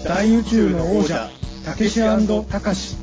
大宇宙の王者たけしたかし。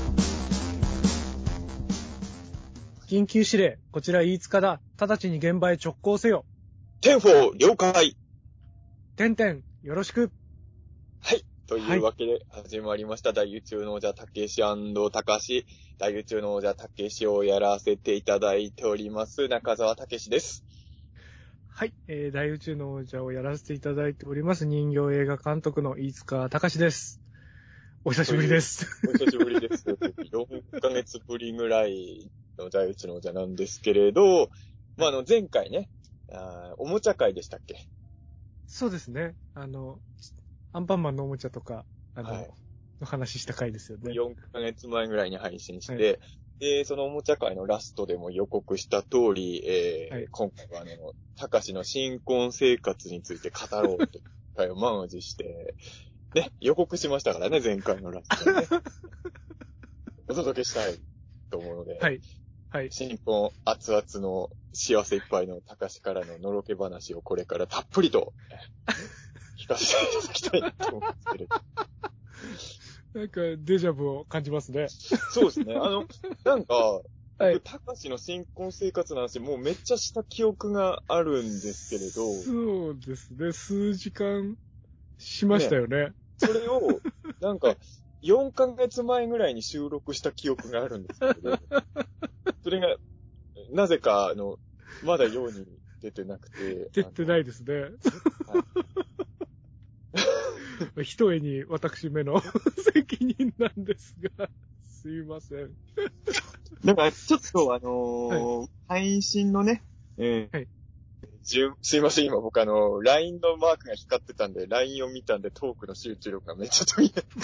緊急指令、こちら飯塚だ。直ちに現場へ直行せよ。 テンフォー了解。 てんてんよろしく。 はい。というわけで始まりました、大宇宙の王者たけしたかし。大宇宙の王者たけしをやらせていただいております中澤たけしです。 はい、大宇宙の王者をやらせていただいております人形映画監督の飯塚隆です。お久しぶりです。 お久しぶりです。4ヶ月ぶりぐらいの大宇宙の王者なんですけれど、まあ、前回ね、おもちゃ会でしたっけ？ そうですね。アンパンマンのおもちゃとか、 はい、 の話した回ですよね。 4ヶ月前ぐらいに配信して、 はい、 で、そのおもちゃ会のラストでも予告した通り、 はい、 今回はたかしの新婚生活について語ろうという会を満を持して、ね、予告しましたからね、前回のラストでね。お届けしたいと思うので、 はい、はい。 新婚熱々の幸せいっぱいのたかしからののろけ話をこれからたっぷりと聞かせていただきたいと思うんですけれど。 なんか、デジャブを感じますね。 そうですね。なんか、 はい。 たかしの新婚生活の話、もうめっちゃした記憶があるんですけれど。 そうですね。数時間しましたよね。 それを、なんか、4ヶ月前ぐらいに収録した記憶があるんですけど、それが、なぜか、まだ世に出てなくて。 出てないですね。 はい、 ひとえに私めの責任なんですが、すいません。 なんか、ちょっとはい、 配信のね、 はい。 すいません、今僕LINE のマークが光ってたんで、LINE を見たんでトークの集中力がめっちゃ途切れて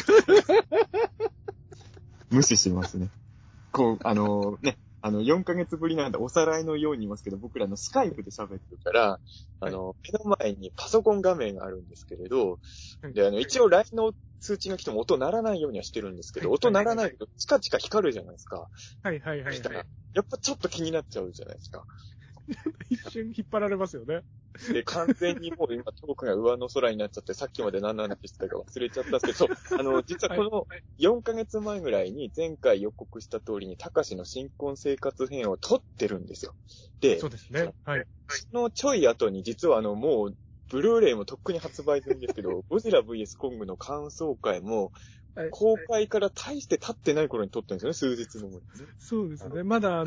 無視しますね。こう、ね、4ヶ月ぶりなんでおさらいのように言いますけど、僕らのスカイプで喋ってるから、 はい、 目の前にパソコン画面があるんですけれど、 はい、 で、一応 LINE の通知が来ても音鳴らないようにはしてるんですけど、 はい、 音鳴らないけど、チカチカ光るじゃないですか。 はい、はい、はい。 したら、やっぱちょっと気になっちゃうじゃないですか。 一瞬引っ張られますよね。 で、完全にもう今トークが上の空になっちゃって、さっきまで何の話してたか忘れちゃったんですけど、実はこの4ヶ月前ぐらいに前回予告した通りに、たかしの新婚生活編を撮ってるんですよ。で、 そうですね。はい。 そのちょい後に実はもう、ブルーレイもとっくに発売済みですけど、ゴジラ VS コングの感想会も、 はい、 公開から大して経ってない頃に撮ってるんですよね、数日の後にね。 そうですね。まだ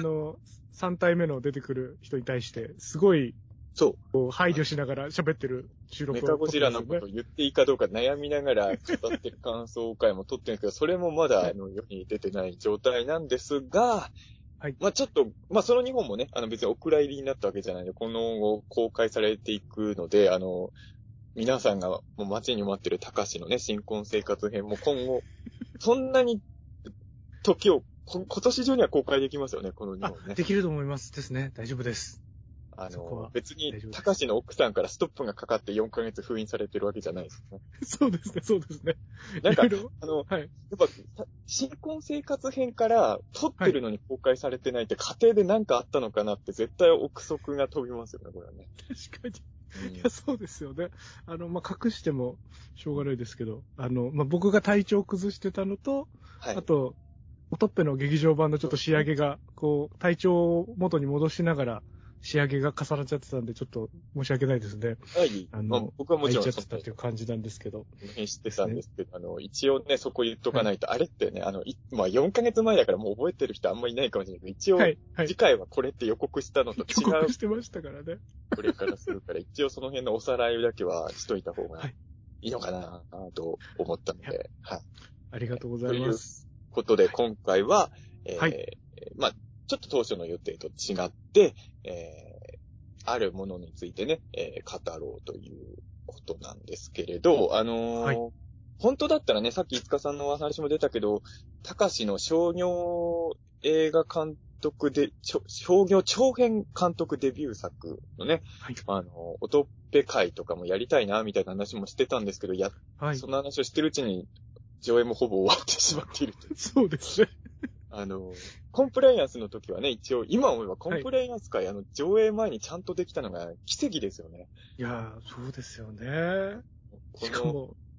3体目の出てくる人に対して、すごい、 そう。 配慮しながら喋ってる収メ録をカゴジラ撮ってますよね。 のことを言っていいかどうか悩みながら語ってる感想会も撮ってるんですけど、それもまだ世に出てない状態なんですが、 はい。 まあちょっと、まあその2本もね、別にお蔵入りになったわけじゃないので、この後公開されていくので、皆さんがもう待ちに待ってる高志のね、新婚生活編も今後、そんなに時を、今年中には公開できますよね、この2本ね。 できると思いますですね。大丈夫です。そこは別に大丈夫です。 高志の奥さんからストップがかかって4ヶ月封印されてるわけじゃないですね。 そうですね、そうですね。 なんか、 はい。 やっぱ、新婚生活編から撮ってるのに公開されてないって家庭で何かあったのかなって絶対憶測が飛びますよね、これはね。 確かに。いや、そうですよね。隠してもしょうがないですけど、僕が体調を崩してたのと、 はい。 あと、おとっぺの劇場版のちょっと仕上げが、体調を元に戻しながら仕上げが重なっちゃってたんで、ちょっと申し訳ないですね。 はい。まあ、僕はもちろん空いちゃってたっていう感じなんですけど。 その辺知ってたんですけど、一応ね、そこ言っとかないと、あれってね、まあ、4ヶ月前だからもう覚えてる人あんまりいないかもしれないけど、一応、 はい、はい。 次回はこれって予告したのと予違う、 告してましたからね。 これからするから、一応その辺のおさらいだけはしといた方がはい。 いいのかなと思ったので、はい。 ありがとうござといういます。 ことで、今回は、 はい。 まあ、ちょっと当初の予定と違って、あるものについてね、語ろうということなんですけれど、 はい。 本当だったらね、さっき五日さんのお話も出たけど、高志の商業映画監督で、商業長編監督デビュー作のね、 はい。 おとっぺ会とかもやりたいな、みたいな話もしてたんですけど、 はい。 その話をしてるうちに、上映もほぼ終わってしまっているという。 そうですね。 コンプライアンスの時はね、一応、今思えばコンはい。 プライアンス会、上映前にちゃんとできたのが奇跡ですよね。 いやー、そうですよね。 この、 しかも、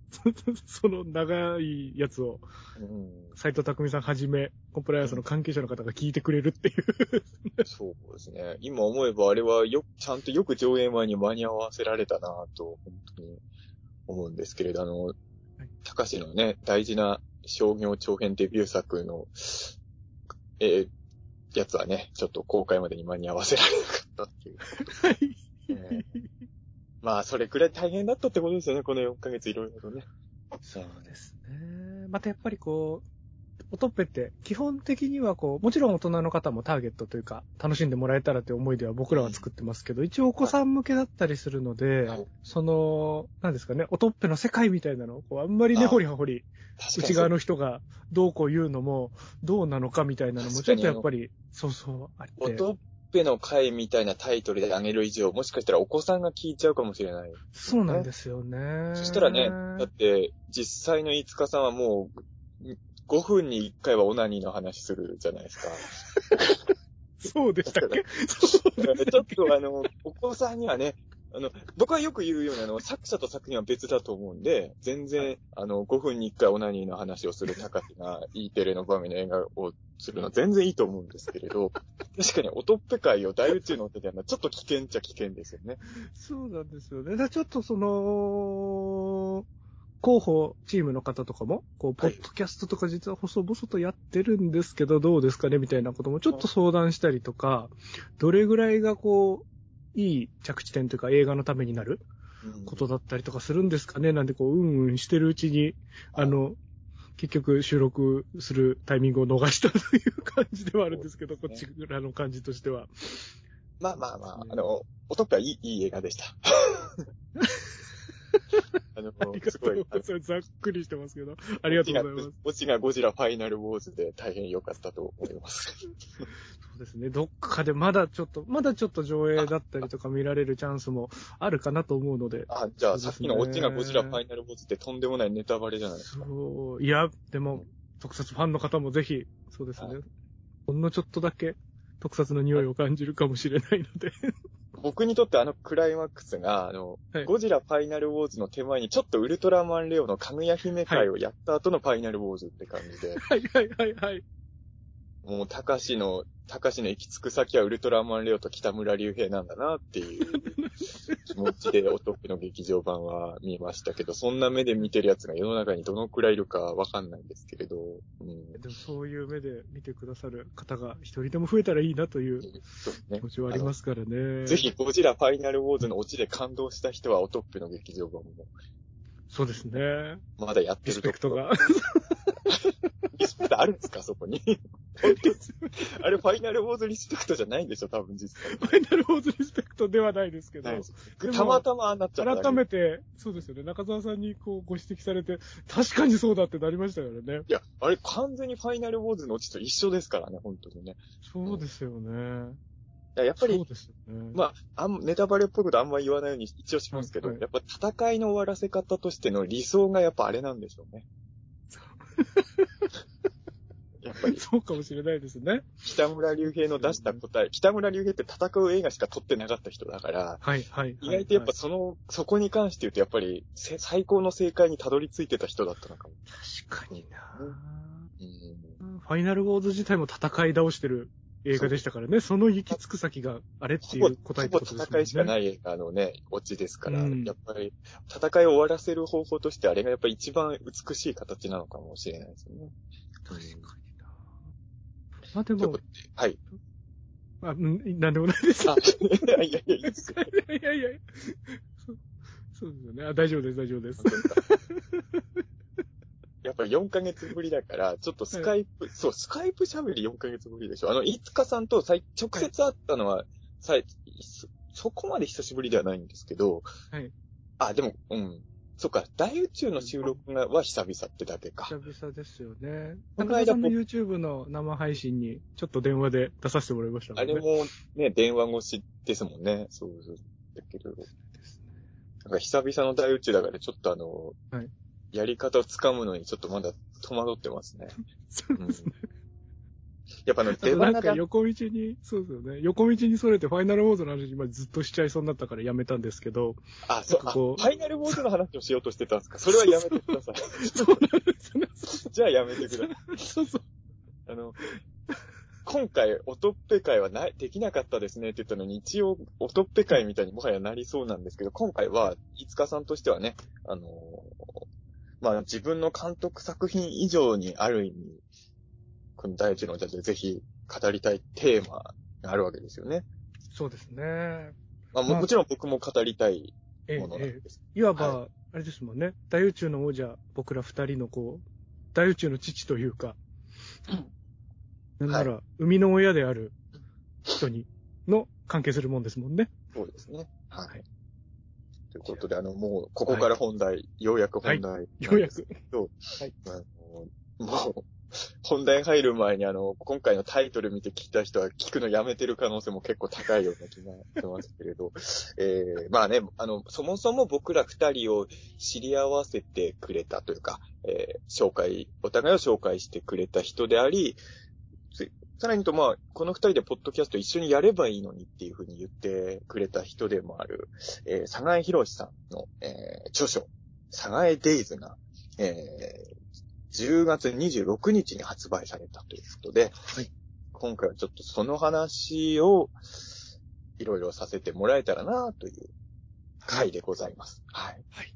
その長いやつを、斉藤匠さんはじめ、コンプライアンスの関係者の方が聞いてくれるっていう。 そうですね。今思えばあれはちゃんとよく上映前に間に合わせられたなぁと、本当に思うんですけれど、高志のね、大事な商業長編デビュー作の、やつはね、ちょっと公開までに間に合わせられなかったっていう。はい。まあ、それくらい大変だったってことですよね、この4ヶ月いろいろとね。 そうですね。またやっぱりこう、オトッペって基本的にはこう、もちろん大人の方もターゲットというか、楽しんでもらえたらという思いでは僕らは作ってますけど、一応お子さん向けだったりするので、その、なんですかね、オトッペの世界みたいなのをこうあんまり根掘り葉掘り、内側の人がどうこう言うのも、どうなのかみたいなのもちょっとやっぱり、そうあって。 オトッペの会みたいなタイトルであげる以上、もしかしたらお子さんが聞いちゃうかもしれない、ね。 そうなんですよね。 そしたらね、だって実際の飯塚さんはもう、5分に1回はオナニーの話するじゃないですか。 そうでしたっけ？ ちょっとお子さんにはね、僕はよく言うように作者と作品は別だと思うんで、全然、5分に1回オナニーの話をする高橋が E テレの場面の映画をするのは全然いいと思うんですけれど、確かにオトッペ会を大宇宙の手でやるのはちょっと危険っちゃ危険ですよね。 そうなんですよね。ちょっとその、広報チームの方とかも、こう、ポッドキャストとか実は細々とやってるんですけど、どうですかねみたいなこともちょっと相談したりとか、どれぐらいがこう、いい着地点というか映画のためになることだったりとかするんですかねなんでこう、してるうちに、結局収録するタイミングを逃したという感じではあるんですけど、こっちらの感じとしては。 まあ、オトッペはいい映画でした。 すごい。ざっくりしてますけど。ありがとうございます。 オチがゴジラファイナルウォーズで大変良かったと思います。 そうですね。どっかでまだちょっと上映だったりとか見られるチャンスもあるかなと思うので。 じゃあさっきのオチがゴジラファイナルウォーズってとんでもないネタバレじゃないですか。 そう。いや、でも、特撮ファンの方もぜひ、そうですね。ほんのちょっとだけ特撮の匂いを感じるかもしれないので。 僕にとってクライマックスが、ゴジラファイナルウォーズの手前にちょっとウルトラマンレオのかぐや姫会をやった後のファイナルウォーズって感じで。 はい。 もう、高志の行き着く先はウルトラマンレオと北村隆平なんだなっていう気持ちでオトッペの劇場版は見ましたけど、そんな目で見てるやつが世の中にどのくらいいるかわかんないんですけれど。 でもそういう目で見てくださる方が一人でも増えたらいいなという気持ちはありますからね。 ぜひゴジラファイナルウォーズのオチで感動した人はオトッペの劇場版も。 そうですね。 まだやってるリスペクトが。 リスペクトあるんですかそこに。あれファイナルウォーズリスペクトじゃないんでしょ多分実際。 ファイナルウォーズリスペクトではないですけど。 たまたまなっちゃった。 改めて、そうですよね。中澤さんにこうご指摘されて、確かにそうだってなりましたからね。 いや、あれ完全にファイナルウォーズのオチと一緒ですからね、本当にね。 そうですよね。 やっぱり、 そうですよね。 まあ、ネタバレっぽいことあんま言わないように一応しますけど、やっぱ戦いの終わらせ方としての理想がやっぱあれなんでしょうね。やっぱり。 そうかもしれないですね。 北村隆平の出した答え、北村隆平って戦う映画しか撮ってなかった人だから、意外とやっぱそこに関して言うとやっぱり最高の正解にたどり着いてた人だったのかも。 確かにな、ファイナルウォーズ自体も戦い倒してる映画でしたからね。その行き着く先があれっていう答えってことですね。 ほぼ戦いしかない映画のね、オチですから、やっぱり戦いを終わらせる方法としてあれがやっぱり一番美しい形なのかもしれないですよね。 確かにな。まあでも、 はい。 なんでもないです。 いや、いいですよ。 いや。そうですよね。大丈夫です。 やっぱり4ヶ月ぶりだから、ちょっとスカイプ喋り4ヶ月ぶりでしょ。飯塚さんと直接会ったのは、そこまで久しぶりではないんですけど、でも、そっか、大宇宙の収録は久々ってだけか。 久々ですよね。中田さんの YouTube の生配信にちょっと電話で出させてもらいましたもんね。 あれもね、電話越しですもんね。そう。だけど、なんか久々の大宇宙だからちょっとやり方をつかむのにちょっとまだ戸惑ってますね。 そうですね。 やっぱあ出となん花だ。 か横道に、そうですよね。横道にそれてファイナルウォーズの話今ずっとしちゃいそうになったからやめたんですけど。 あ、そう、 なんかこうファイナルウォーズの話をしようとしてたんですか？それはやめてください。 そうなんですね。 じゃあやめてください。 そうそう。 今回、おとっぺ会はできなかったですねって言ったのに、一応、おとっぺ会みたいにもはやなりそうなんですけど、今回は、飯塚さんとしてはね、自分の監督作品以上にある意味、この第一のジャッジでぜひ語りたいテーマがあるわけですよね。 そうですね。 もちろん僕も語りたいものなんです。 いわば、 はい、 あれですもんね。大宇宙の王者、僕ら二人の大宇宙の父というか、なんなら、生みの親である人の関係するもんですもんね。 そうですね。はい。ということで、もう、ここから本題、ようやく本題なんですけど、 はい。 もう、本題入る前に今回のタイトル見て聞いた人は聞くのやめてる可能性も結構高いような気がしますけれど、そもそも僕ら二人を知り合わせてくれたというか、お互いを紹介してくれた人であり、さらに言うとこの二人でポッドキャスト一緒にやればいいのにっていうふうに言ってくれた人でもある、佐賀江博さんの、著書、佐賀江デイズが、10月26日に発売されたということで、 はい、 今回はちょっとその話をいろいろさせてもらえたらなという回でございます。はい。 はい。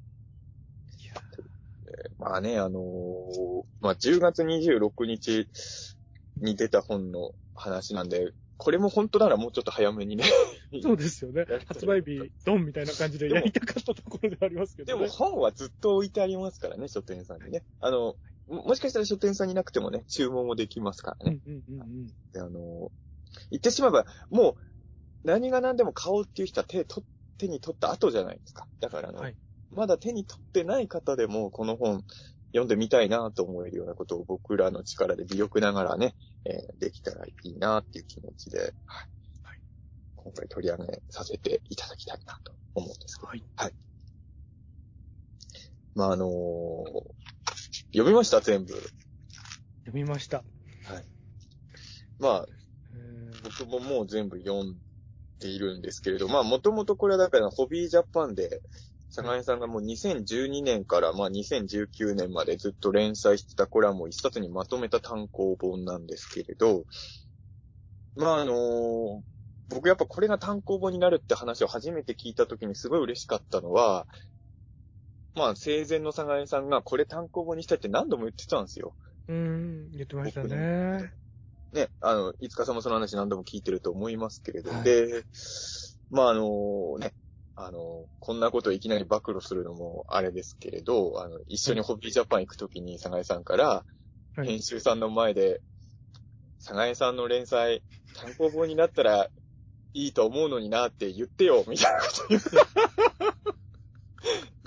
10月26日に出た本の話なんで、これも本当ならもうちょっと早めにね。 そうですよね。発売日、ドンみたいな感じでやりたかったところではありますけどね。 でも本はずっと置いてありますからね、書店さんにね。もしかしたら書店さんになくてもね、注文もできますからね。言ってしまえば、もう何が何でも買おうっていう人は手に取った後じゃないですか。だからはい、 まだ手に取ってない方でもこの本読んでみたいなと思えるようなことを僕らの力で微力ながらね、できたらいいなっていう気持ちで、はいはい、今回取り上げさせていただきたいなと思うんですけど。はい。はい。読みました全部。 読みました。 はい。僕ももう全部読んでいるんですけれど、もともとこれはだからホビージャパンで、佐賀江さんがもう2012年から2019年までずっと連載してたコラムを一冊にまとめた単行本なんですけれど、僕やっぱこれが単行本になるって話を初めて聞いた時にすごい嬉しかったのは、生前の佐賀江さんがこれ単行本にしたいって何度も言ってたんですよ。 言ってましたね。 ね、いつかさんもその話何度も聞いてると思いますけれど、はい、で、こんなことをいきなり暴露するのもあれですけれど、一緒にホビージャパン行くときに佐賀江さんから、編集さんの前で、佐賀江さんの連載、単行本になったらいいと思うのになって言ってよ、みたいなこと言って。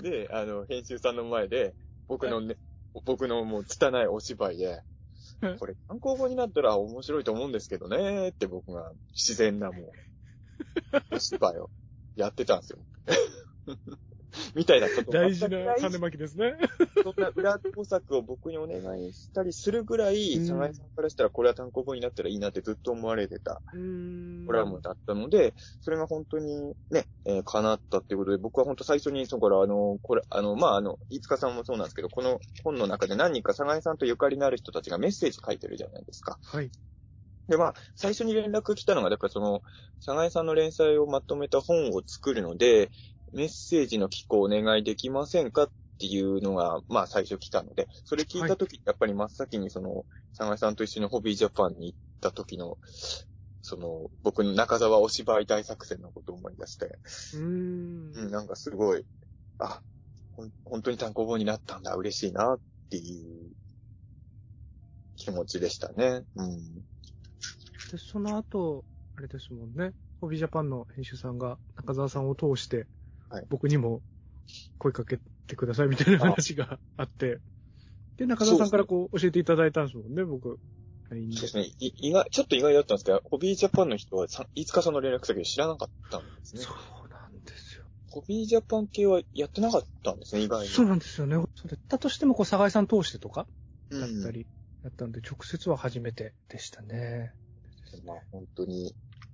で、編集さんの前で、僕のもう拙いお芝居で、これ単行本になったら面白いと思うんですけどねって僕が自然なもう、お芝居をやってたんですよ。みたいなこと大事な種まきですね。 そんな裏工作を僕にお願いしたりするぐらい、佐賀江さんからしたらこれは単行本になったらいいなってずっと思われてたコラムだったので、それが本当にね、叶ったっていうことで、僕は本当最初に、飯塚さんもそうなんですけど、この本の中で何人か佐賀江さんとゆかりのある人たちがメッセージ書いてるじゃないですか。 はい。 で、最初に連絡来たのが、だから佐賀江さんの連載をまとめた本を作るので、メッセージの寄稿お願いできませんかっていうのが、最初来たので、それ聞いたとき、やっぱり真っ先に佐賀江さんと一緒にホビージャパンに行った時の、僕の中沢お芝居大作戦のことを思い出して、なんかすごい、本当に単行本になったんだ、嬉しいなっていう気持ちでしたね。 で、その後、あれですもんね。ホビージャパンの編集さんが中澤さんを通して、僕にも声かけてくださいみたいな話があって、で、中澤さんから教えていただいたんですもんね、僕。 そうですね。ちょっと意外だったんですけど、ホビージャパンの人は、飯塚さんの連絡先を知らなかったんですね。 そうなんですよ。 ホビージャパン系はやってなかったんですね、意外に。 そうなんですよね。だったとしても、佐賀江さん通してとか、だったり。 やったんで、直接は初めてでしたね。 まあ本当に。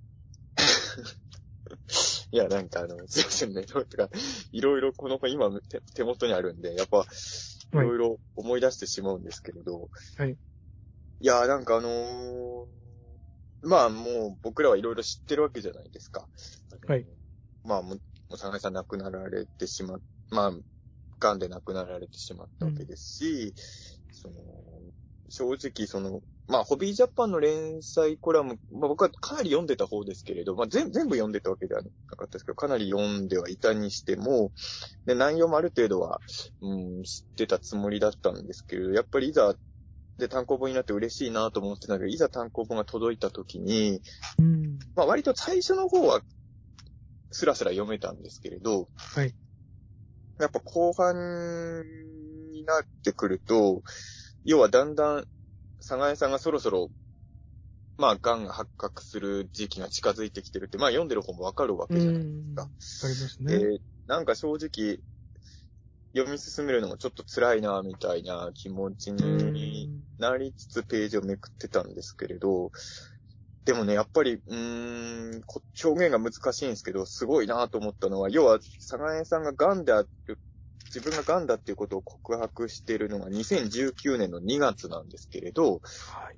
いや、なんかすいませんね。とか、いろいろこの本今手元にあるんで、やっぱ、いろいろ思い出してしまうんですけれど。 はい。 いや、なんかまあもう僕らはいろいろ知ってるわけじゃないですか。 はい。 まあもう、サナエさん亡くなられてしまっ、まあ、癌で亡くなられてしまったわけですし、正直まあ、ホビージャパンの連載コラム、まあ僕はかなり読んでた方ですけれど、まあ全部読んでたわけではなかったですけど、かなり読んではいたにしても、で、内容もある程度は、知ってたつもりだったんですけれど、やっぱりいざ、で単行本になって嬉しいなと思ってたけど、いざ単行本が届いた時に、まあ割と最初の方は、スラスラ読めたんですけれど、 はい。 やっぱ後半になってくると、要はだんだん、サガエさんがそろそろ、まあ、癌が発覚する時期が近づいてきてるって、まあ読んでる方もわかるわけじゃないですか。 ありますね。 なんか正直、読み進めるのもちょっと辛いな、みたいな気持ちになりつつページをめくってたんですけれど、でもね、やっぱり、表現が難しいんですけど、すごいなと思ったのは、要は、サガエさんが癌である、自分が癌だっていうことを告白しているのが2019年の2月なんですけれど、 はい。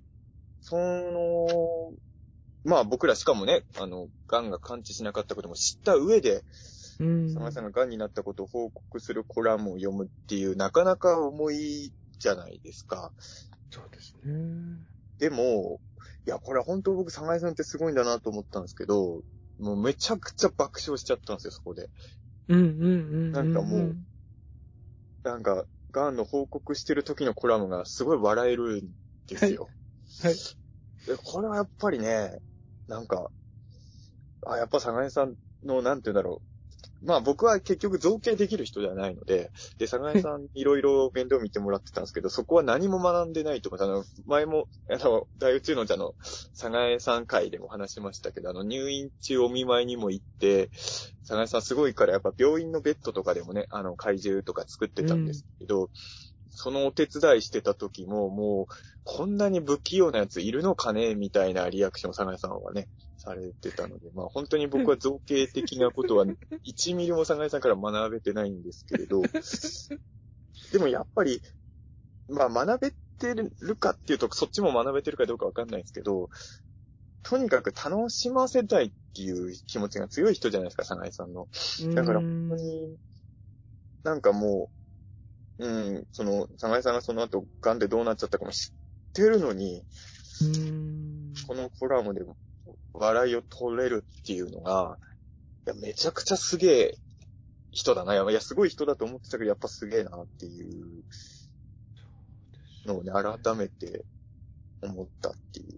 まあ僕らしかもね、癌が完治しなかったことも知った上で、サガエさんが癌になったことを報告するコラムを読むっていう、なかなか重いじゃないですか。 そうですね。 でも、いや、これは本当僕、サガエさんってすごいんだなと思ったんですけど、もうめちゃくちゃ爆笑しちゃったんですよ、そこで。なんかもう、なんか、癌の報告してる時のコラムがすごい笑えるんですよ。 はい。 でこれはやっぱりね、なんか、やっぱサガエさんの、なんて言うんだろう。まあ僕は結局造形できる人ではないので、で、サガエさんいろいろ面倒見てもらってたんですけど、そこは何も学んでないと思う。前も、大宇宙の茶のサガエさん会でも話しましたけど、入院中お見舞いにも行って、サガエさんすごいからやっぱ病院のベッドとかでもね、怪獣とか作ってたんですけど、そのお手伝いしてた時も、もう、こんなに不器用なやついるのかねみたいなリアクションをサガエさんはね、されてたので、まあ本当に僕は造形的なことは1ミリもサガエさんから学べてないんですけれど、でもやっぱり、まあ学べてるかっていうと、そっちも学べてるかどうかわかんないですけど、とにかく楽しませたいっていう気持ちが強い人じゃないですか、サガエさんの。だから本当に、なんかもう、サガエさんがその後、癌でどうなっちゃったかも知ってるのに、このコラムで笑いを取れるっていうのが、いや、めちゃくちゃすげえ人だな。いや、すごい人だと思ってたけど、やっぱすげえなっていうのをね、改めて思ったっていう、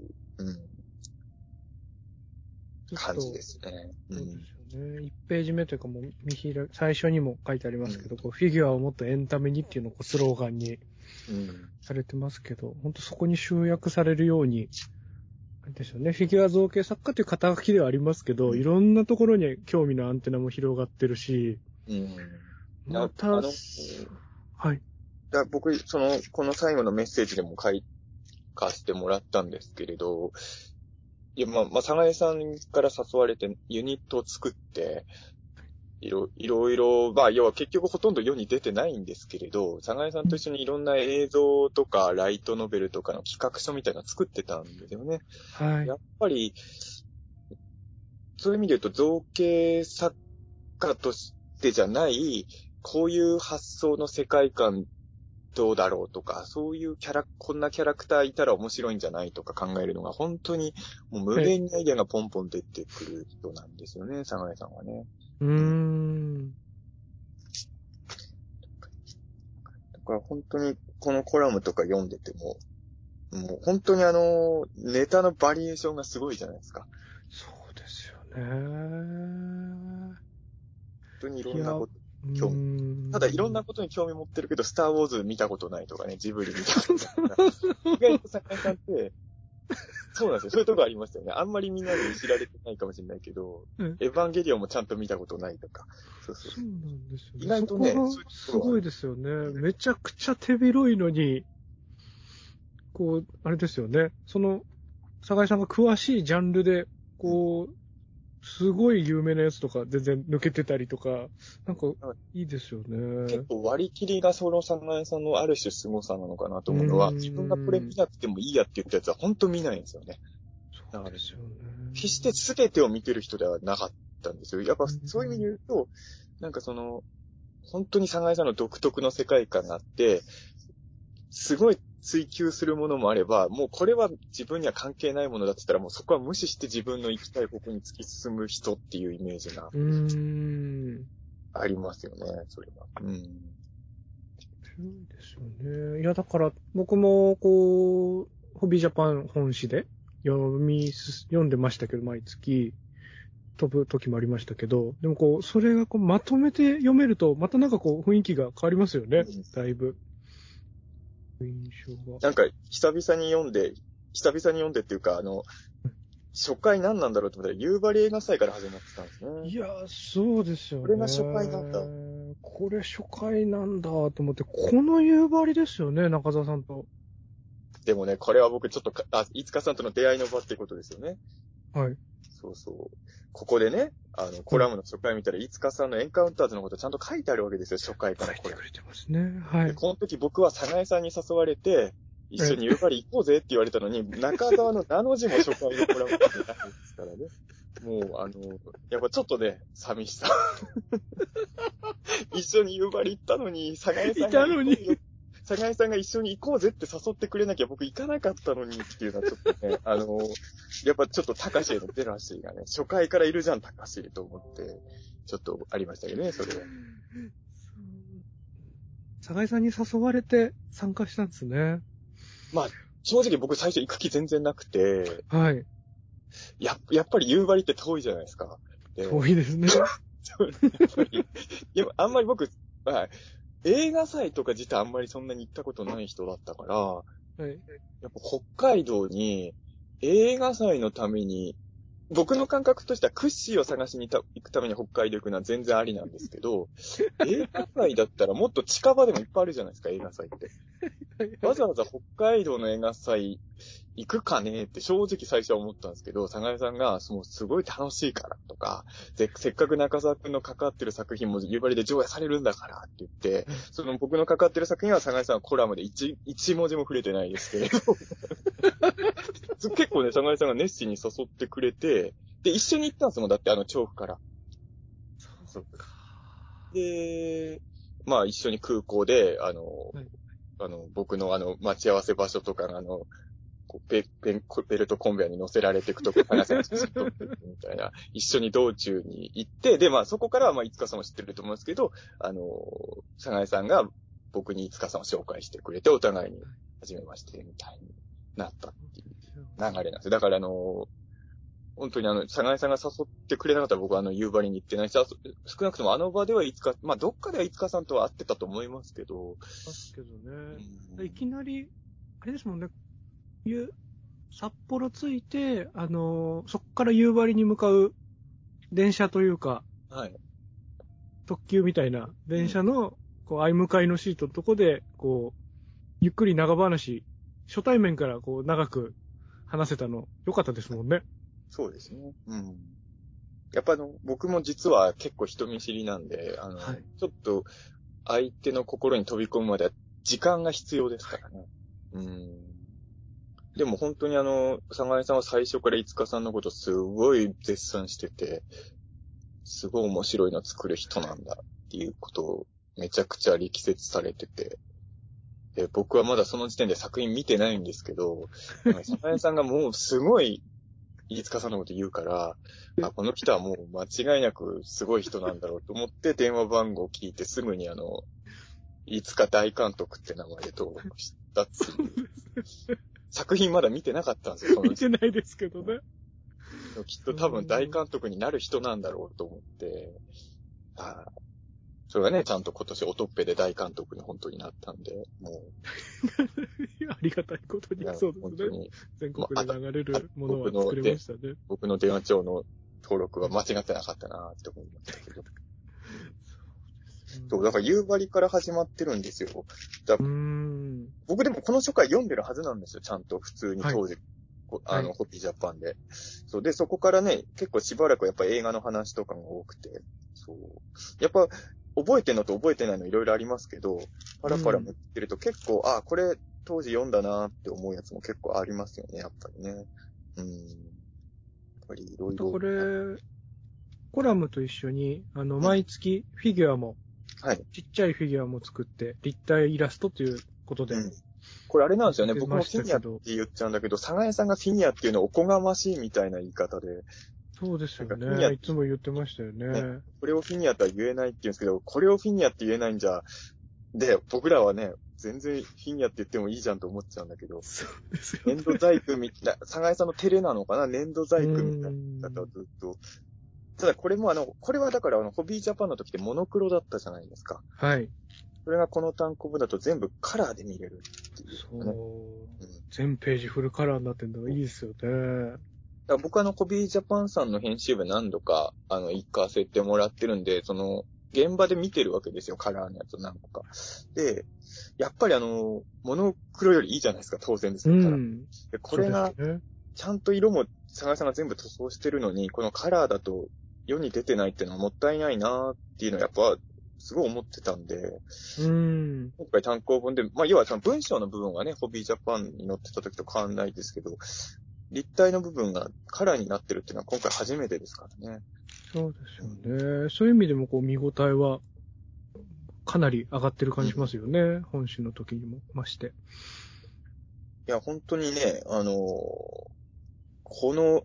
感じですね。 そうですよね。1ページ目というかもう最初にも書いてありますけど、こうフィギュアをもっとエンタメにっていうのをスローガンにされてますけど、本当そこに集約されるように、ですよね。フィギュア造形作家という肩書きではありますけど、いろんなところに興味のアンテナも広がってるし、また、はい。 僕、この最後のメッセージでも書かせてもらったんですけれど、いや、まあ、サガエさんから誘われてユニットを作って、いろいろ、まあ、要は結局ほとんど世に出てないんですけれど、サガエさんと一緒にいろんな映像とか、ライトノベルとかの企画書みたいなの作ってたんですよね。 はい。 やっぱり、そういう意味で言うと、造形作家としてじゃない、こういう発想の世界観どうだろうとか、そういうこんなキャラクターいたら面白いんじゃないとか考えるのが本当にもう無限にアイデアがポンポン出てくる人なんですよね、サガエさんはね。だから本当にこのコラムとか読んでても、もう本当にネタのバリエーションがすごいじゃないですか。 そうですよね。 本当にいろんなこと興味。ただいろんなことに興味持ってるけど、スターウォーズ見たことないとかね、ジブリ見たことないとか。意外とサガエさんって、そうなんですよ。そういうとこありましたよね。あんまりみんなに知られてないかもしれないけど、エヴァンゲリオンもちゃんと見たことないとか。 そうなんですよね。 意外とね、 すごいですよね。めちゃくちゃ手広いのに、 こう、あれですよね。酒井さんが詳しいジャンルで、こう、すごい有名なやつとか全然抜けてたりとか、なんかいいですよね。 結構割り切りがその酒井さんのある種凄さなのかなと思うのは、自分がこれ見なくてもいいやって言ったやつは本当見ないんですよね。 そうですよね。 決して全てを見てる人ではなかったんですよ。やっぱそういう意味で言うと、なんか本当に酒井さんの独特の世界観があって、すごい追求するものもあれば、もうこれは自分には関係ないものだって言ったら、もうそこは無視して自分の行きたい方向に突き進む人っていうイメージがありますよね、それは。 そうですよね。いや、だから僕もこう、ホビージャパン本誌で読んでましたけど、毎月飛ぶ時もありましたけど、でもこう、それがこうまとめて読めると、またなんかこう、雰囲気が変わりますよね、だいぶ。印象が。 なんか、久々に読んでっていうか、初回何なんだろうと思ったら、夕張映画祭から始まってたんですね。 いや、そうですよね。 これが初回なんだ。 これ初回なんだと思って、この夕張ですよね、中澤さんと。 でもね、これは僕ちょっと飯塚さんとの出会いの場ってことですよね。 はい。 そうそう。ここでね、コラムの初回見たら、飯塚さんのエンカウンターズのことちゃんと書いてあるわけですよ、初回から。 書いてくれてますね。はい。 でこの時僕は早苗さんに誘われて、一緒に夕張行こうぜって言われたのに、中澤の名の字も初回のコラムでないですからね。もうやっぱちょっとね、寂しさ。一緒に夕張行ったのに、早苗さんが一緒に行こうぜって誘ってくれなきゃ僕行かなかったのにっていうのはちょっとね、やっぱちょっと高志へのジェラシーがね、初回からいるじゃん、高志と思って、ちょっとありましたけどね、それは。 酒井さんに誘われて参加したんですね。 まあ、正直僕最初行く気全然なくて、 はい。 やっぱり夕張って遠いじゃないですか。 遠いですね。 やっぱり、いや、あんまり僕、はい、映画祭とか自体あんまりそんなに行ったことない人だったから、 はい。 やっぱ北海道に映画祭のために、僕の感覚としてはクッシーを探しに行くために北海道行くのは全然ありなんですけど、映画祭だったらもっと近場でもいっぱいあるじゃないですか、映画祭って。わざわざ北海道の映画祭行くかねって正直最初は思ったんですけど、酒井さんがもうすごい楽しいからとか、せっかく中澤くんの関わってる作品も夕張で上映されるんだからって言って、僕の関わってる作品は酒井さんはコラムで一文字も触れてないですけれど、結構ね、酒井さんが熱心に誘ってくれて、で、一緒に行ったんですもん、だって調布から。そうか。で、まあ一緒に空港で、僕の待ち合わせ場所とかベルトコンベアに乗せられていくとこ、話せな写真撮っていくみたいな、一緒に道中に行って、で、まあそこからは、まあ、いつかさんも知ってると思うんですけど、早苗さんが僕にいつかさんを紹介してくれて、お互いに始めまして、みたいになったっていう流れなんですよ。だから本当に早苗さんが誘ってくれなかったら僕は夕張に行ってないし、少なくともあの場ではいつか、まあどっかではいつかさんとは会ってたと思いますけど。 ですけどね。いきなり、あれですもんね。札幌着いて、そこから夕張に向かう電車というか、 はい。 特急みたいな電車の、相向かいのシートのとこで、ゆっくり長話、初対面から長く話せたの、良かったですもんね。 そうですね。うん。やっぱ僕も実は結構人見知りなんで、 はい、 ちょっと相手の心に飛び込むまでは時間が必要ですからね。でも本当に早苗さんは最初からいつかさんのことすごい絶賛してて、すごい面白いの作る人なんだっていうことをめちゃくちゃ力説されてて、で僕はまだその時点で作品見てないんですけど、早苗さんがもうすごい飯塚さんのこと言うから、この人はもう間違いなくすごい人なんだろうと思って電話番号を聞いてすぐに飯塚大監督って名前で登録したっていう。作品まだ見てなかったんですよ、 見てないですけどね。 きっと多分大監督になる人なんだろうと思って、それがね、ちゃんと今年おとっぺで大監督に本当になったんで、もう。 ありがたいことに、そうですね。全国で流れるものは作れましたね。 僕の電話帳の登録は間違ってなかったなって思いましたけど。そう、だから夕張から始まってるんですよ。僕僕でもこの初回読んでるはずなんですよ、ちゃんと普通に当時。 はい、 ホッピージャパンで。そう。で、そこからね、結構しばらくやっぱ映画の話とかが多くて、そう。やっぱ、覚えてんのと覚えてないのいろいろありますけど、パラパラめくってると結構、これ当時読んだなって思うやつも結構ありますよね、やっぱりね。やっぱりいろいろ。 これ、コラムと一緒に、 ん毎月フィギュアも、 はい。 ちっちゃいフィギュアも作って、立体イラストということで、 これあれなんですよね。 出僕もフィギュアって言っちゃうんだけど、サガヤさんがフィギュアっていうのおこがましいみたいな言い方で。 そうですよなんかフィギュアね。いつも言ってましたよね。 これをフィギュアとは言えないって言うんですけど、これをフィギュアって言えないんじゃ、で、僕らはね、全然フィギュアって言ってもいいじゃんと思っちゃうんだけど、 そうですよね。 粘土細工みたいな、サガヤさんの照れなのかな粘土細工みたいな方をずっと。ただこれもこれはだからホビージャパンの時ってモノクロだったじゃないですか。 はい。 それがこの単行本だと全部カラーで見れるっていう、ね。 そう。全ページフルカラーになってんのいいですよね。 だから僕ホビージャパンさんの編集部何度か、行かせてもらってるんで、現場で見てるわけですよ、カラーのやつ何個か。で、やっぱりモノクロよりいいじゃないですか、当然ですよ、カラー。でこれが、ちゃんと色も、サガヤさんが全部塗装してるのに、このカラーだと世に出てないっていうのはもったいないなっていうのはやっぱ、すごい思ってたんで、今回単行本で、要はその文章の部分はね、ホビージャパンに載ってた時と変わんないですけど、立体の部分がカラーになってるっていうのは今回初めてですからね。 そうですよね。そういう意味でも見応えはかなり上がってる感じしますよね。本誌の時にもまして。 いや、本当にね、この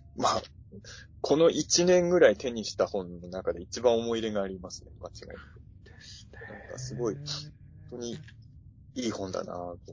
1年ぐらい手にした本の中で一番思い入れがありますね、間違いなく。なんかすごい、本当にいい本だなと思って。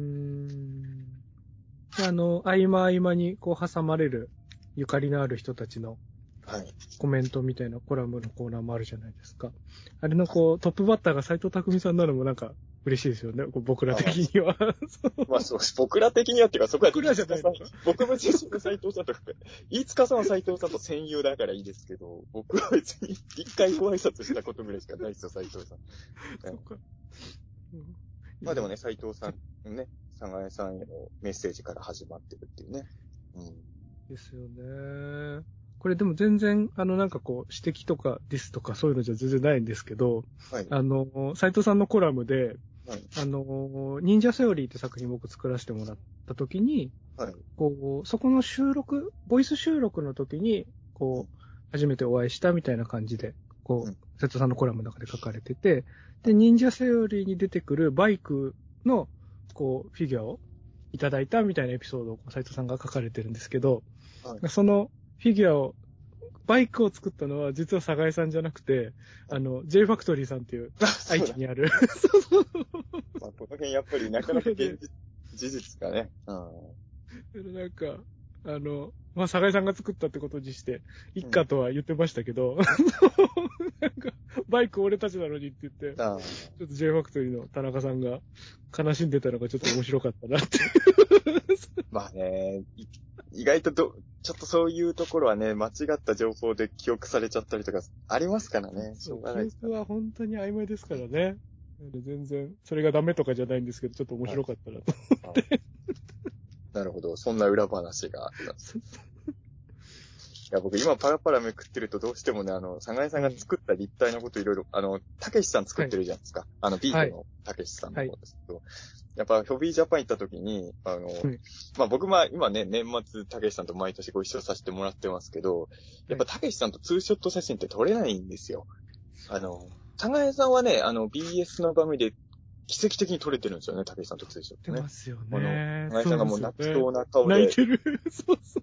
合間合間に挟まれるゆかりのある人たちのコメントみたいなコラムのコーナーもあるじゃないですか。あれのトップバッターが斎藤匠さんなのもなんか嬉しいですよね、僕ら的には。 そう、僕ら的にはっていうか、そこは僕らじゃないのか。 僕も自身の斎藤さんとか、飯塚さんは斎藤さんと戦友だからいいですけど、僕は別に一回ご挨拶したことぐらいしかないですよ、斎藤さん。そうか。でもね、斎藤さんね、サガヤさんへのメッセージから始まってるっていうね。 ですよね。これでも全然、指摘とかディスとかそういうのじゃ全然ないんですけど、斎藤さんのコラムで、忍者セオリーって作品僕作らせてもらった時に、そこのボイス収録の時に、初めてお会いしたみたいな感じで、斎藤さんのコラムの中で書かれてて、で、忍者セオリーに出てくるバイクの、フィギュアをいただいたみたいなエピソードを斎藤さんが書かれてるんですけど、そのフィギュアを、バイクを作ったのは実はサガヤさんじゃなくて、J ファクトリーさんっていう愛知にある。 この辺やっぱりなかなか事実がね。 なんか、サガヤさんが作ったってことにして、一家とは言ってましたけど、なんか、バイク俺たちなのにって言って、ちょっと J ファクトリーの田中さんが悲しんでたのがちょっと面白かったなって。 ね、意外とちょっとそういうところはね、間違った情報で記憶されちゃったりとかありますからね。しょうがないです。 記憶は本当に曖昧ですからね。全然、それがダメとかじゃないんですけど、ちょっと面白かったなと思って。 なるほど。そんな裏話があったんです。いや、僕今パラパラめくってるとどうしてもね、サガヤさんが作った立体のこといろいろ、たけしさん作ってるじゃないですか。ビートのたけしさんの方ですけど、やっぱ、ホビージャパン行った時に、僕も今ね、年末たけしさんと毎年ご一緒させてもらってますけど、やっぱたけしさんとツーショット写真って撮れないんですよ。サガヤさんはね、BS の番組で奇跡的に撮れてるんですよね、たけしさんとツーショットね。 撮れますよね。 サガヤさんがもう泣きそうな顔で。 泣いてる。そうそう。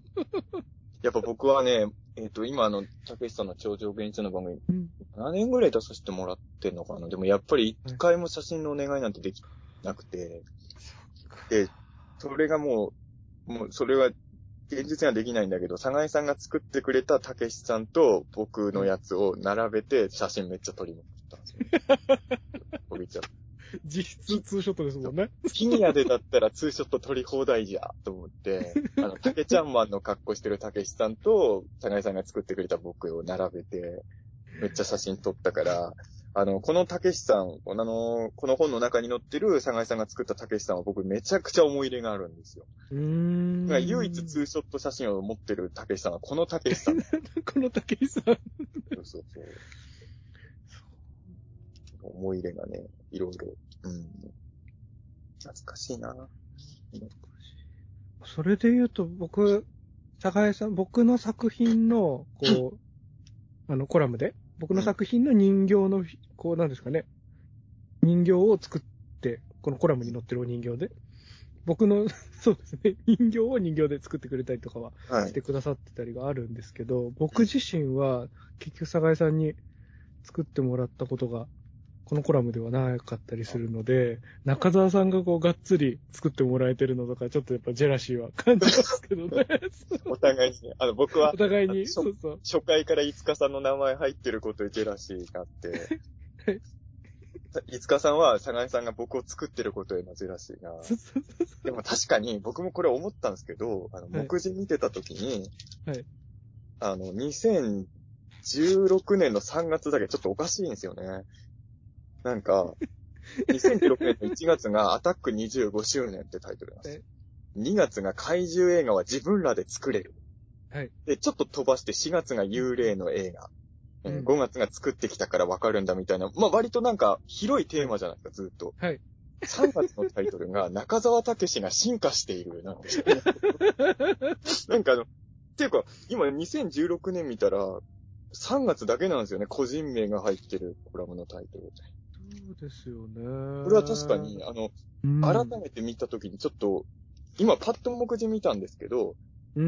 やっぱ僕はね、今たけしさんの超常現象の番組、7年ぐらい出させてもらってんのかな。でもやっぱり一回も写真のお願いなんてできなくて、で、それがもうそれは現実にはできないんだけど、サガヤさんが作ってくれたたけしさんと僕のやつを並べて写真めっちゃ撮りまくったんですよ。飛びちゃう。 実質ツーショットですもんね。 フィギュアでだったらツーショット撮り放題じゃ、と思って、たけちゃんマンの格好してるたけしさんと、サガヤさんが作ってくれた僕を並べて、めっちゃ写真撮ったから、 このたけしさん、この本の中に載ってるサガイさんが作ったたけしさんは僕めちゃくちゃ思い入れがあるんですよ。だから唯一ツーショット写真を持ってるたけしさんはこのたけしさん。 このたけしさん。 そうそうそう。思い入れがね、いろいろ。懐かしいな。 それで言うと、僕の作品の、コラムで、僕の作品の人形の、なんですかね、人形を作って、このコラムに載ってるお人形で、僕の、そうですね、人形を人形で作ってくれたりとかはしてくださってたりがあるんですけど、僕自身は結局、寒河江さんに作ってもらったことが、このコラムではなかったりするので、中澤さんががっつり作ってもらえてるのとか、ちょっとやっぱジェラシーは感じますけどね。 お互いにね、僕は、 お互いに、そうそう。 初回から五日さんの名前入ってることでジェラシーがあって、五日さんは、寒河江さんが僕を作ってることへのジェラシーが。でも確かに僕もこれ思ったんですけど、目次見てた時に、 はい。 2016年の3月だけちょっとおかしいんですよね。なんか、2016年の1月がアタック25周年ってタイトルなんですよ。2月が怪獣映画は自分らで作れる。 はい。 で、ちょっと飛ばして4月が幽霊の映画。5月が作ってきたからわかるんだみたいな。まあ割となんか広いテーマじゃないですか、ずっと。 はい。 3月のタイトルが中澤武史が進化しているなんですよね。なんかっていうか、今2016年見たら、3月だけなんですよね、個人名が入ってるコラムのタイトル。 そうですよね。 これは確かに、改めて見たときにちょっと、今パッと目次見たんですけど、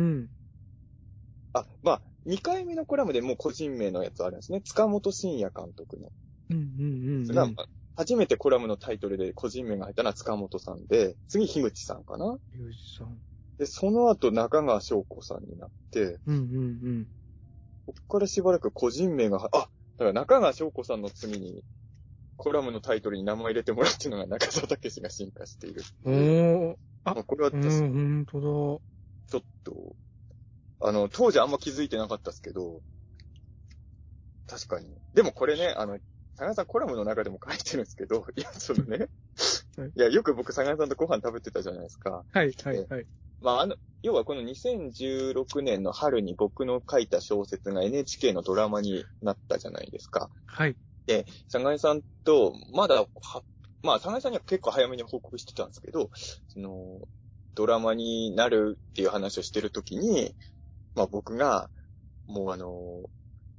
まあ、2回目のコラムでもう個人名のやつあるんですね。塚本慎也監督の。初めてコラムのタイトルで個人名が入ったのは塚本さんで、次樋口さんかな。 樋口さん。 で、その後中川翔子さんになって、ここからしばらく個人名が、だから中川翔子さんの次に、コラムのタイトルに名前入れてもらってるのが中澤武史が進化している。これは確かに。 本当だ。 ちょっと、当時あんま気づいてなかったですけど、確かに。でもこれね、サガさんコラムの中でも書いてるんですけど、いや、そのね、いや、よく僕サガさんとご飯食べてたじゃないですか。 はい。 まあ、要はこの2016年の春に僕の書いた小説が NHK のドラマになったじゃないですか。 はい。 で、サガさんと、まあ、サガさんには結構早めに報告してたんですけど、ドラマになるっていう話をしてるときに、まあ僕が、もう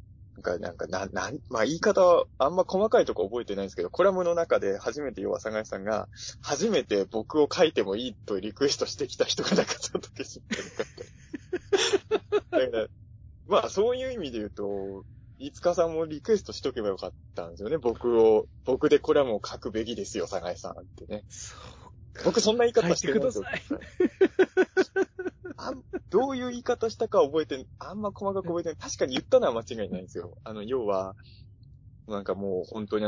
まあ言い方はあんま細かいとこ覚えてないんですけど、コラムの中で初めてサガさんが、初めて僕を書いてもいいとリクエストしてきた人が中澤武史っていうか。だから、まあそういう意味で言うと、五日さんもリクエストしとけばよかったんですよね。僕でコラムを書くべきですよ、サガさんってね。僕そんな言い方してないんですよ。どういう言い方したか覚えて、あんま細かく覚えてない。確かに言ったのは間違いないんですよ。要は、なんかもう本当に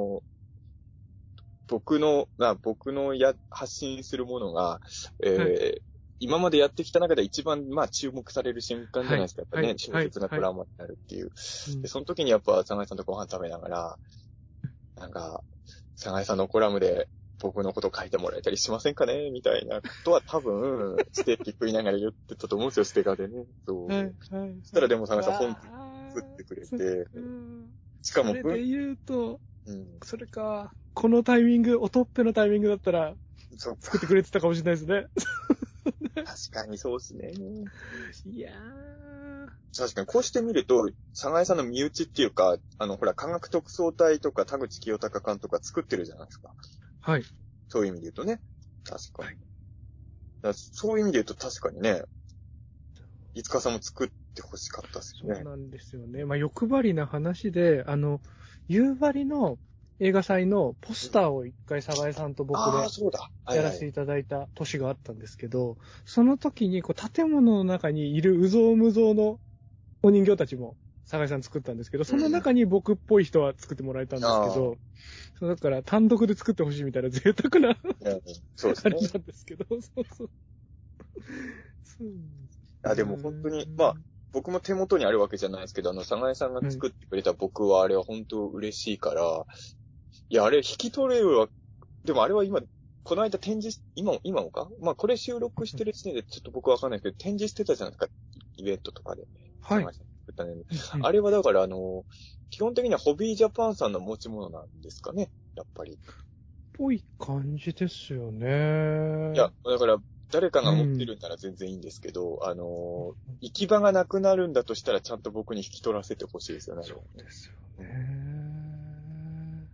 僕の発信するものが、今までやってきた中で一番、まあ注目される瞬間じゃないですか。やっぱね、小説がドラマになるっていう。で、その時にやっぱ、サガイさんとご飯食べながら、なんか、サガイさんのコラムで、僕のこと書いてもらえたりしませんかねみたいなことは多分、ステーキ食いながら言ってたと思うんですよ、ステカでね。そう。そしたらでもサガさん本作ってくれて、しかも、 それで言うと、それか、このタイミング、おとっぺのタイミングだったら、作ってくれてたかもしれないですね。 確かにそうですね。 いやー。確かに、こうしてみると、サガイさんの身内っていうか、ほら、科学特捜隊とか田口清隆監督が作ってるじゃないですか。 はい。 そういう意味で言うとね。確かに。そういう意味で言うと確かにね、五日さんも作ってほしかったですよね。 そうなんですよね。まあ、欲張りな話で、夕張の映画祭のポスターを一回サガエさんと僕でやらせていただいた年があったんですけど、その時に建物の中にいるうぞうむぞうのお人形たちもサガエさん作ったんですけど、その中に僕っぽい人は作ってもらえたんですけど、だから単独で作ってほしいみたいな贅沢なそうですね。 感じなんですけど、そう。 でも本当に、まあ、 僕も手元にあるわけじゃないですけど、サガネさんが作ってくれた僕はあれは本当嬉しいから、いや、あれ引き取れるわ、でもあれは今、この間展示、今もかまあこれ収録してる時点でちょっと僕わかんないけど、展示してたじゃないですか、イベントとかで。 はい。 作ったね、あれはだから基本的にはホビージャパンさんの持ち物なんですかね、やっぱり。 ぽい感じですよね。 いや、だから、誰かが持ってるんなら全然いいんですけど、行き場がなくなるんだとしたらちゃんと僕に引き取らせてほしいですよね。 そうですよね。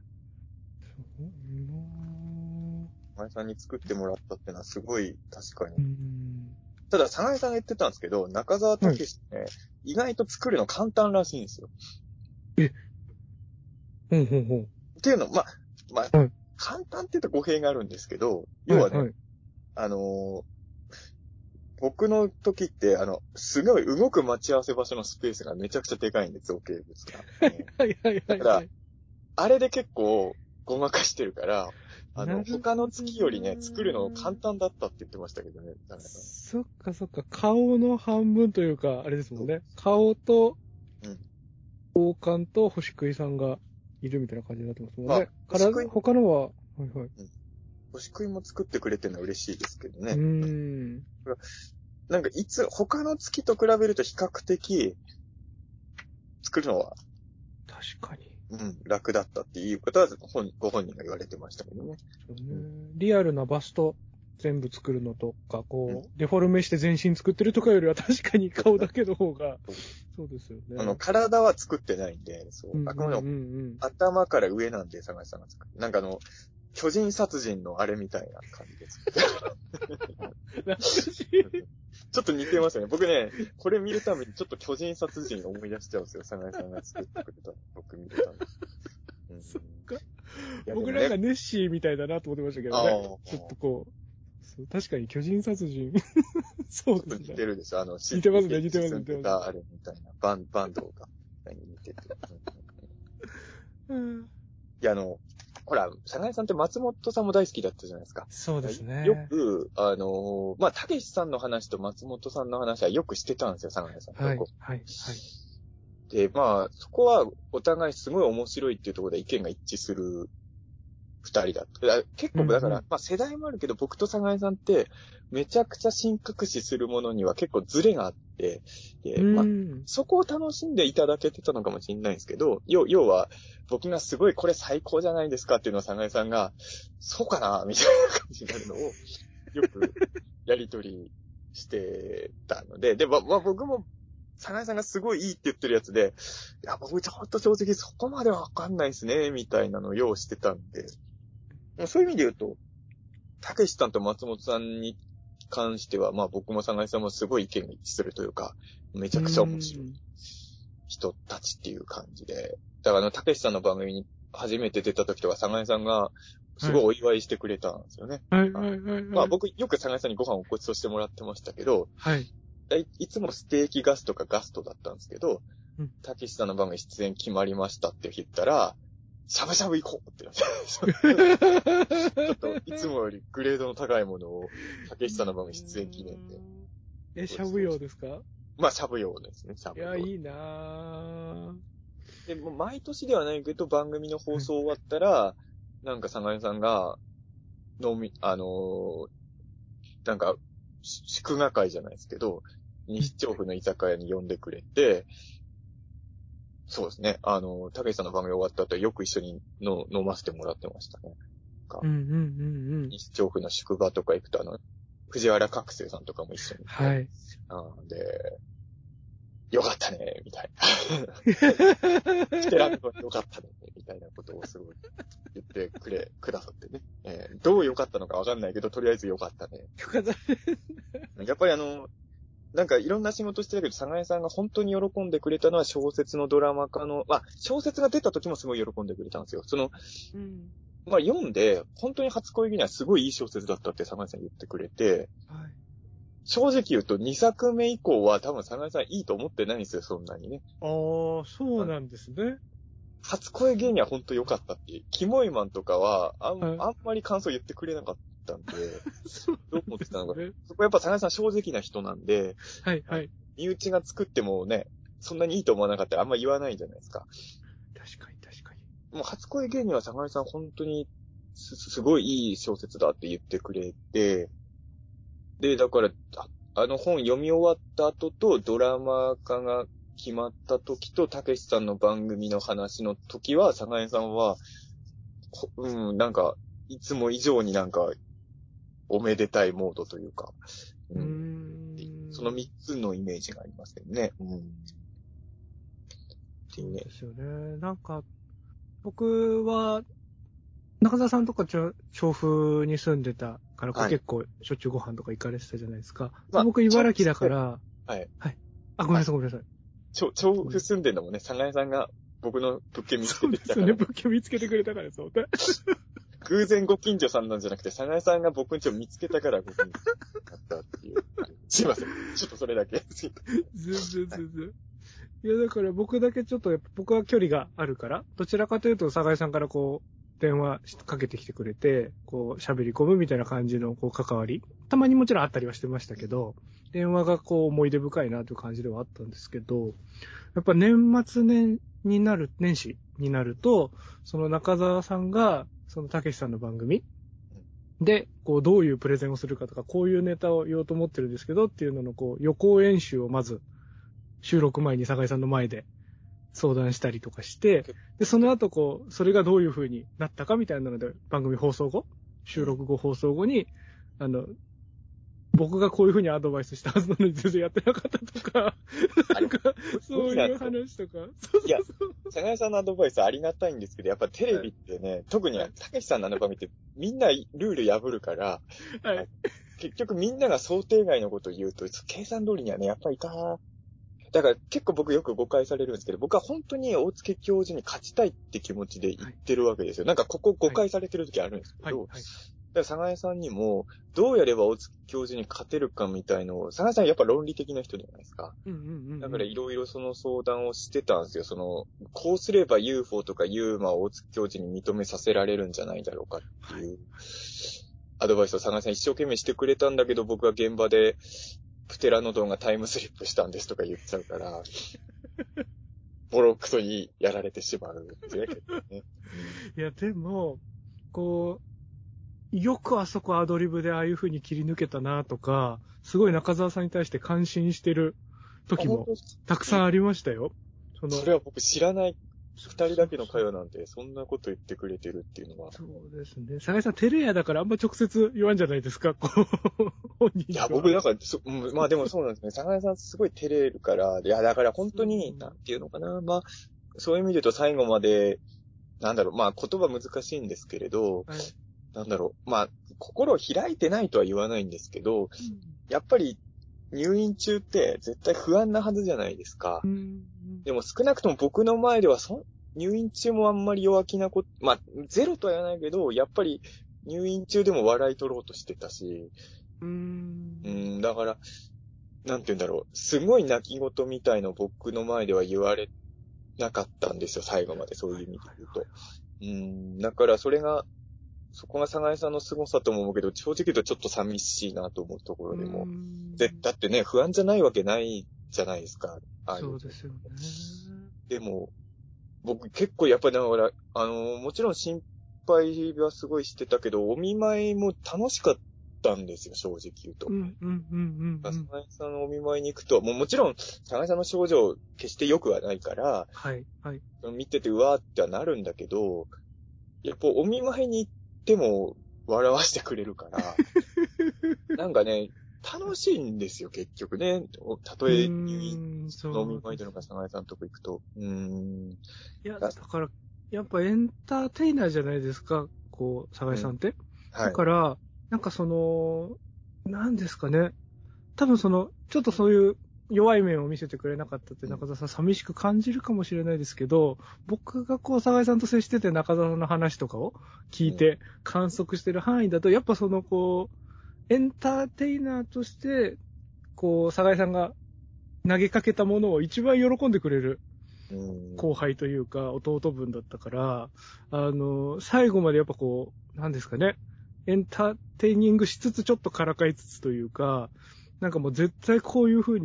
前さんに作ってもらったってのはすごい確かに。ただ、サガネさんが言ってたんですけど、中澤武史ね、意外と作るの簡単らしいんですよ。っていうの、まあ、簡単って言うと語弊があるんですけど、要はね、僕の時って、すごい動く待ち合わせ場所のスペースがめちゃくちゃでかいんで、造形物が。だから、あれで結構ごまかしてるから、他の月よりね、作るの簡単だったって言ってましたけどね。 そっかそっか、顔の半分というか、あれですもんね。顔と、王冠と星食いさんがいるみたいな感じになってますもんね。他のは、 星食いも作ってくれてるのは嬉しいですけどね。なんか他の月と比べると比較的、作るのは、 確かに。 楽だったっていうことはご本人が言われてましたけどね。 リアルなバスト全部作るのとか、デフォルメして全身作ってるとかよりは確かに顔だけの方が、そうですよね。 体は作ってないんで、あくまでも頭から上なんで、探しさんが作る。なんか巨人殺人のあれみたいな感じです。ちょっと似てますよね。僕ね、これ見るためにちょっと巨人殺人を思い出しちゃうんですよ。サガネさんが作ってくれた僕見るために。 そっか。僕なんかネッシーみたいだなと思ってましたけどね。ちょっと確かに巨人殺人。そうですね。 似てるでしょ。 似てますね、似てます。 あれみたいな。バンドが似てて。いや、ほら、サガネさんって松本さんも大好きだったじゃないですか。 そうですね。 よく、たけしさんの話と松本さんの話はよくしてたんですよ、サガネさんと。 はい。 で、そこはお互いすごい面白いっていうところで意見が一致する二人だった。結構、だから、世代もあるけど、僕とサガネさんって、めちゃくちゃ神隠しするものには結構ズレがあって、で、そこを楽しんでいただけてたのかもしれないんですけど、要は、僕がすごいこれ最高じゃないですかっていうのをサガネさんが、そうかなみたいな感じになるのを、よくやりとりしてたので、で、僕も、サガネさんがすごいいいって言ってるやつで、いや、僕ちょっと正直そこまでわかんないですね、みたいなのを用意してたんで、そういう意味で言うと、たけしさんと松本さんに関しては、僕もサガネさんもすごい意見が一致するというか、めちゃくちゃ面白い人たちっていう感じで。だからたけしさんの番組に初めて出た時とか、サガネさんがすごいお祝いしてくれたんですよね。僕よくサガネさんにご飯をごちそうしてもらってましたけど、いつもステーキガストかガストだったんですけど、たけしさんの番組出演決まりましたって言ったら、しゃぶしゃぶ行こうってなって。ちょっと、いつもよりグレードの高いものを、たけしさんの番組出演記念で。 しゃぶ用ですか？ しゃぶ用ですね、しゃぶ用。 いや、いいなぁ。 で、もう毎年ではないけど、番組の放送終わったら、なんか、サガネさんが、なんか、祝賀会じゃないですけど、西調布の居酒屋に呼んでくれて、そうですね。たけしさんの番組終わった後よく一緒に飲ませてもらってましたね。西調布の宿場とか行くと藤原覚醒さんとかも一緒に。で、よかったね、みたいな。してらんのよかったね、みたいなことをすごい言ってくださってね。どうよかったのかわかんないけど、とりあえずよかったね。 よかったね。 やっぱりなんかいろんな仕事してたけど、サガネさんが本当に喜んでくれたのは小説のドラマ化の、小説が出た時もすごい喜んでくれたんですよ。読んで、本当に初恋にはすごいいい小説だったってサガネさん言ってくれて、正直言うと2作目以降は多分サガネさんいいと思ってないんですよ、そんなにね。 そうなんですね。 初恋芸人は本当良かったっていう。キモイマンとかはあんまり感想言ってくれなかったんで、どう思ってたのか。そこやっぱサガネさん正直な人なんで、 身内が作ってもね、そんなにいいと思わなかったらあんま言わないじゃないですか。 確かに。 もう初恋芸人は坂井さん本当にすごいいい小説だって言ってくれて、で、だから、あの本読み終わった後とドラマ化が決まった時と、たけしさんの番組の話の時は、坂井さんは、なんか、いつも以上になんか、おめでたいモードというか、その3つのイメージがありますけどね。 そうですよね。なんか、僕は、中澤さんとか調布に住んでたから、結構しょっちゅうご飯とか行かれてたじゃないですか。僕、茨城だから、 はい。 あ、ごめんなさい。 調布住んでんのもね、坂井さんが僕の物件見つけてきたから。 そうですよね、物件見つけてくれたからそう。 偶然ご近所さんなんじゃなくて、坂井さんが僕んちを見つけたから僕になったっていう。すいません。ちょっとそれだけ。 全然。いや、だから僕だけちょっと、僕は距離があるから、どちらかというと、坂井さんからこう、電話かけてきてくれて、こう、喋り込むみたいな感じの、こう、関わり。たまにもちろんあったりはしてましたけど、電話がこう、思い出深いなという感じではあったんですけど、やっぱ年始になると、その中澤さんが、そのたけしさんの番組で、こう、どういうプレゼンをするかとか、こういうネタを言おうと思ってるんですけどっていうのの、こう、予行演習をまず、収録前に坂井さんの前で相談したりとかして、で、その後こう、それがどういう風になったかみたいなので、番組放送後、収録後放送後に、僕がこういう風にアドバイスしたはずなのに全然やってなかったとか、なんか、そういう話とか。 いや、坂井さんのアドバイスありがたいんですけど、やっぱテレビってね、特にたけしさんの番組ってみんなルール破るから、はい、結局みんなが想定外のことを言うと、計算通りにはね、やっぱりだから結構僕よく誤解されるんですけど、僕は本当に大月教授に勝ちたいって気持ちで言ってるわけですよ。なんかここ誤解されてる時あるんですけど、だから坂井さんにもどうやれば大月教授に勝てるかみたいのを、坂井さんやっぱ論理的な人じゃないですか。だからいろいろその相談をしてたんですよ。こうすれば UFO とか UMA を大月教授に認めさせられるんじゃないだろうかっていうアドバイスを坂井さん一生懸命してくれたんだけど、僕は現場でプテラノドンがタイムスリップしたんですとか言っちゃうから、ボロクソにやられてしまうんですね、結構ね。 いや、でも、こう、よくあそこアドリブでああいう風に切り抜けたなとか、すごい中澤さんに対して感心してる時もたくさんありましたよ。 それは僕知らない二人だけの会話なんて、そんなこと言ってくれてるっていうのは。 そうですね。坂井さん、テレアだからあんま直接言わんじゃないですか、こう、本人。 いや、僕、なんか、まあでもそうなんですね。坂井さんすごい照れるから、いや、だから本当に、なんていうのかな。まあ、そういう意味で言うと最後まで、なんだろう、まあ言葉難しいんですけれど、なんだろう、まあ、心を開いてないとは言わないんですけど、やっぱり入院中って絶対不安なはずじゃないですか。でも少なくとも僕の前では入院中もあんまり弱気なこと、まあ、ゼロとは言わないけど、やっぱり入院中でも笑い取ろうとしてたし、だから、なんて言うんだろう、すごい泣き言みたいの僕の前では言われなかったんですよ、最後まで、そういう意味で言うと。だからそこが坂井さんの凄さとも思うけど、正直言うとちょっと寂しいなと思うところでも。だってね、不安じゃないわけないじゃないですか。 そうですよね。 でも、僕結構やっぱりだから、もちろん心配はすごいしてたけど、お見舞いも楽しかったんですよ、正直言うと。坂井さんのお見舞いに行くと、もちろん、坂井さんの症状決して良くはないから、見ててうわーってはなるんだけど、やっぱお見舞いに行っても笑わせてくれるから、なんかね、楽しいんですよ、結局ね。たとえ入院のお見舞いとのか坂井さんのとこ行くと。 いや、だから、やっぱエンターテイナーじゃないですか、こう、坂井さんって。だから、なんかなんですかね。多分ちょっとそういう弱い面を見せてくれなかったって中澤さん寂しく感じるかもしれないですけど、僕がこう、坂井さんと接してて中澤さんの話とかを聞いて観測してる範囲だと、やっぱこう、エンターテイナーとして、こう、坂井さんが投げかけたものを一番喜んでくれる後輩というか、弟分だったから、最後までやっぱこう、なんですかね、エンターテイニングしつつちょっとからかいつつというか、なんかもう絶対こういう風に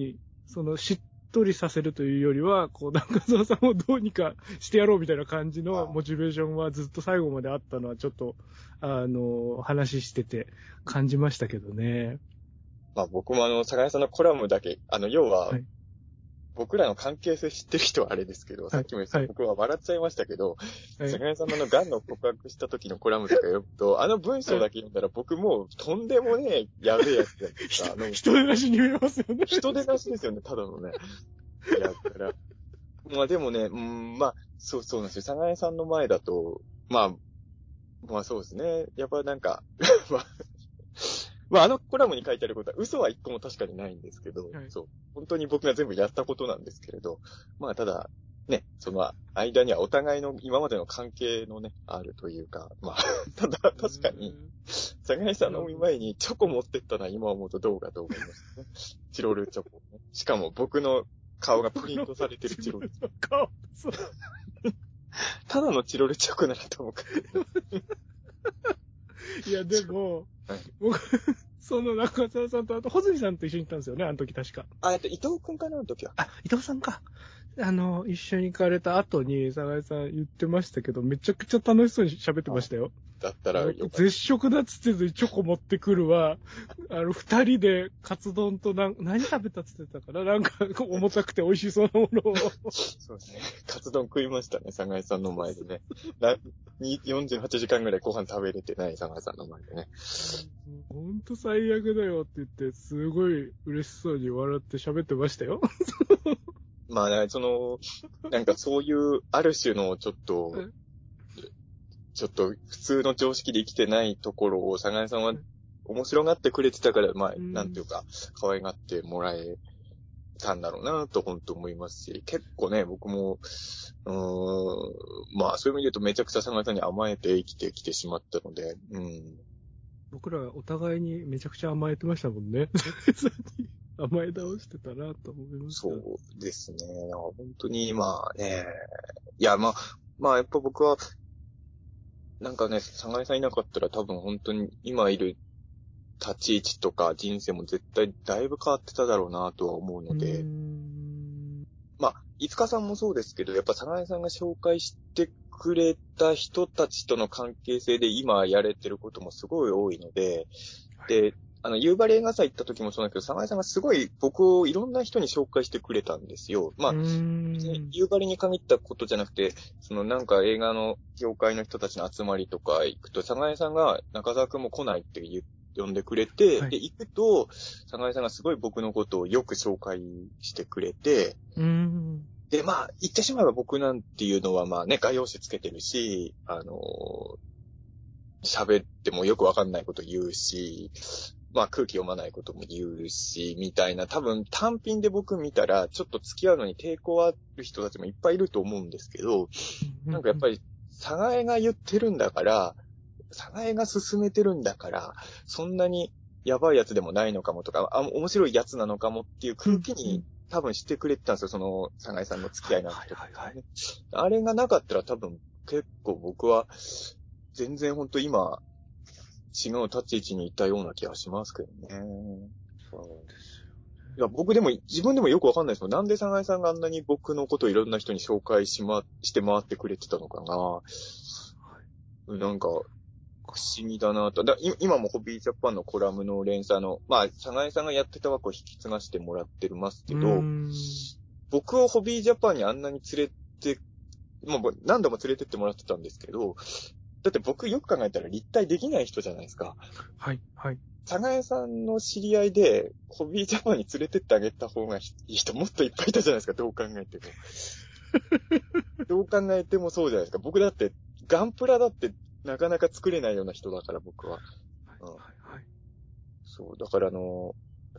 その、しっとりさせるというよりは、こう、中澤さんをどうにかしてやろうみたいな感じのモチベーションはずっと最後まであったのは、ちょっと、話してて感じましたけどね。 まあ僕も坂井さんのコラムだけ、要は、 はい僕らの関係性知ってる人はあれですけど、さっきも言った僕は笑っちゃいましたけど、坂井さんのガンの告白した時のコラムとか読むと、文章だけ読んだら僕もうとんでもねえやべえやつだった。 人手なしに見えますよね。 人手なしですよね、ただのね。いや、だから、まあでもね、まあ、そうなんですよ。坂井さんの前だと、まあそうですね。やっぱなんか、まあコラムに書いてあることは嘘は一個も確かにないんですけど、そう。本当に僕が全部やったことなんですけれど、まあただ、ね、その間にはお互いの今までの関係のね、あるというか、まあ、ただ確かに、坂井さんの前にチョコ持ってったのは今思うとどうかと思いますね。チロルチョコ、ね。しかも僕の顔がプリントされてるチロルチョコ。ただのチロルチョコならと思うから。 いや、でも、 はい、 僕、その中澤さんと、あと、穂積さんと一緒に行ったんですよね、あの時確か。 伊藤くんかな、あの時は。 伊藤さんか。一緒に行かれた後に、坂井さん言ってましたけど、めちゃくちゃ楽しそうに喋ってましたよ。 だったらよかった。 絶食だっつってずにチョコ持ってくるわ。二人でカツ丼と何食べたっつってたかな、なんか重たくて美味しそうなものを。 そうですね。カツ丼食いましたね、坂井さんの前でね。48時間ぐらいご飯食べれてない坂井さんの前でね。 ほんと最悪だよって言って、すごい嬉しそうに笑って喋ってましたよ。 まあ、なんかそういう、ある種のちょっと普通の常識で生きてないところを、坂井さんは面白がってくれてたから、まあ、なんていうか、可愛がってもらえたんだろうなと本当思いますし、結構ね、僕も、まあ、そういう意味で言うとめちゃくちゃ坂井さんに甘えて生きてきてしまったので、 僕らお互いにめちゃくちゃ甘えてましたもんね。甘え倒してたなと思います。 そうですね。本当に、まあね、いや、まあ、やっぱ僕は、なんかね、坂井さんいなかったら多分本当に今いる立ち位置とか人生も絶対だいぶ変わってただろうなとは思うので、まあ、いつかさんもそうですけど、やっぱ坂井さんが紹介してくれた人たちとの関係性で今やれてることもすごい多いので、で、夕張映画祭行った時もそうだけど、坂井さんがすごい僕をいろんな人に紹介してくれたんですよ。まあ、夕張に限ったことじゃなくて、なんか映画の業界の人たちの集まりとか行くと、坂井さんが中澤くんも来ないって呼んでくれて、で、行くと、坂井さんがすごい僕のことをよく紹介してくれて、で、まあ、言ってしまえば僕なんていうのはまあね、画用紙つけてるし、喋ってもよくわかんないこと言うし、まあ空気読まないことも言うし、みたいな、多分単品で僕見たら、ちょっと付き合うのに抵抗ある人たちもいっぱいいると思うんですけど、なんかやっぱり、坂井が言ってるんだから、坂井が進めてるんだから、そんなにやばいやつでもないのかもとか、面白いやつなのかもっていう空気に多分してくれてたんですよ、坂井さんの付き合いの人とかね。あれがなかったら多分結構僕は、全然本当今、違う立ち位置にいたような気がしますけどね。いや、僕でも、自分でもよくわかんないですもん。なんで坂井さんがあんなに僕のことをいろんな人に紹介して回ってくれてたのかな。なんか、不思議だなと。今もホビージャパンのコラムの連載の、まあ、坂井さんがやってた枠を引き継がしてもらってますけど、僕をホビージャパンにあんなに連れて、もう何度も連れてってもらってたんですけど、だって僕よく考えたら立体できない人じゃないですか。 はい、はい。 坂井さんの知り合いで、ホビージャパンに連れてってあげた方がいい人もっといっぱいいたじゃないですか、どう考えても。どう考えてもそうじゃないですか。僕だって、ガンプラだってなかなか作れないような人だから、僕は。はい。そう、だから不思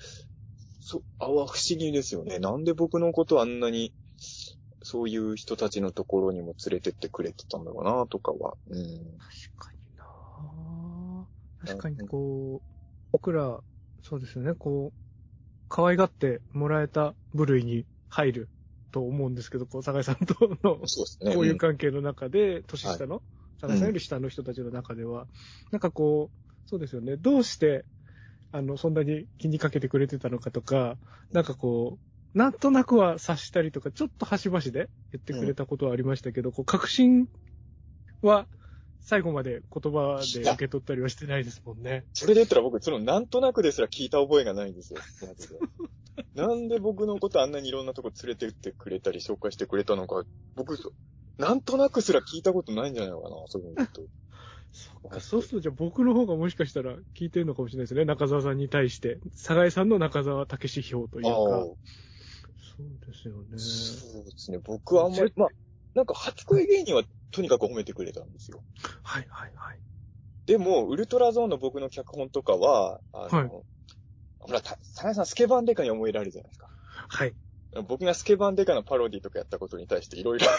議ですよね。なんで僕のことあんなに、そういう人たちのところにも連れてってくれてたんだろうな、とかは。 確かにな確かに僕ら、そうですよね、可愛がってもらえた部類に入ると思うんですけど、坂井さんとの、 そうですね。 こういう関係の中で、年下の、坂井さんより下の人たちの中では、なんかそうですよね、どうして、そんなに気にかけてくれてたのかとか、なんかなんとなくは察したりとか、ちょっと端々で言ってくれたことはありましたけど、こう、確信は最後まで言葉で受け取ったりはしてないですもんね。 それで言ったら僕、なんとなくですら聞いた覚えがないんですよ。マジで。なんで僕のことあんなにいろんなとこ連れてってくれたり紹介してくれたのか、僕、なんとなくすら聞いたことないんじゃないのかな、そういうの言うと。 そうすると、じゃあ僕の方がもしかしたら聞いてるのかもしれないですね。中澤さんに対して。佐賀江さんの中澤武史票というか。そうですよね。 そうですね。僕はあんまり、まあ、なんか初恋芸人はとにかく褒めてくれたんですよ。 はいはいはい。 でも、ウルトラゾーンの僕の脚本とかは、ほら、佐賀さんスケバンデカに思いられるじゃないですか。 はい。 僕がスケバンデカのパロディとかやったことに対していろいろ。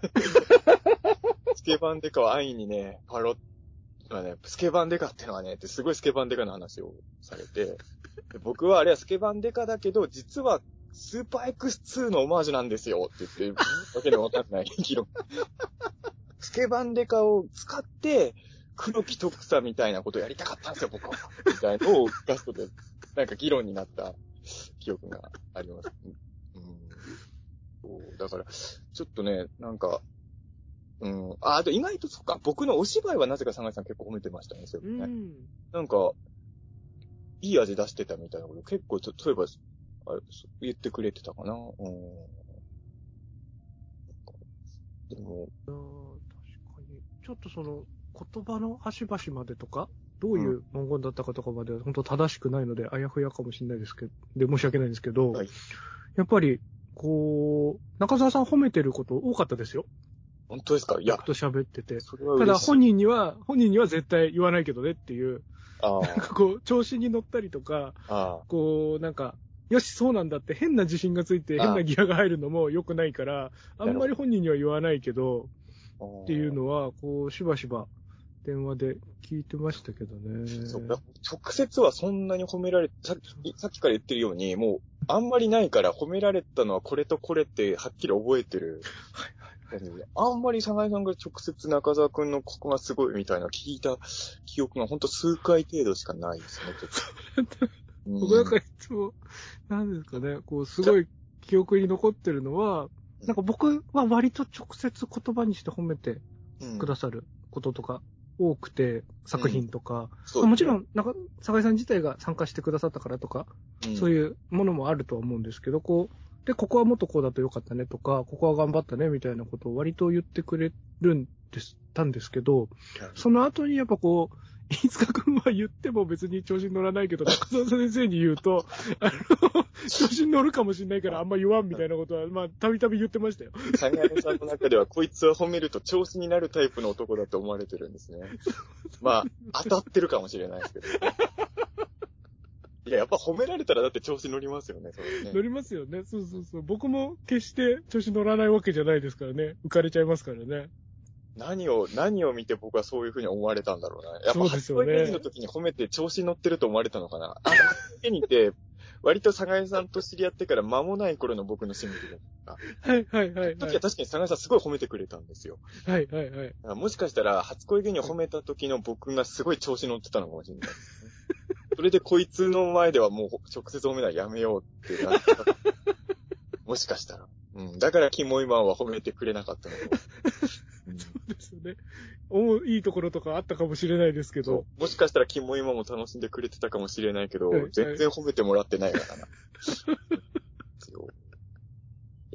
スケバンデカは安易にね、スケバンデカってのはね、ってすごいスケバンデカの話をされて、で僕はあれはスケバンデカだけど、実はスーパー X2 のオマージュなんですよって言って、わけのわかんない議論。スケバンデカを使って、黒木徳さんみたいなことをやりたかったんですよ、僕は。みたいなのをガストで、なんか議論になった記憶があります。そうだから、ちょっとね、なんか、あと意外とそっか、僕のお芝居はなぜか佐賀さん結構褒めてましたね、そういうのね。なんか、いい味出してたみたいなこと結構、例えば、言ってくれてたかな。でも、 確かに。ちょっとその、言葉の端々までとか、どういう文言だったかとかまでは本当正しくないので、あやふやかもしれないですけど、で申し訳ないんですけど、 はい、 やっぱり、こう、中澤さん褒めてること多かったですよ。 本当ですか？いや。 僕と喋ってて。 それは嬉しい。 ただ本人には絶対言わないけどねっていう、なんかこう、調子に乗ったりとか、こう、なんか、よし、そうなんだって変な自信がついて変なギアが入るのも良くないから、あんまり本人には言わないけど、っていうのは、こう、しばしば電話で聞いてましたけどね。 そう直接はそんなに褒められ、さっきから言ってるように、もう、あんまりないから褒められたのはこれとこれってはっきり覚えてる。あんまり佐賀江さんが直接中澤くんのここがすごいみたいな聞いた記憶がほんと数回程度しかないですね。 僕なんかいつも、なんですかね、こう、すごい記憶に残ってるのは、なんか僕は割と直接言葉にして褒めてくださることとか多くて、作品とか、もちろん、なんか、佐賀江さん自体が参加してくださったからとか、そういうものもあるとは思うんですけど、こう、で、ここはもっとこうだとよかったねとか、ここは頑張ったねみたいなことを割と言ってくれるたんですけど、その後にやっぱこう、飯塚くんは言っても別に調子に乗らないけど、中澤先生に言うと、調子に乗るかもしれないからあんま言わんみたいなことは、まあ、たびたび言ってましたよ。 佐賀江さんの中では、こいつは褒めると調子になるタイプの男だと思われてるんですね。まあ、当たってるかもしれないですけど。いや、やっぱ褒められたらだって調子乗りますよね、それね。 乗りますよね。そうそうそう。僕も決して調子乗らないわけじゃないですからね。浮かれちゃいますからね。 何を見て僕はそういうふうに思われたんだろうな。やっぱ初恋芸人の時に褒めて調子に乗ってると思われたのかな。芸人って、割と佐賀江さんと知り合ってから間もない頃の僕の趣味で。 はいはいはい。 時は確かに佐賀江さんすごい褒めてくれたんですよ。 はいはいはい。 もしかしたら初恋芸人を褒めた時の僕がすごい調子乗ってたのかもしれないですね。それでこいつの前ではもう直接褒めないやめようってなった。もしかしたら。だからキモいマンは褒めてくれなかったのかも。 そうですよね。いいところとかあったかもしれないですけど。 もしかしたらキモいマンも楽しんでくれてたかもしれないけど、全然褒めてもらってないからな。い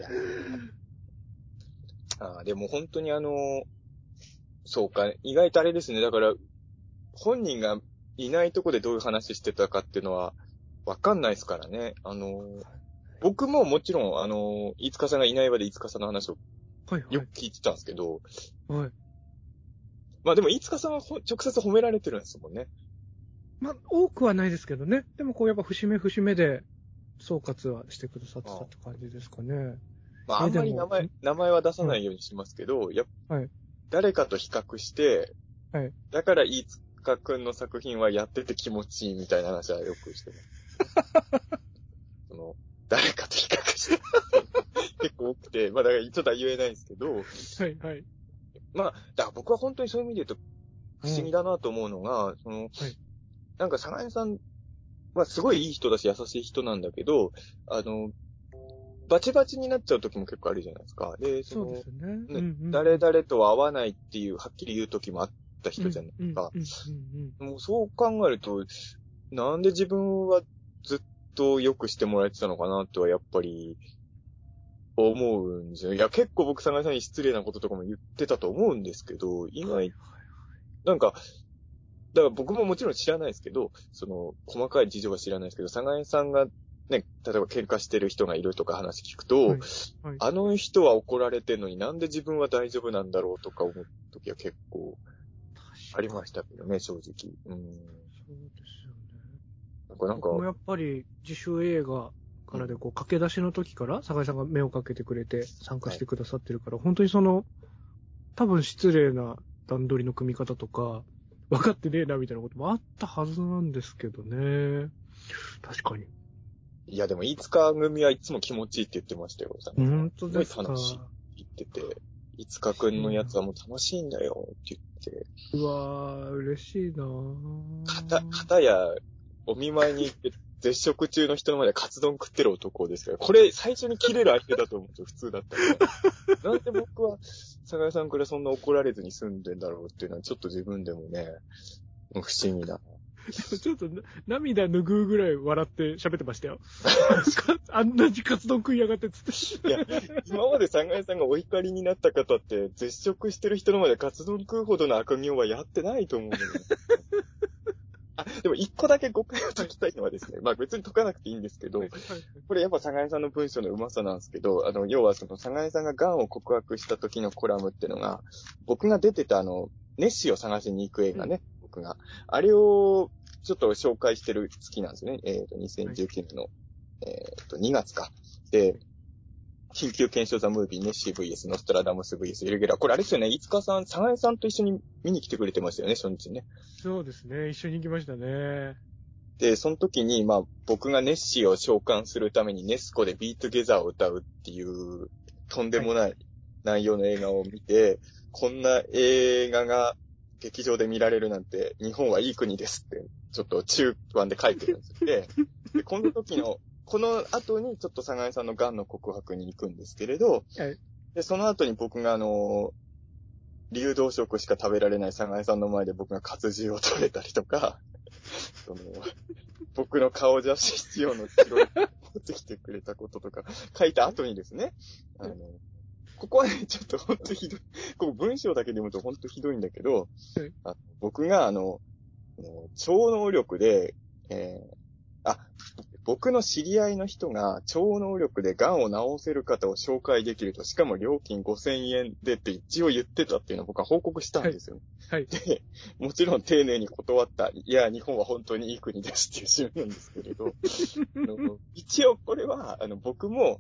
やでも本当にそうか、意外とあれですね。だから、本人がいないとこでどういう話してたかっていうのは、わかんないですからね。僕ももちろん、飯塚さんがいない場で飯塚さんの話をよく聞いてたんですけど、 はい。 まあでも飯塚さんは直接褒められてるんですもんね。 まあ、多くはないですけどね。でもこうやっぱ節目節目で総括はしてくださってたって感じですかね。 まああんまり名前は出さないようにしますけど、 はい。 誰かと比較して、 はい。 だから飯塚くんの作品はやってて気持ちいいみたいな話はよくしてます。誰かと比較して結構多くて、まあだからちょっとは言えないですけど、 はいはい。 まあ、だから僕は本当にそういう意味で言うと不思議だなと思うのが、はい、なんか佐賀江さんはすごいいい人だし優しい人なんだけど、 バチバチになっちゃう時も結構あるじゃないですか。で、 そうですね。 誰々とは合わないっていう、はっきり言う時もあった人じゃないですか。もうそう考えると、なんで自分はずっと良くしてもらえてたのかなってはやっぱり思うんですよ。いや、結構僕、相良さんに失礼なこととかも言ってたと思うんですけど、なんか、だから僕ももちろん知らないですけど、細かい事情は知らないですけど、相良さんがね、例えば喧嘩してる人がいるとか話聞くと、 はい。 あの人は怒られてんのになんで自分は大丈夫なんだろうとか思う時は結構ありましたけどね、正直。 そうですよね。 なんか、 僕もやっぱり自主映画からで駆け出しの時から相井さんが目をかけてくれて参加してくださってるから、本当に多分失礼な段取りの組み方とか、分かってねえなみたいなこともあったはずなんですけどね。確かに。 いやでも、いつか組はいつも気持ちいいって言ってましたよ。 本当ですか。 すごい楽しいって言ってて、いつかくんのやつはもう楽しいんだよって言って。 うわー、嬉しいなぁ。 片や、お見舞いに行って絶食中の人の前でカツ丼食ってる男ですから、これ最初に切れる相手だと思うんですよ、普通だったら。なんで僕は、相良さんからそんな怒られずに済んでんだろうっていうのは、ちょっと自分でもね、不思議な。 ちょっと涙拭うぐらい笑って喋ってましたよ。あんなにカツ丼食いやがってつって。 いや、今まで相良さんがお怒りになった方って、絶食してる人の前でカツ丼食うほどの悪行はやってないと思うのよ。でも一個だけ誤解を解きたいのはですね、まあ別に解かなくていいんですけど、これやっぱ相良さんの文章のうまさなんですけど、要は相良さんが癌を告白した時のコラムっていうのが、僕が出てたネッシーを探しに行く映画ね、僕が。あれをちょっと紹介してる月なんですね。2019年の、2月か。で、緊急検証ザムービー、ネッシー VS ノストラダムス VS イレギュラー。これあれですよね、いつかさん、相良さんと一緒に見に来てくれてましたよね、初日ね。 そうですね、一緒に行きましたね。 で、その時に、まあ、僕がネッシーを召喚するためにネスコでビートゲザーを歌うっていう、とんでもない内容の映画を見て、こんな映画が劇場で見られるなんて、日本はいい国ですって、ちょっと中盤で書いてるんですよ。で、この後にちょっと相良さんの癌の告白に行くんですけれど、 はい、 で、その後に僕が流動食しか食べられない相良さんの前で僕が活字を食べたりとか、僕の顔写真必要の白い持ってきてくれたこととか書いた後にですね、ここはね、ちょっとほんとひどい。ここ文章だけで読むとほんとひどいんだけど、僕が超能力で、僕の知り合いの人が超能力で癌を治せる方を紹介できると、しかも料金5000円でって一応言ってたっていうのを僕は報告したんですよ。 はい。 で、もちろん丁寧に断った、いや、日本は本当にいい国ですっていう詩なんですけれど、一応これは、僕も、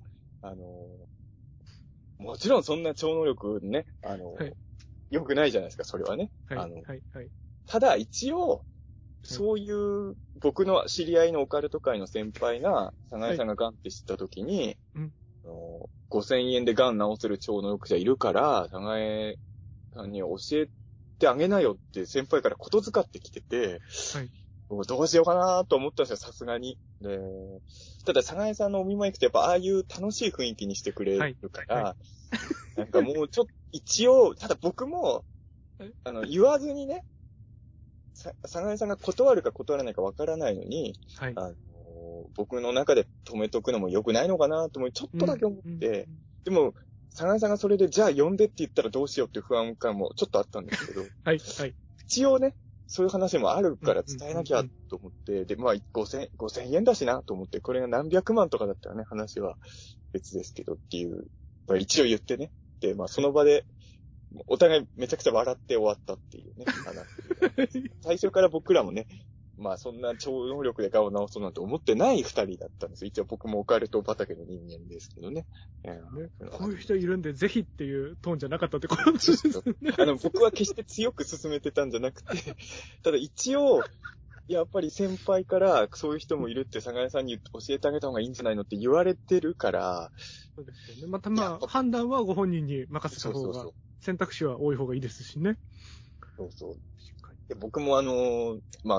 もちろんそんな超能力ね、良くないじゃないですか、それはね。ただ一応、そういう僕の知り合いのオカルト界の先輩が、相良さんがガンって知った時に、5000円でガン治せる超能力者いるから、相良さんに教えてあげなよって先輩からことづかってきてて、どうしようかなと思ったんですよ、さすがに。で、ただ相良さんのお見舞い行くとやっぱああいう楽しい雰囲気にしてくれるから、なんかもうちょっと一応、ただ僕も、言わずにね、相良さんが断るか断らないかわからないのに、僕の中で止めとくのも良くないのかなと思い、ちょっとだけ思って、でも、相良さんがそれで、じゃあ呼んでって言ったらどうしようっていう不安感もちょっとあったんですけど、一応ね、そういう話もあるから伝えなきゃと思って、で、まあ5000円だしなと思って、これが何百万とかだったらね、話は別ですけどっていう、まあ、一応言ってね、で、まあその場で、お互いめちゃくちゃ笑って終わったっていうね。最初から僕らもね、まあそんな超能力で顔を直そうなんて思ってない二人だったんです。一応僕もオカルト畑の人間ですけどね。 こういう人いるんでぜひっていうトーンじゃなかったってことですね。 僕は決して強く進めてたんじゃなくて、ただ一応、やっぱり先輩からそういう人もいるって相良さんに教えてあげた方がいいんじゃないのって言われてるから。 そうですよね。また判断はご本人に任せた方が、選択肢は多い方がいいですしね。 で僕もまあ、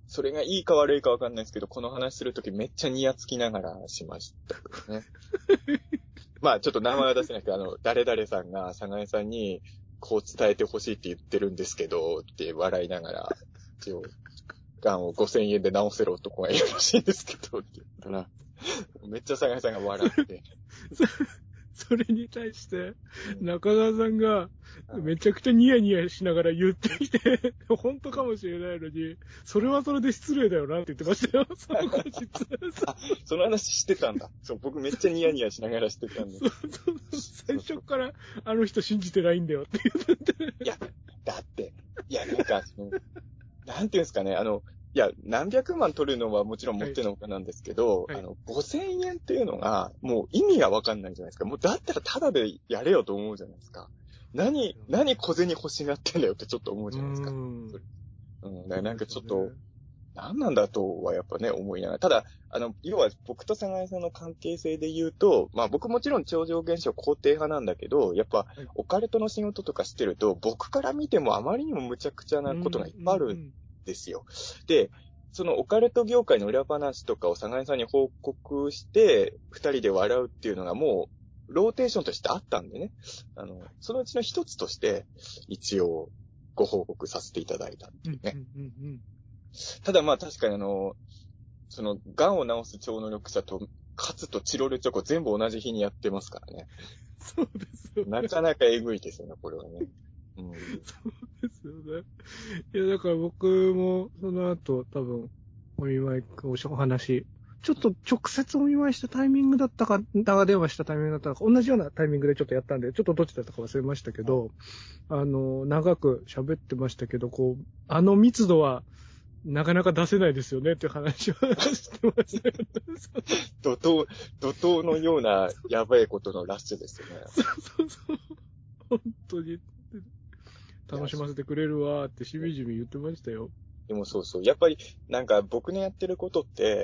それがいいか悪いかわかんないですけど、この話するときめっちゃニヤつきながらしましたけどね。まあちょっと名前は出せなくて、誰々さんが、サガネさんに、こう伝えてほしいって言ってるんですけど、って笑いながら、一応、ガンを5000円で直せる男がいるらしいんですけど、って言ったら、めっちゃサガネさんが笑って。 それに対して、中澤さんが、めちゃくちゃニヤニヤしながら言ってきて、本当かもしれないのに、それはそれで失礼だよなって言ってましたよ、その後日。 その話してたんだ。そう、僕めっちゃニヤニヤしながらしてたんだ。 最初からあの人信じてないんだよって言ってて。 いや、だって、なんかなんていうんですかね、何百万取るのはもちろん持ってるのかなんですけど、 はい 5000円っていうのが、もう意味がわかんないじゃないですか。もうだったらタダでやれよと思うじゃないですか。何小銭欲しがってんだよってちょっと思うじゃないですか。なんかちょっと、何なんだとはやっぱね、思いながら。ただ、要は僕とサガネさんの関係性で言うと、まあ僕もちろん超常現象肯定派なんだけど、やっぱオカルトの仕事とかしてると、僕から見てもあまりにも無茶苦茶なことがいっぱいあるんですよ。で、そのオカルト業界の裏話とかをサガネさんに報告して、二人で笑うっていうのがもう、ローテーションとしてあったんでね。そのうちの一つとして、一応、ご報告させていただいたっていうね。ただまあ確かにその、癌を治す超能力者と、カツとチロルチョコ全部同じ日にやってますからね。 そうですよね。 なかなかえぐいですよね、これはね。 そうですよね。いや、だから僕も、その後、多分、お見舞い、お話、ちょっと直接お見舞いしたタイミングだったか、長電話したタイミングだったか、同じようなタイミングでちょっとやったんで、ちょっとどっちだったか忘れましたけど、長く喋ってましたけど、密度は、なかなか出せないですよねっていう話をしてましたよね。 怒涛のようなやばいことのラッシュですよね。 そう。本当に。楽しませてくれるわーってしみじみ言ってましたよ。 でもそうそう。やっぱり、なんか僕のやってることって、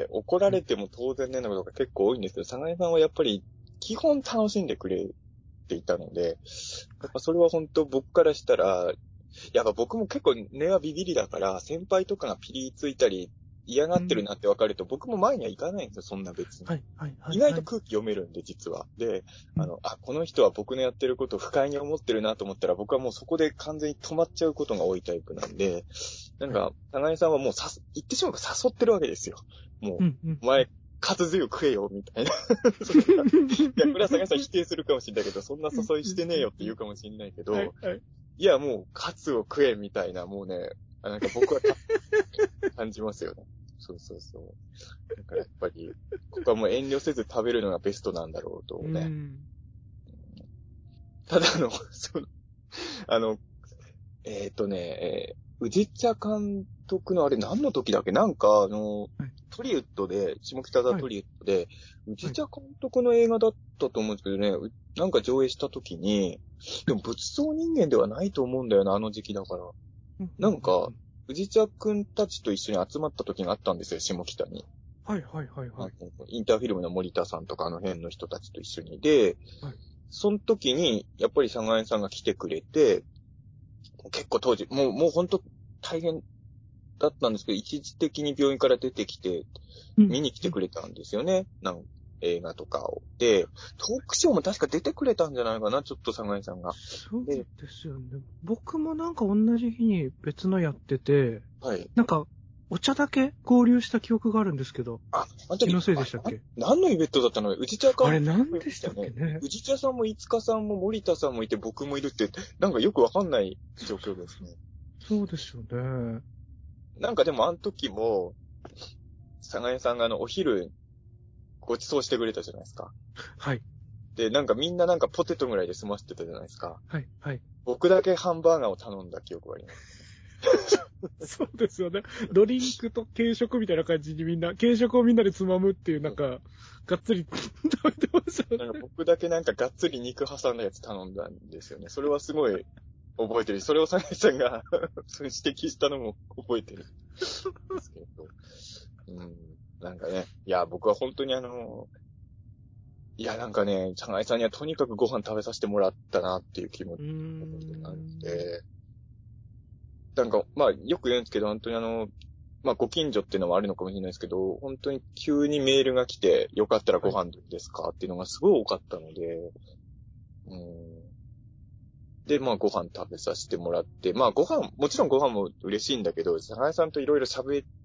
怒られても当然なのことが結構多いんですけど、サガネさんはやっぱり、基本楽しんでくれていたので、やっぱそれは本当僕からしたら、やっぱ僕も結構根はビビりだから、先輩とかがピリついたり、嫌がってるなって分かると、僕も前には行かないんですよ、そんな別に。意外と空気読めるんで、実は。で、この人は僕のやってることを不快に思ってるなと思ったら、僕はもうそこで完全に止まっちゃうことが多いタイプなんで、なんか、サガネさんはもう言ってしまえば誘ってるわけですよ。もう、お前、カツ強食えよ、みたいな。いや、これはサガネさん否定するかもしれないけど、そんな誘いしてねえよって言うかもしれないけど、いや、もう、カツを食え、みたいな、もうね、なんか僕は感じますよね。そう。だからやっぱり、ここはもう遠慮せず食べるのがベストなんだろうとね。ただ宇治茶監督のあれ何の時だっけなんかトリウッドで、下北沢トリウッドで、宇治茶監督の映画だったと思うんですけどね、なんか上映した時に、でも仏像人間ではないと思うんだよな、あの時期だから。なんか、宇治茶くんたちと一緒に集まった時があったんですよ、下北に。インターフィルムの森田さんとかあの辺の人たちと一緒に。で、その時に、やっぱりサガネさんが来てくれて、結構当時、もう本当大変だったんですけど、一時的に病院から出てきて、見に来てくれたんですよね。映画とかを。で、トークショーも確か出てくれたんじゃないかな、ちょっとサガネさんが。 そうですよね。僕もなんか同じ日に別のやってて、なんか、お茶だけ合流した記憶があるんですけど。気のせいでしたっけ？ 何のイベントだったの？宇治茶か。 あれ何でしたっけね。 宇治茶さんも五日さんも森田さんもいて僕もいるって、なんかよくわかんない状況ですね。 そうですよね。 なんかでもあの時も、サガネさんがお昼、ご馳走してくれたじゃないですか。で、なんかみんななんかポテトぐらいで済ませてたじゃないですか。僕だけハンバーガーを頼んだ記憶があります。 そうですよね。ドリンクと軽食みたいな感じに軽食をみんなでつまむっていう、なんか、がっつり食べてましたね。 なんか僕だけなんかがっつり肉挟んだやつ頼んだんですよね。それはすごい覚えてる。それをサガネさんが指摘したのも覚えてるんですけど。なんかね、いや、僕は本当にいや、なんかね、サガネさんにはとにかくご飯食べさせてもらったなっていう気持ちなんで、なんか、まあ、よく言うんですけど、本当にまあご近所っていうのもあるのかもしれないですけど、本当に急にメールが来て、よかったらご飯どうですかっていうのがすごい多かったので、で、まあご飯食べさせてもらって、まあもちろんご飯も嬉しいんだけど、酒井さんといろいろ喋って、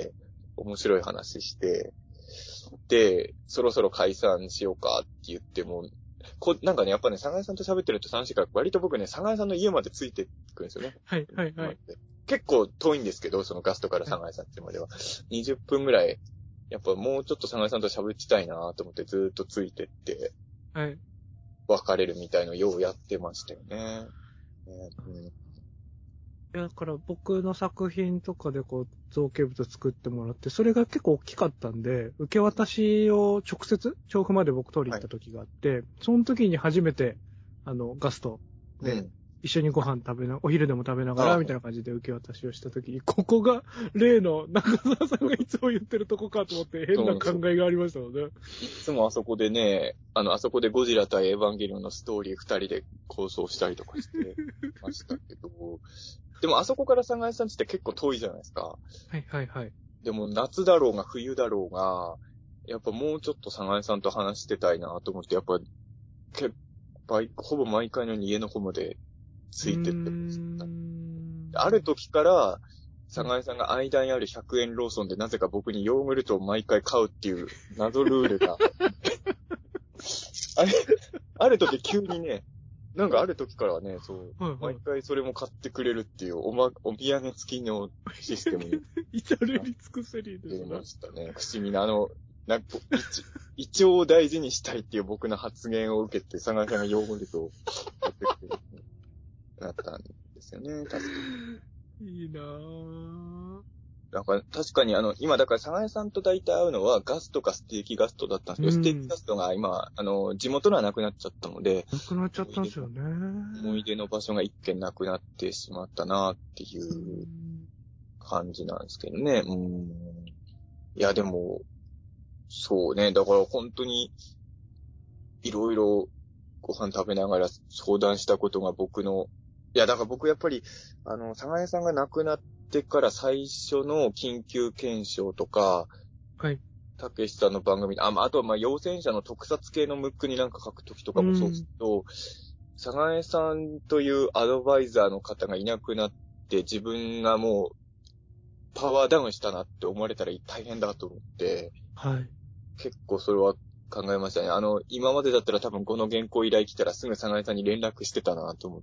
面白い話して、で、そろそろ解散しようかって言っても、なんかね、やっぱね、酒井さんと喋ってると楽しいから、割と僕ね、酒井さんの家までついてくるんですよね。 はいはいはい。 結構遠いんですけど、そのガストから酒井さん家までは。20分ぐらい、やっぱもうちょっと酒井さんと喋ってたいなと思ってずっとついてって、 はい。 別れるみたいのをようやってましたよね。 いや、だから僕の作品とかで造形物作ってもらって、それが結構大きかったんで、受け渡しを直接、調布まで僕取り行った時があって、その時に初めて、ガストで、一緒にご飯お昼でも食べながら、みたいな感じで受け渡しをした時に、ここが例の中澤さんがいつも言ってるとこかと思って変な考えがありましたので。 いつもあそこでね、あそこでゴジラ対エヴァンゲリオンのストーリー二人で構想したりとかしてましたけど、でもあそこから酒井さんちって結構遠いじゃないですか。 はいはいはい。 でも夏だろうが冬だろうが、やっぱもうちょっと酒井さんと話してたいなと思って、やっぱほぼ毎回のように家の方までついてってました。ある時から、酒井さんが間にある100円ローソンでなぜか僕にヨーグルトを毎回買うっていう謎ルールが。ある時急にね、なんかある時からはね、そう、毎回それも買ってくれるっていうお土産付きのシステムに。 至れり尽くせりですね。 出ましたね。不思議な胃腸を大事にしたいっていう僕の発言を受けて、酒井さんがヨーグルトを買ってくれるなったんですよね、確かに。いいなぁ。 なんか確かに今だから酒井さんと大体会うのはガストかステーキガストだったんですけど、ステーキガストが今、地元のはなくなっちゃったので、 なくなっちゃったんですよね。 思い出の場所が一軒なくなってしまったなっていう感じなんですけどね。いや、でも、そうね。だから本当に、いろいろご飯食べながら相談したことがだから僕やっぱり、酒井さんが亡くなってから最初の緊急検証とか、 はい。 たけしさんの番組、あとは陽性者の特撮系のムックになんか書くときとかもそうすると、酒井さんというアドバイザーの方がいなくなって、自分がもう、パワーダウンしたなって思われたら大変だと思って、 はい。 結構それは考えましたね。今までだったら多分この原稿依頼来たらすぐ酒井さんに連絡してたなと思って、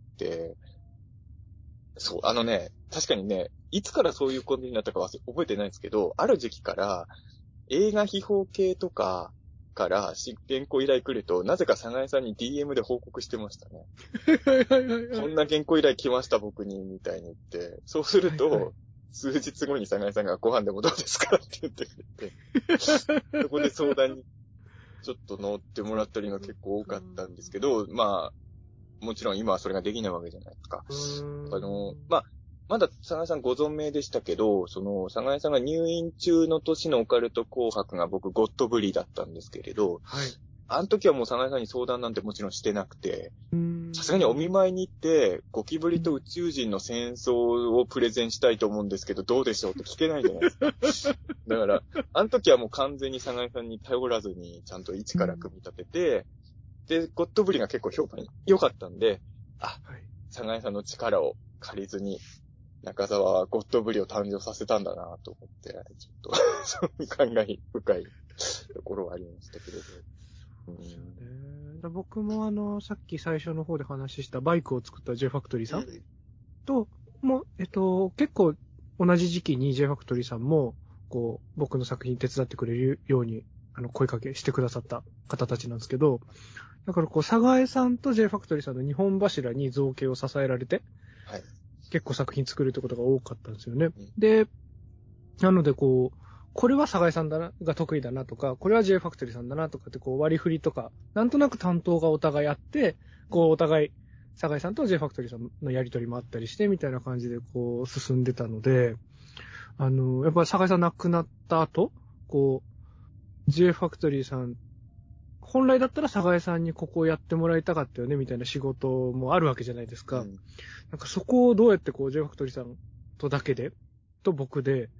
そう、確かにね、いつからそういうことになったか覚えてないんですけど、ある時期から、映画秘宝系とかから原稿依頼来ると、なぜか酒井さんに DM で報告してましたね。こんな原稿依頼来ました僕に、みたいに言って。そうすると、はいはい、数日後に酒井さんがご飯でもどうですかって言ってくれて、そこで相談にちょっと乗ってもらったりが結構多かったんですけど、まあ、もちろん今はそれができないわけじゃないですか。まだ酒井さんご存命でしたけど、酒井さんが入院中の年のオカルト紅白が僕ゴッドブリだったんですけれど、 はい。 あの時はもう酒井さんに相談なんてもちろんしてなくて、さすがにお見舞いに行って、ゴキブリと宇宙人の戦争をプレゼンしたいと思うんですけど、どうでしょうって聞けないじゃないですか。だから、あの時はもう完全に酒井さんに頼らずに、ちゃんと一から組み立てて、で、ゴッドブリが結構評判良かったんで、はい、酒井さんの力を借りずに、中澤はゴッドブリを誕生させたんだなと思って、ちょっと、そういう感慨深いところはありましたけれど。 そうですよね。僕もさっき最初の方で話したバイクを作った J ファクトリーさんと、結構同じ時期に J ファクトリーさんも、僕の作品手伝ってくれるように、声かけしてくださった方たちなんですけど、だからサガエさんと J ファクトリーさんの2本柱に造形を支えられて、 はい、 結構作品作るってことが多かったんですよね。で、なのでこれはサガエさんが得意だなとか、これは J ファクトリーさんだなとかって割り振りとか、なんとなく担当がお互いあって、お互い、サガエさんと J ファクトリーさんのやりとりもあったりして、みたいな感じで進んでたので、やっぱりサガエさん亡くなった後、J ファクトリーさん、本来だったらサガエさんにここをやってもらいたかったよね、みたいな仕事もあるわけじゃないですか。なんかそこをどうやってJ ファクトリーさんとだけで、と僕で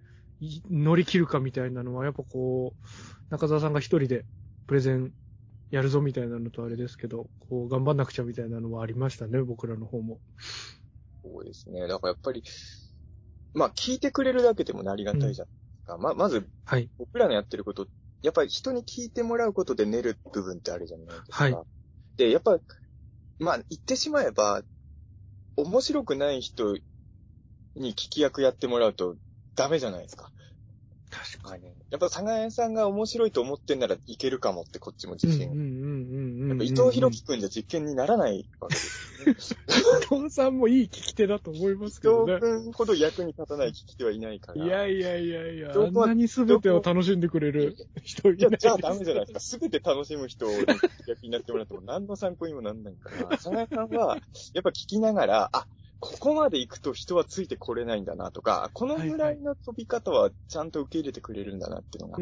乗り切るかみたいなのは、やっぱこう、中澤さんが一人でプレゼンやるぞみたいなのとあれですけど、こう、頑張んなくちゃみたいなのはありましたね、僕らの方も。 そうですね。だからやっぱり、まあ聞いてくれるだけでもありがたいじゃないですか。まず、 はい。 僕らのやってること、やっぱり人に聞いてもらうことで練る部分ってあるじゃないですか。 はい。 で、やっぱ、まあ言ってしまえば、面白くない人に聞き役やってもらうとダメじゃないですか。 確かに。 やっぱ、佐賀屋さんが面白いと思ってんならいけるかもってこっちも自信。やっぱ、伊藤博樹くんじゃ実験にならないわけですよね。 伊藤さんもいい聞き手だと思いますけどね。 伊藤くんほど役に立たない聞き手はいないから。 いや、あんなに全てを楽しんでくれる人いないです。 じゃあダメじゃないですか。すべて楽しむ人に役になってもらっても何の参考にもなんないから。佐賀屋さんは、やっぱ聞きながら、ここまで行くと人はついてこれないんだなとか、このぐらいの飛び方はちゃんと受け入れてくれるんだなっていうのが、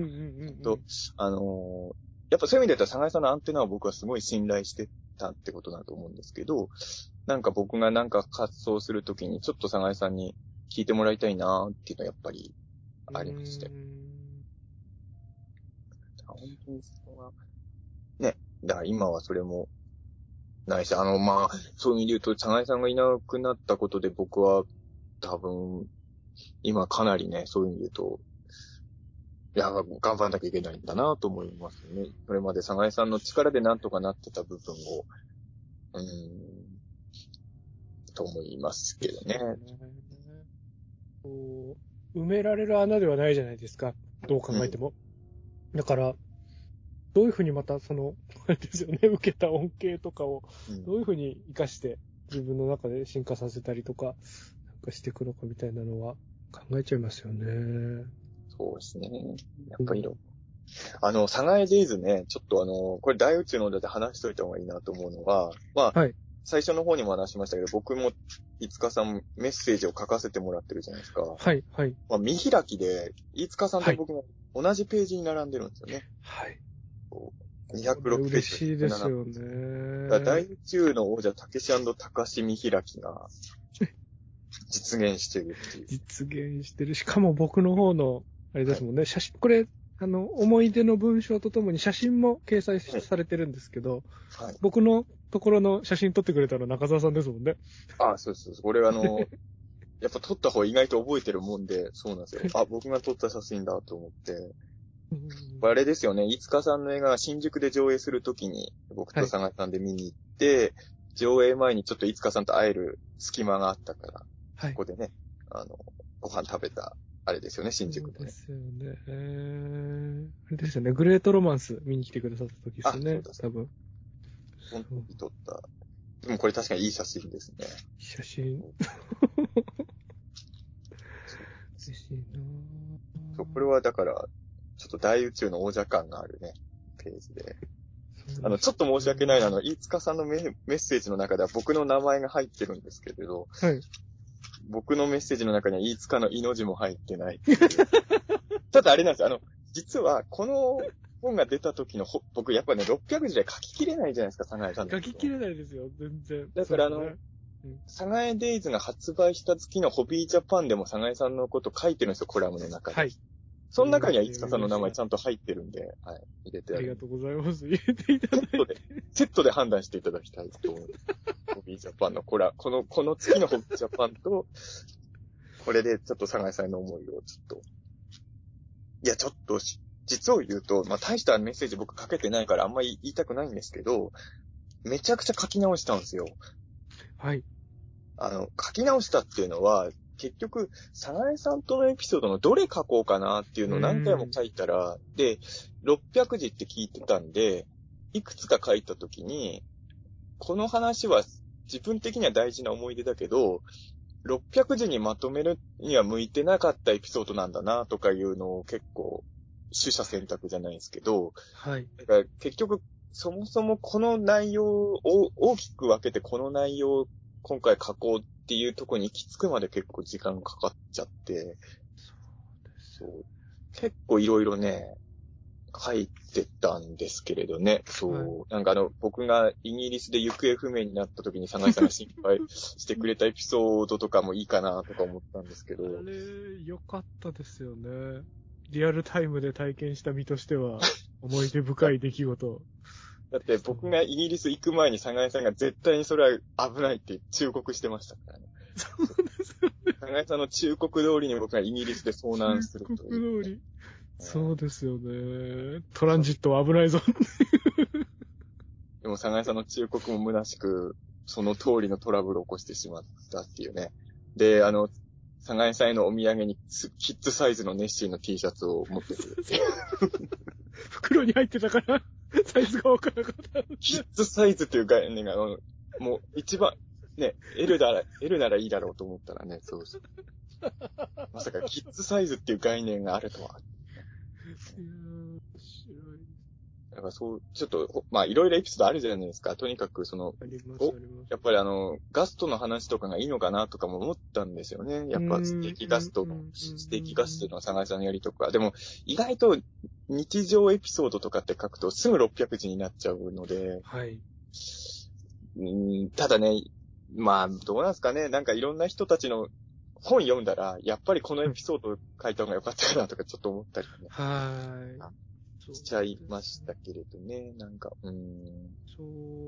やっぱそういう意味で言ったら、佐賀さんのアンテナを僕はすごい信頼してたってことだと思うんですけど、なんか僕がなんか活動するときに、ちょっと佐賀さんに聞いてもらいたいなっていうのはやっぱりありまして。本当にそこは、ね、だから今はそれも、ないし、まあ、そういう意味で言うと、佐賀さんがいなくなったことで僕は、多分、今かなりね、そういう意味で言うと、いや、頑張んなきゃいけないんだなと思いますね。それまで佐賀さんの力でなんとかなってた部分を、と思いますけどね。 こう埋められる穴ではないじゃないですか。どう考えても。だから、どういうふうにまたあれですよね、受けた恩恵とかを、どういうふうに活かして自分の中で進化させたりとか、なんかしていくのかみたいなのは考えちゃいますよね。 そうですね。やっぱり佐賀デイズね、ちょっとこれ大宇宙ので話しといた方がいいなと思うのは、まあ、はい、最初の方にも話しましたけど、僕も、飯塚さんメッセージを書かせてもらってるじゃないですか。 はい、はい。 まあ、見開きで、飯塚さんと僕も同じページに並んでるんですよね。 はい。 206ページ。 嬉しいですよね。 大宇宙の王者、たけし&たかし見開きが、実現してるっていう。 実現してる。しかも僕の方の、あれですもんね、写真、これ、思い出の文章とともに写真も掲載されてるんですけど、はい、僕のところの写真撮ってくれたのは中澤さんですもんね。 そうです。これやっぱ撮った方が意外と覚えてるもんで、そうなんですよ。僕が撮った写真だと思って。あれですよね、飯塚さんの映画が新宿で上映するときに、僕と佐賀さんで見に行って、上映前にちょっと飯塚さんと会える隙間があったから、ここでね、ご飯食べた、あれですよね、新宿で、ね。 そうですよね。あれですよね、グレートロマンス見に来てくださった時ですよね、多分。 その時撮った。でもこれ確かにいい写真ですね。 写真。嬉しいなぁ。 そう、これはだから、ちょっと大宇宙の王者感があるね、ページで。ちょっと申し訳ないな、飯塚さんのメッセージの中では僕の名前が入ってるんですけれど、 はい。 僕のメッセージの中には飯塚の命字も入ってないっていう。ただあれなんですよ、実はこの本が出た時の僕やっぱね、600字で書ききれないじゃないですか、佐賀さん。 書ききれないですよ、全然。 だから佐賀デイズが発売した月のホビージャパンでも佐賀さんのこと書いてるんですよ、コラムの中で。はい。その中には飯塚さんの名前ちゃんと入ってるんで、はい、入れてありがとうございます。入れていただいて。 セットで判断していただきたいと思う。ホビージャパンのこの月のホビージャパンと、これでちょっと佐賀さんの思いをちょっと。いや、ちょっと、実を言うと、まあ、大したメッセージ僕書けてないからあんまり言いたくないんですけど、めちゃくちゃ書き直したんですよ。 はい。 書き直したっていうのは、結局、佐賀さんとのエピソードのどれ書こうかなっていうのを何回も書いたら、で、600字って聞いてたんで、いくつか書いたときに、この話は自分的には大事な思い出だけど、600字にまとめるには向いてなかったエピソードなんだなとかいうのを結構、取捨選択じゃないですけど、 はい。 だから結局、そもそもこの内容を大きく分けてこの内容を今回書こうっていうところに行き着くまで結構時間かかっちゃって、そう結構いろいろね、 書いてたんですけれどね。そう。 はいなんか僕がイギリスで行方不明になった時にサガイさんが心配してくれたエピソードとかもいいかなとか思ったんですけど。 あれ、良かったですよね。リアルタイムで体験した身としては、思い出深い出来事。 だって僕がイギリス行く前にサガイさんが絶対にそれは危ないって忠告してましたからね。 そうですよね。 サガイさんの忠告通りに僕がイギリスで遭難するという、 忠告通り。そうですよね。トランジットは危ないぞ。 でも、サガイさんの忠告も虚しく、その通りのトラブルを起こしてしまったっていうね。で、サガイさんへのお土産にキッズサイズのネッシーの T シャツを持ってくるっていう。 袋に入ってたから、サイズがわからなかった。 キッズサイズっていう概念が、もう一番、ね、L ならいいだろうと思ったらね、そうそう。まさかキッズサイズっていう概念があるとは。 いやー、面白い。 だからそう、ちょっと、まあ、いろいろエピソードあるじゃないですか。とにかく、 あります、あります。 やっぱりガストの話とかがいいのかなとかも思ったんですよね。やっぱステーキガストのサガイさんのやりとか。でも、意外と日常エピソードとかって書くとすぐ600字になっちゃうので。 はい。 ただね、まあ、どうなんですかね。なんかいろんな人たちの本読んだら、やっぱりこのエピソード書いた方が良かったかなとかちょっと思ったりね。しちゃいましたけれどね。なんか、 そう。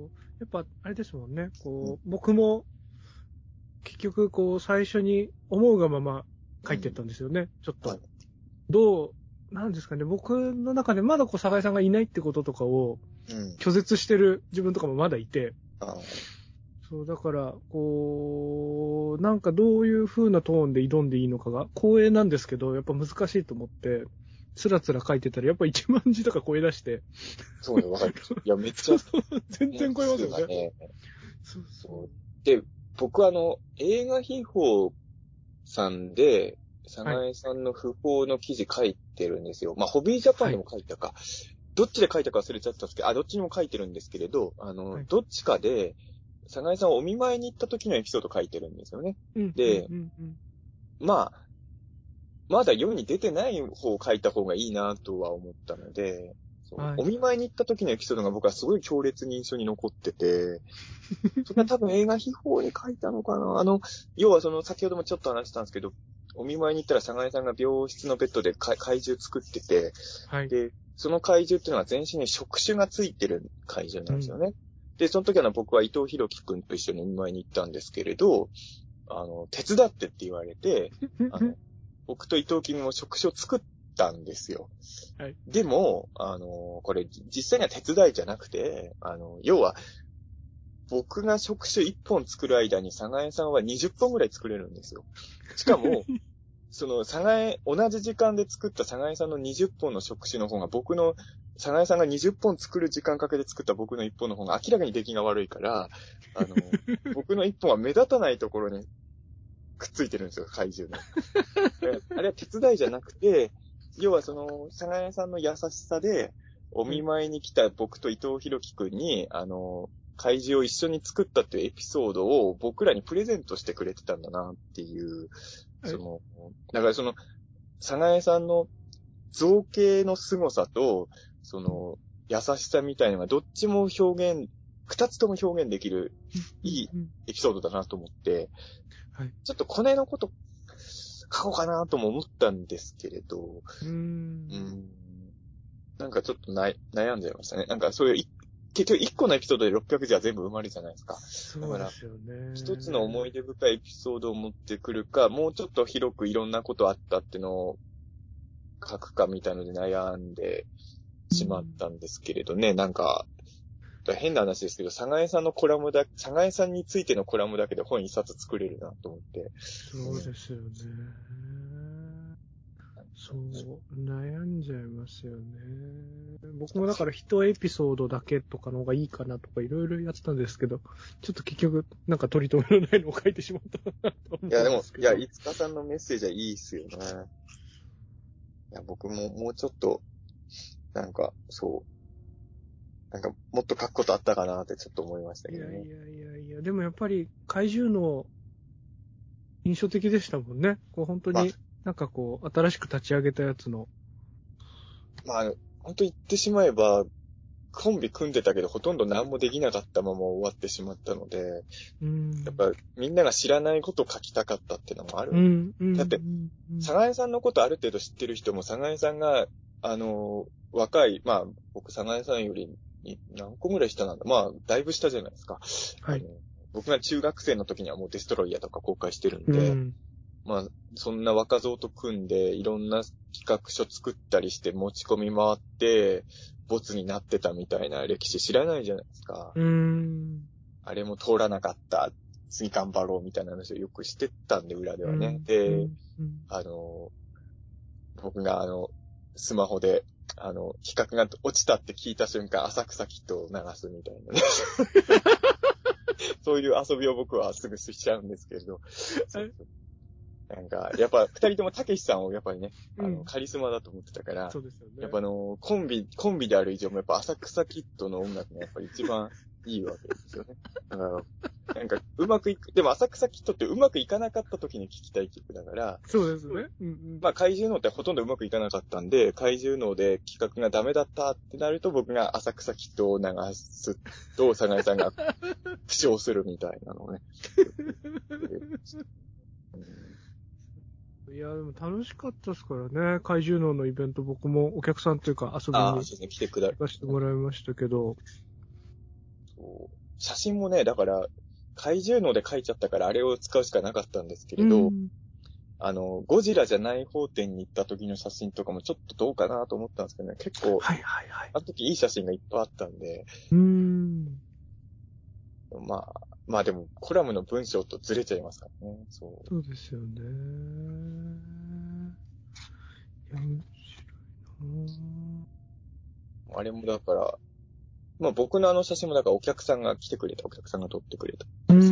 やっぱ、あれですもんね。こう、僕も、結局、こう、最初に思うがまま書いてったんですよね。ちょっと。 はいなんですかね。僕の中でまだこう、酒井さんがいないってこととかを、 うん。 拒絶してる自分とかもまだいて。 あそう、だから、こう、なんかどういう風なトーンで挑んでいいのかが、光栄なんですけど、やっぱ難しいと思って、つらつら書いてたら、やっぱ1万字とか超え出して。 そうね、わかる。いや、めっちゃ。 全然超えますよね。 ね。 そうそう。 で、僕映画秘宝さんで、サガエさんの訃報の記事書いてるんですよ。まあ、ホビージャパンでも書いたか。どっちで書いたか忘れちゃったんですけど、どっちにも書いてるんですけれど、どっちかで、サガエさんをお見舞いに行った時のエピソード書いてるんですよね。で、まあ、まだ世に出てない方を書いた方がいいなとは思ったので、お見舞いに行った時のエピソードが僕はすごい強烈に印象に残ってて、それは多分映画秘宝に書いたのかな。要は先ほどもちょっと話したんですけど、お見舞いに行ったらサガエさんが病室のベッドで怪獣作ってて、で、その怪獣っていうのは全身に触手がついてる怪獣なんですよね。で、その時僕は伊藤博樹くんと一緒にお見舞いに行ったんですけれど、手伝ってって言われて、僕と伊藤君も触手を作ったんですよ。 はい。 でも、これ実際には手伝いじゃなくて、要は、僕が触手1本作る間にサガエさんは20本ぐらい作れるんですよ。しかも、同じ時間で作ったサガエさんの20本の触手の方がサガエさんが20本作る時間かけて作った僕の1本の方が明らかに出来が悪いから、僕の1本は目立たないところにくっついてるんですよ、怪獣の。あれは手伝いじゃなくて、要はサガエさんの優しさで、お見舞いに来た僕と伊藤博樹くんに、怪獣を一緒に作ったっていうエピソードを僕らにプレゼントしてくれてたんだなっていう、だからサガエさんの造形の凄さと、優しさみたいなのがどっちも二つとも表現できる、いいエピソードだなと思って、ちょっとこの辺のこと書こうかなとも思ったんですけれど、なんかちょっと悩んじゃいましたね。なんかそういう結局1個のエピソードで600字は全部埋まるじゃないですか。 そうですよね。 一つの思い出深いエピソードを持ってくるか、もうちょっと広くいろんなことあったっていうのを書くかみたいので悩んでしまったんですけれどね、なんか、変な話ですけど、サガエさんについてのコラムだけで本一冊作れるなと思って。 そうですよね。そう、悩んじゃいますよね。僕もだから一エピソードだけとかの方がいいかなとかいろいろやってたんですけど、ちょっと結局なんか取り留めのないのを書いてしまったなと思うんですけど。 いやでも、いつかさんのメッセージはいいっすよね。いや、僕ももうちょっと、なんか、なんか、もっと書くことあったかなってちょっと思いましたけどね。 いや、でもやっぱり怪獣の印象的でしたもんね。こう本当に、なんかこう、新しく立ち上げたやつの。 まあ、 本当言ってしまえば、コンビ組んでたけど、ほとんど何もできなかったまま終わってしまったので、やっぱみんなが知らないことを書きたかったっていうのもある。だって、サガエさんのことある程度知ってる人も、サガエさんが、若い、まあ、僕、サガエさんより何個ぐらい下なんだ。まあ、だいぶ下じゃないですか。 はい。 僕が中学生の時にはもうデストロイヤーとか公開してるんで、まあ、そんな若造と組んで、いろんな企画書作ったりして持ち込み回って、ボツになってたみたいな歴史知らないじゃないですか。あれも通らなかった。次頑張ろうみたいな話をよくしてたんで、裏ではね。で、僕がスマホで、企画が落ちたって聞いた瞬間、浅草キッドを流すみたいなね。そういう遊びを僕はすぐしちゃうんですけれど。なんか、やっぱ、二人ともたけしさんをやっぱりね、カリスマだと思ってたから、 そうですよね。 やっぱコンビである以上もやっぱ浅草キッドの音楽がやっぱり一番いいわけですよね。だから、なんか、うまくいく、でも浅草キッドってうまくいかなかった時に聴きたい曲だから、 そうですね。 まあ、怪獣脳ってほとんどうまくいかなかったんで、怪獣脳で企画がダメだったってなると僕が浅草キッドを流すと、サガイさんが負傷するみたいなのをね。 いや、でも楽しかったですからね。怪獣脳のイベント僕もお客さんというか遊びに来てくださせてもらいましたけど。 写真もね、だから、怪獣脳で描いちゃったからあれを使うしかなかったんですけれど、ゴジラじゃない方展に行った時の写真とかもちょっとどうかなと思ったんですけどね、結構、あの時いい写真がいっぱいあったんで、まあでも、コラムの文章とずれちゃいますからね。 そうですよね。いや、面白いな。あれもだから、まあ僕の写真もだからお客さんが来てくれた、お客さんが撮ってくれた。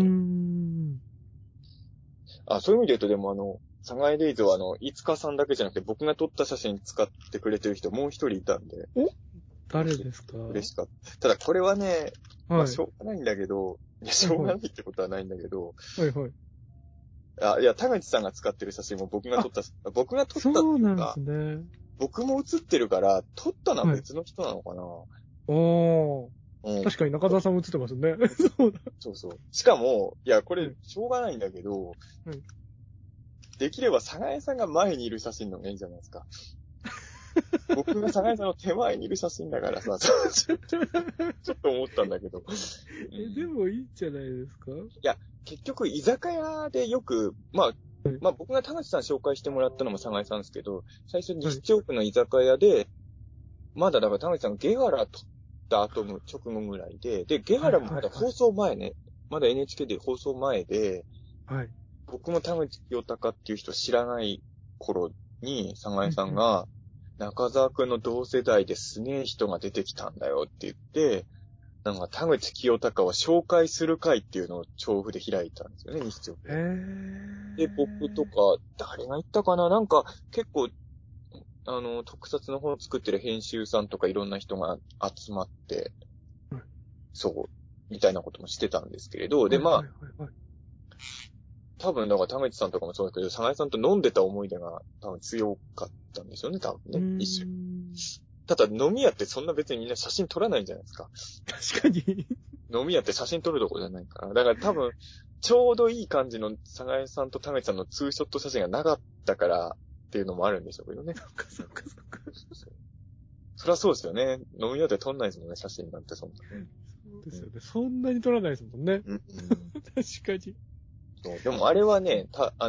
そういう意味で言うとでもサガイレイズはいつかさんだけじゃなくて僕が撮った写真使ってくれてる人もう一人いたんで。 誰ですか？ 嬉しかった。ただこれはね、まあしょうがないんだけど、いや、しょうがないってことはないんだけど、いや、田口さんが使ってる写真も僕が撮ったっていうか、 そうなんですね。 僕も写ってるから、撮ったのは別の人なのかな。 確かに中澤さんも写ってますね。 そう。しかも、いや、これ、しょうがないんだけど、できれば、サガエさんが前にいる写真の方がいいじゃないですか。僕がサガエさんの手前にいる写真だからさ、ちょっと思ったんだけど。 でもいいんじゃないですか？いや、結局、居酒屋でよく、まあ僕が田口さん紹介してもらったのもサガエさんですけど、最初西町区の居酒屋で、まだだから田口さんがゲハラ撮った後の直後ぐらいで、ゲハラもまだ放送前ね、まだ NHK で放送前で、僕も田口清隆っていう人知らない頃に、サガエさんが、中澤くんの同世代ですげえ人が出てきたんだよって言って、なんか田口清隆を紹介する会っていうのを調布で開いたんですよね、西町区で。で、僕とか、誰が言ったかな、なんか結構、特撮の本を作ってる編集さんとかいろんな人が集まって、みたいなこともしてたんですけれど、で、まあ、多分、だから田口さんとかもそうだけど、サガエさんと飲んでた思い出が多分強かったんですよね、多分ね、一緒に。ただ、飲み屋ってそんな別にみんな写真撮らないんじゃないですか。 確かに。 飲み屋って写真撮るとこじゃないから。だから多分、ちょうどいい感じのサガエさんと田口さんのツーショット写真がなかったからっていうのもあるんでしょうけどね。 そっか。 そりゃそうですよね。飲み屋で撮んないですもんね、写真なんてそんな。 そうですよね。そんなに撮らないですもんね。確かに。 でもあれはね、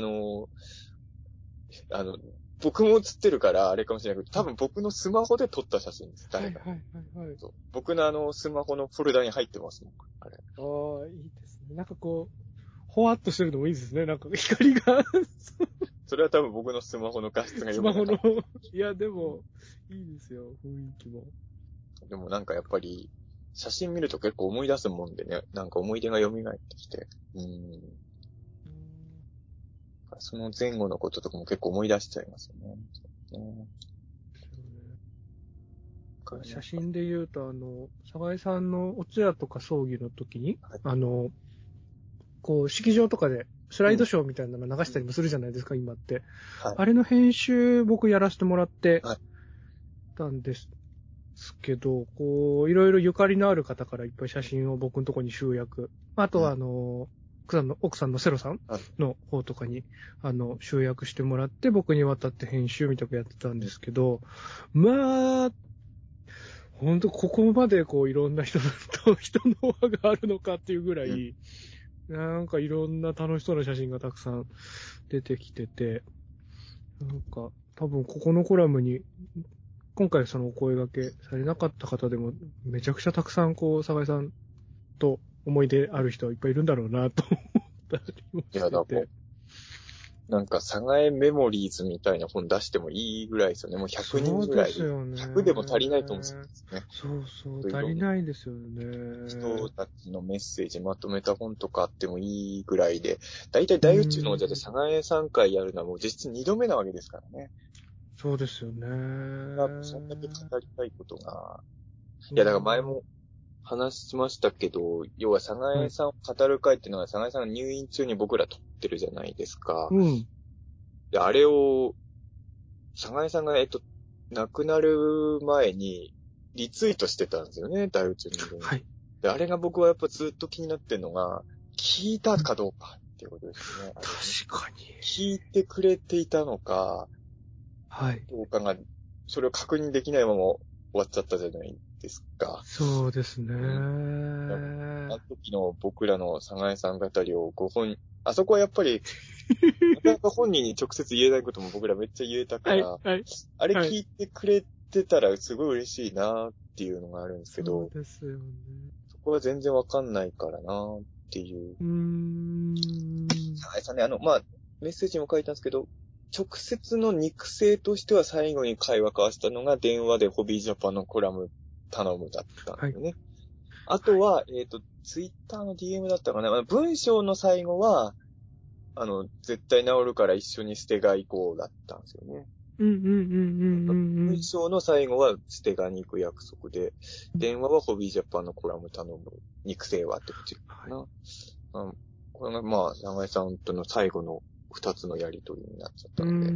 僕も写ってるからあれかもしれないけど、多分僕のスマホで撮った写真です、誰か。僕のスマホのフォルダに入ってますもん、あれ。 いいですね。なんかこう、ほわっとしてるのもいいですね。なんか光が。 それは多分僕のスマホの画質がスマホの、いや、でも、いいですよ、雰囲気も。 でもなんかやっぱり、写真見ると結構思い出すもんでね、なんか思い出が蘇ってきて。その前後のこととかも結構思い出しちゃいますよね。 写真で言うと、サガエさんのお通夜とか葬儀の時に、こう、式場とかでスライドショーみたいなの流したりもするじゃないですか、今って。あれの編集僕やらせてもらってたんですですけど、こう、いろいろゆかりのある方からいっぱい写真を僕のところに集約。あとは奥さんのセロさんの方とかに、集約してもらって、僕に渡って編集みたいなやってたんですけど、まあ、ほんとここまでこういろんな人の輪があるのかっていうぐらい、なんかいろんな楽しそうな写真がたくさん出てきてて、なんか多分ここのコラムに、今回そのお声掛けされなかった方でも、めちゃくちゃたくさんこう、坂井さんと思い出ある人はいっぱいいるんだろうなと思ったりもしてて。いや、 なんか、サガエメモリーズみたいな本出してもいいぐらいですよね。もう100人ぐらい。 そうですよね。 100でも足りないと思うんですよね。 そうそう、足りないですよね。 人たちのメッセージまとめた本とかあってもいいぐらいで、だいたい大宇宙の王者でサガエ3回やるのはもう実質2度目なわけですからね。 そうですよね。 そんだけ語りたいことが。いや、だから前も話しましたけど、要はサガエさんを語る会っていうのは、サガエさんが入院中に僕ら撮ってるじゃないですか。 うん。 で、あれを、サガエさんが、亡くなる前に、リツイートしてたんですよね、大宇宙の人間。 はい。 で、あれが僕はやっぱずっと気になってるのが、聞いたかどうかっていうことですね。 確かに。 聞いてくれていたのか、 はい。 どうかが、それを確認できないまま終わっちゃったじゃないですか。 そうですね。あの時の僕らのサガエさん語りをあそこはやっぱり、なかなか本人に直接言えないことも僕らめっちゃ言えたから、 はい。 あれ聞いてくれてたらすごい嬉しいなっていうのがあるんですけど、 そうですよね。 そこは全然わかんないからなっていう。サガエさんね、メッセージにも書いたんですけど、直接の肉声としては最後に会話交わしたのが電話でホビージャパンのコラム頼むだったんですよね。はい、あとは、ツイッターの DM だったかな。文章の最後は、絶対治るから一緒に捨てが行こうだったんですよね。文章の最後は捨てがに行く約束で、電話はホビージャパンのコラム頼む。肉声はってこっちかな。これが長井さんとの最後の二つのやりとりになっちゃったので。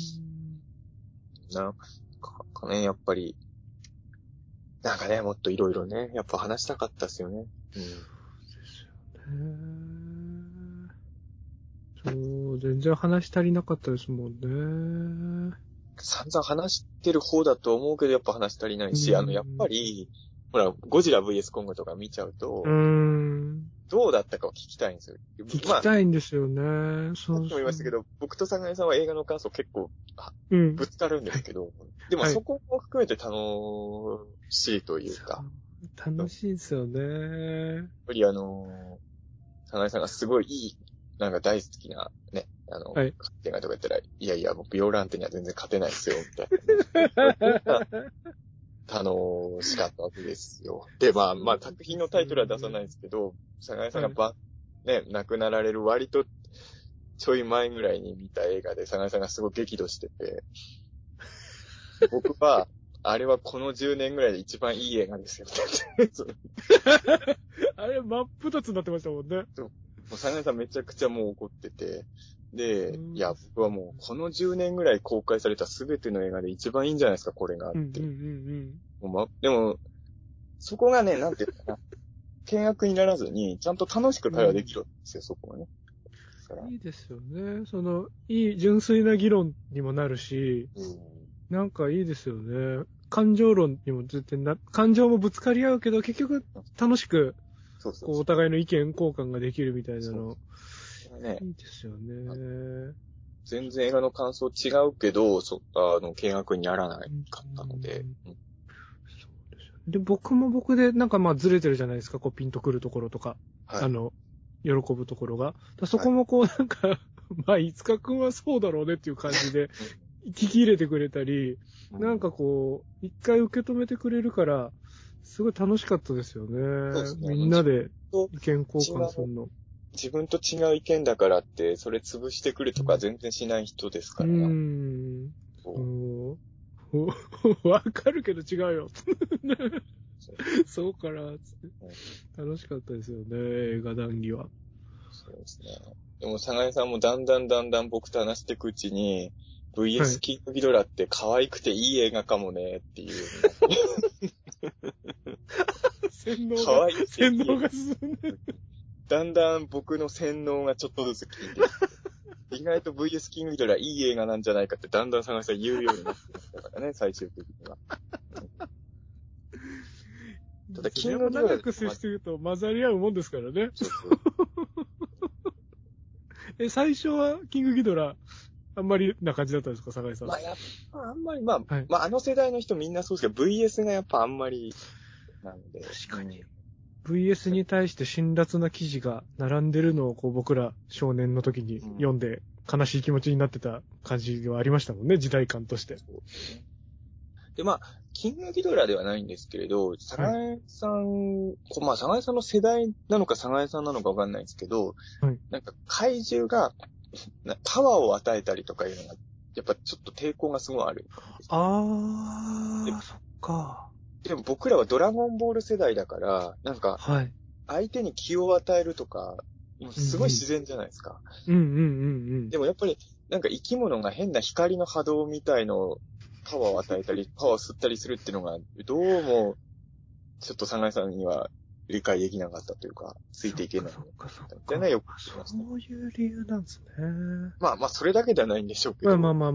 なんかね、やっぱり、なんかね、もっといろいろね、やっぱ話したかったですよね。 そうですよね。そう、全然話足りなかったですもんね。 散々話してる方だと思うけど、やっぱ話足りないし、やっぱり、ほら、ゴジラ VS コングとか見ちゃうと、どうだったかを聞きたいんですよ。 聞きたいんですよね。 さっきも言いましたけど、僕と坂井さんは映画の感想結構、ぶつかるんですけど、でもそこも含めて楽しいというか。 楽しいですよね。やっぱり坂井さんがすごいいい、なんか大好きな、ね、映画とか言ったら、いやいや、僕、ビオランテには全然勝てないですよ、みたいな。楽しかったわけですよ。で、作品のタイトルは出さないですけど、坂井さんが亡くなられる割とちょい前ぐらいに見た映画で、坂井さんがすごい激怒してて、僕は、あれはこの10年ぐらいで一番いい映画ですよ。 あれ、真っ二つになってましたもんね。 そう。もう坂井さんめちゃくちゃもう怒ってて、で、いや、僕はもうこの10年ぐらい公開された全ての映画で一番いいんじゃないですか、これがって。でも、そこがね、なんていうかな、険悪にならずに、ちゃんと楽しく会話できるんですよ、そこがね。 いいですよね。いい純粋な議論にもなるし、なんかいいですよね。感情論にも絶対感情もぶつかり合うけど、結局楽しく、お互いの意見交換ができるみたいなの。いいですよね。 全然映画の感想違うけど、険悪にならなかったので。 そうですよね。で、僕も僕で、なんかずれてるじゃないですか、ピンとくるところとか。喜ぶところが。そこもなんか、いつかくんはそうだろうねっていう感じで、聞き入れてくれたり、なんか一回受け止めてくれるから、すごい楽しかったですよね。みんなで意見交換するの。 自分と違う意見だからって、それ潰してくるとか全然しない人ですからな。 わかるけど違うよ。そうから、楽しかったですよね、映画談義は。 そうですね。でも、坂井さんもだんだん僕と話していくうちに、VS キングギドラって可愛くていい映画かもねっていう。 可愛い洗脳が進んでる。 だんだん僕の洗脳がちょっとずつ効いて意外と VS キングギドラいい映画なんじゃないかってだんだん探したら言うようになってましたからね、最終的には。ただ、キングギドラ長く接してると混ざり合うもんですからね。 そうそう最初はキングギドラ、あんまりな感じだったんですか、酒井さん。 まあ、やっぱあんまり、まあ、 はい、 まあ、あの世代の人みんなそうですけど、VS がやっぱあんまり、なので。 確かに。VS に対して辛辣な記事が並んでるのを僕ら少年の時に読んで悲しい気持ちになってた感じはありましたもんね、時代感として。 そうですね。で、まあ、キングギドラではないんですけれど、サ井さん、まあ、サ井さんの世代なのかサ井さんなのかわかんないんですけど、 はい、 なんか怪獣がパワーを与えたりとかいうのが、やっぱちょっと抵抗がすごいある。 そっか。 でも僕らはドラゴンボール世代だから、なんか、相手に気を与えるとか、すごい自然じゃないですか。でもやっぱり、なんか生き物が変な光の波動みたいのパワーを与えたり、パワーを吸ったりするっていうのが、どうも、ちょっとサ井さんには理解できなかったというか、ついていけない。 そっか。 よく聞きました。 そういう理由なんですね。 まあ、それだけではないんでしょうけど。 まあ。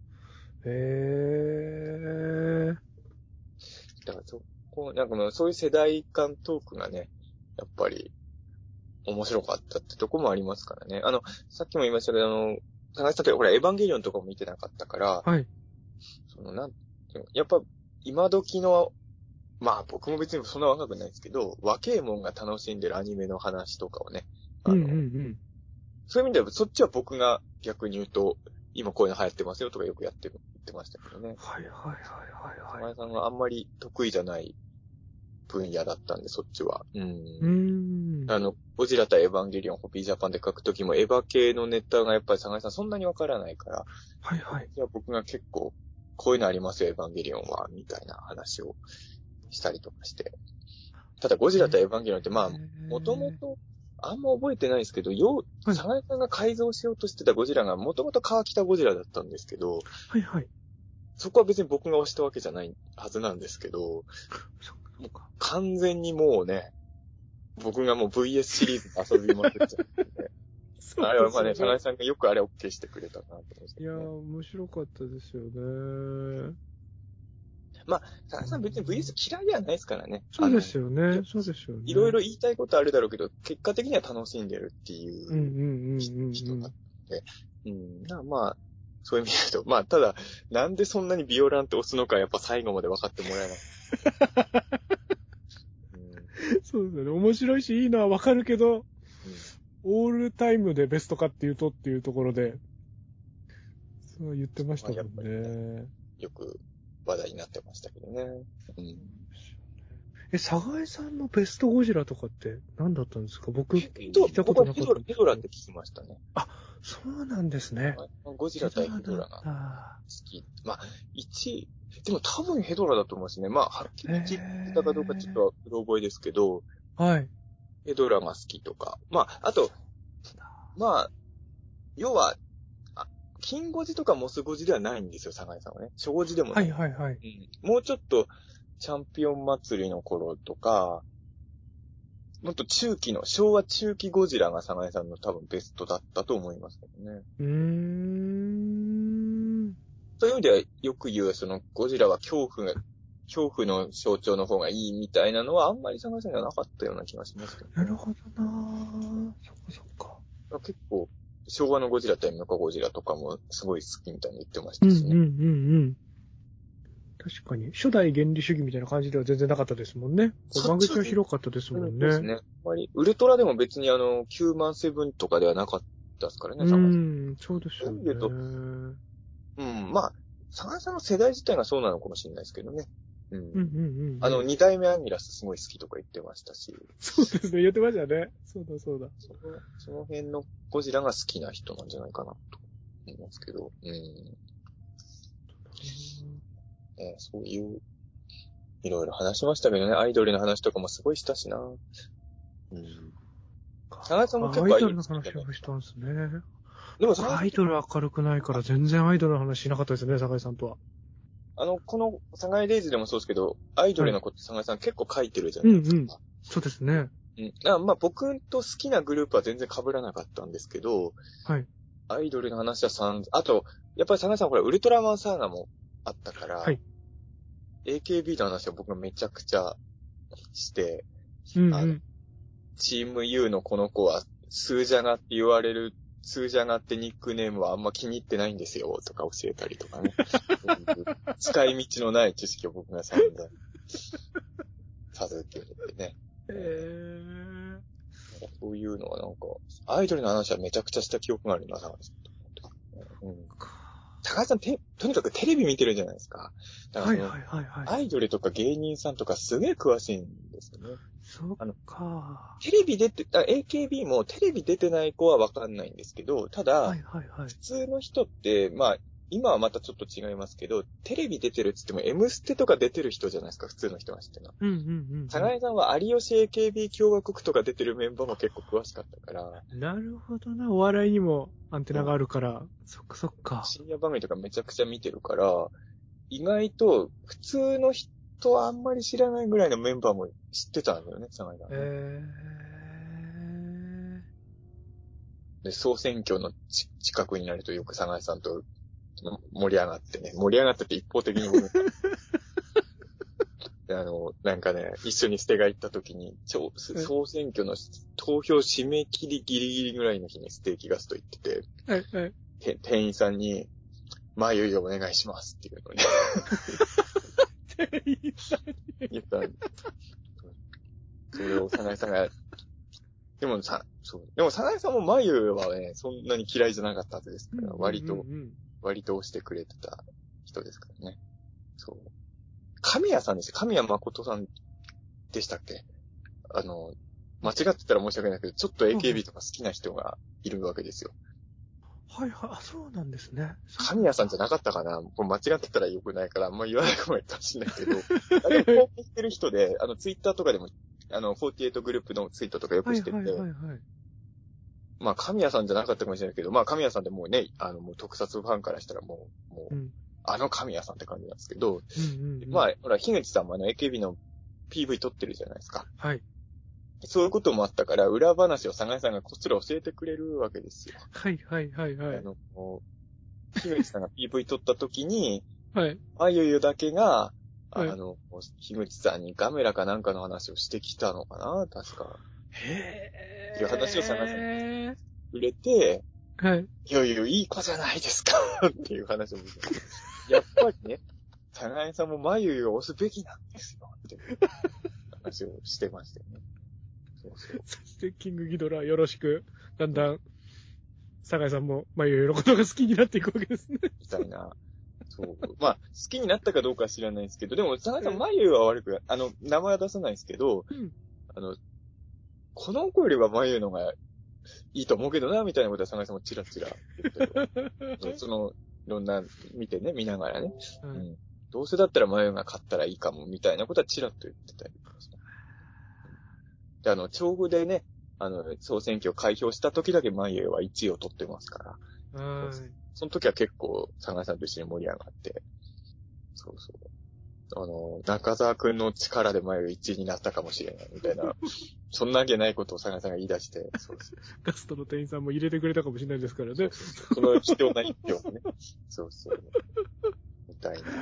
だからなんかそういう世代間トークがね、やっぱり面白かったってとこもありますからね。さっきも言いましたけど、高橋さんってほら、エヴァンゲリオンとかも見てなかったから、 はい。 やっぱ今時の、まあ僕も別にそんな若くないですけど、若いもんが楽しんでるアニメの話とかをね、そういう意味では、そっちは僕が逆に言うと、今こういうの流行ってますよとかよく言ってましたけどね。 はい。 高橋さんがあんまり得意じゃない分野だったんで、そっちは。ゴジラ対エヴァンゲリオンホビージャパンで書くときもエヴァ系のネタがやっぱりサ井さんそんなにわからないから、じゃあ僕が結構、こういうのありますよ、エヴァンゲリオンは、みたいな話をしたりとかして。ただゴジラ対エヴァンゲリオンってまあ、もともと、あんま覚えてないですけど、サ井さんが改造しようとしてたゴジラがもともと川北ゴジラだったんですけど、そこは別に僕が押したわけじゃないはずなんですけど、完全にもうね、僕がもう VS シリーズ遊びまくっちゃってね。あれはまあね、サ井さんがよくあれ OK してくれたなと思って、ね。 いやー、面白かったですよね。 まあ、サ井さん別に VS 嫌いではないですからね。 そうですよね。 いろいろ言いたいことあるだろうけど、結果的には楽しんでるっていう人だったので。まあ、そういう意味だと、まあ、ただ、なんでそんなにビオランって押すのかやっぱ最後まで分かってもらえなかった。 そうですよね。面白いし、いいのは分かるけど、オールタイムでベストかっていうとっていうところで、そう言ってましたもんね。 よく話題になってましたけどね。 サ井さんのベストゴジラとかって何だったんですか？僕聞いたことなかった。 ヘドラって聞きましたね。 あ、そうなんですね。 ゴジラ対ヘドラが好き。まあ、でも多分ヘドラだと思いますね。まあ、はっきり言ってたかどうかちょっとうろ覚えですけど、ヘドラが好きとか。まあ、あと、まあ、要は、キンゴジとかモスゴジではないんですよ、サ井さんはね。初ゴジでもない。もうちょっと、チャンピオン祭りの頃とか、もっと昭和中期ゴジラがサ井さんの多分ベストだったと思いますけどね。そういう意味ではよく言う、ゴジラは恐怖の象徴の方がいいみたいなのはあんまりサ井さんにはなかったような気がしますけどね。 なるほどなぁ。そっか。 結構、昭和のゴジラ対メカゴジラとかもすごい好きみたいに言ってましたしね。 確かに。初代原理主義みたいな感じでは全然なかったですもんね。間口は広かったですもんね。そうですね。 ウルトラでも別に9万セブンとかではなかったですからね、 そうですよね。 まあ、サ井さんの世代自体がそうなのかもしれないですけどね。二代目アンギラスすごい好きとか言ってましたし。 そうですね、言ってましたね。そうだ。 その辺のゴジラが好きな人なんじゃないかなと思いますけど。そういう、いろいろ話しましたけどね、アイドルの話とかもすごいしたしな。サ井さんも結構アイドルの話をしたんですね。でもアイドル明るくないから全然アイドルの話しなかったですね、酒井さんとは。 この、サガイレイズでもそうですけど、アイドルのことサガイさん結構書いてるじゃないですか。 そうですね。 まあ僕と好きなグループは全然被らなかったんですけど、 はい。 アイドルの話はあと、やっぱりサガイさんこれウルトラマンサーガもあったから、 はい。 AKB の話は僕がめちゃくちゃして、チーム U のこの子は、スージャガって言われる、スージャガってニックネームはあんま気に入ってないんですよ、とか教えたりとかね。使い道のない知識を僕が散々授けてね。そういうのはなんか、アイドルの話はめちゃくちゃした記憶があるな、高橋さん。高橋さんとにかくテレビ見てるじゃないですか。だからアイドルとか芸人さんとかすげえ詳しいんですよね。 そっか。 テレビ出て、AKB もテレビ出てない子はわかんないんですけど、ただ、普通の人って、まあ、今はまたちょっと違いますけど、テレビ出てるって言っても M ステとか出てる人じゃないですか、普通の人が知ってるの。高井さんは有吉 AKB 共和国とか出てるメンバーも結構詳しかったから。 なるほどな、お笑いにもアンテナがあるから、そっかそっか。 深夜番組とかめちゃくちゃ見てるから、意外と普通の人はあんまり知らないぐらいのメンバーも知ってたんだよね、高井さんね。で、総選挙の近くになるとよくサ井さんと盛り上がってね、盛り上がってて一方的にでなんかね、一緒に捨てが行った時に、総選挙の投票締め切りギリギリぐらいの日にステーキガスト行ってて、店員さんに、まゆゆお願いしますっていうのに。 店員さんに言ったんそれをサ井さんが、でもサ井さんもまゆゆはね、そんなに嫌いじゃなかったはずですから、割と押してくれてた人ですからね。そう。神谷さんですよ。神谷誠さんでしたっけ？間違ってたら申し訳ないけど、ちょっと AKB とか好きな人がいるわけですよ。 そうなんですね。 神谷さんじゃなかったかな？これ間違ってたら良くないから、あんま言わない方がいいかもしれないけど、でも、こうしてる人で、ツイッターとかでも、48グループのツイートとかよくしてて、まあ、神谷さんじゃなかったかもしれないけど、まあ、神谷さんってもうね、もう特撮ファンからしたらもう、神谷さんって感じなんですけど、まあ、ほら、樋口さんもAKB の PV 撮ってるじゃないですか。 はい。 そういうこともあったから、裏話をサ井さんがこっそり教えてくれるわけですよ。 樋口さんが PV 撮った時に、 まゆゆだけが、樋口さんにガメラかなんかの話をしてきたのかな確か。っていう話をサ井さんにくれて、いやいや、いい子じゃないですかっていう話を見て。やっぱりね、サ井さんもまゆゆを押すべきなんですよっていう話をしてましたよね。そうそう。 そして、キングギドラよろしく、だんだん、酒井さんも、まゆゆのことが好きになっていくわけですね。 みたいな。そう。まあ、好きになったかどうかは知らないですけど、でも、酒井さん、まゆゆは悪く、名前は出さないですけど、この子よりはまゆゆの方がいいと思うけどな、みたいなことは酒井さんもチラチラ言ってる。いろんな、見ながらね。どうせだったらまゆゆが勝ったらいいかも、みたいなことはチラッと言ってたりとか。で、調布でね、総選挙を開票した時だけまゆゆは1位を取ってますから。その時は結構、サ井さんと一緒に盛り上がって。そうそう。中澤くんの力でまゆゆ1位になったかもしれない、みたいな。そんなわけないことをサ井さんが言い出して。そうガストの店員さんも入れてくれたかもしれないですからね。 その必要な一票をね。そうそう。みたいな。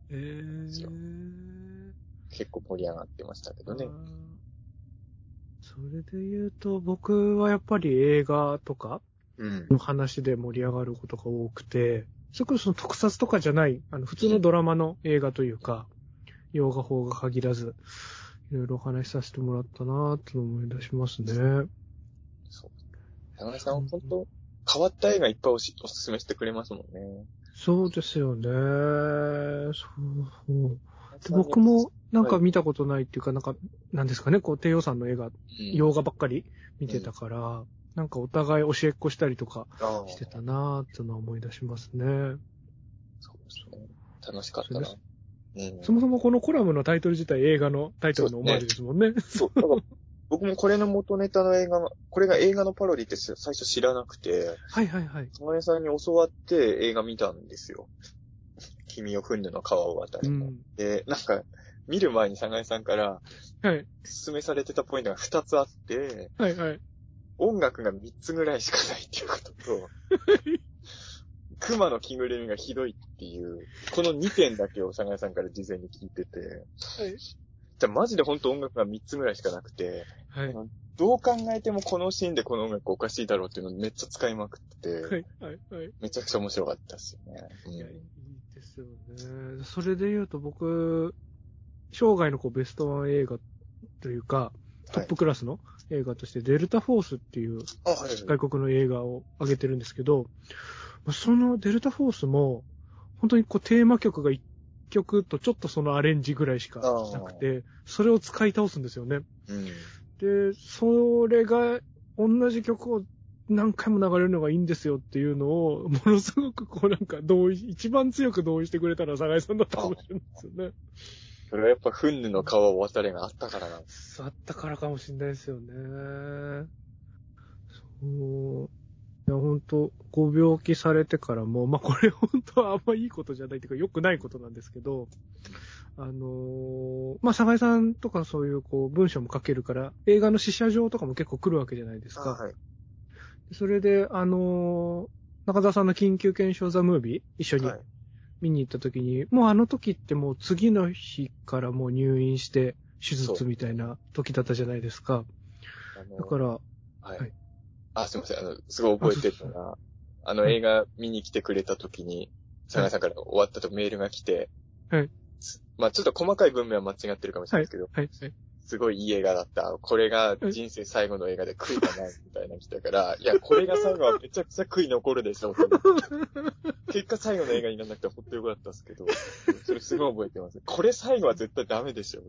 結構盛り上がってましたけどね。 それで言うと、僕はやっぱり映画とかの話で盛り上がることが多くて、それこそ特撮とかじゃない、普通のドラマの映画というか、洋画法が限らず、いろいろお話しさせてもらったなぁと思い出しますね。 そう。高橋さん、本当変わった映画いっぱいおすすめしてくれますもんね。 そうですよね。僕もなんか見たことないっていうか、なんですかね、低予算の映画、洋画ばっかり見てたから、なんかお互い教えっこしたりとかしてたなーっていうのは思い出しますね。 そうですね。楽しかったな。 そもそもこのコラムのタイトル自体映画のタイトルのオマージュですもんね。 そう。僕もこれの元ネタの映画これが映画のパロディって最初知らなくて。 サマネさんに教わって映画見たんですよ。 君を踏んでの川を渡れ。 うん。 で、なんか、見る前にサガイさんから、 はい。 勧めされてたポイントが2つあって、 はいはい。 音楽が3つぐらいしかないっていうことと、熊の着ぐるみがひどいっていう、この2点だけをサガイさんから事前に聞いてて、 はい。 じゃあマジで本当音楽が3つぐらいしかなくて、 はい。 どう考えてもこのシーンでこの音楽おかしいだろうっていうのをめっちゃ使いまくってて、 はい。はい。はい。 めちゃくちゃ面白かったですよね。 いや、いいですよね。それで言うと僕、生涯のベストワン映画というか、トップクラスの映画として、デルタフォースっていう外国の映画を上げてるんですけど、そのデルタフォースも、本当にテーマ曲が1曲とちょっとそのアレンジぐらいしかなくて、それを使い倒すんですよね。 うん、 で、それが同じ曲を何回も流れるのがいいんですよっていうのを、ものすごく一番強く同意してくれたのはサガイさんだったかもしれないですよね。 それはやっぱフンヌの川を渡れがあったからなんです。 あったからかもしれないですよね。そう。いや、本当ご病気されてからも、これ本当はあんまいいことじゃないというか、良くないことなんですけど、サイさんとかそういう文章も書けるから、映画の試写場とかも結構来るわけじゃないですか。 はい。 それで、中澤さんの緊急検証ザムービー一緒に見に行った時に、もうあの時ってもう次の日からもう入院して手術みたいな時だったじゃないですか。だから、 はい。すいません。すごい覚えてるのが、映画見に来てくれた時に、サガさんから終わったとメールが来て、はい。ちょっと細かい文面は間違ってるかもしれないですけど、はい。すごいいい映画だった。これが人生最後の映画で悔いがないみたいなの来たから、いや、これが最後はめちゃくちゃ悔い残るでしょうって結果最後の映画にならなくてほんとよかったですけど、それすごい覚えてます。これ最後は絶対ダメでしょって。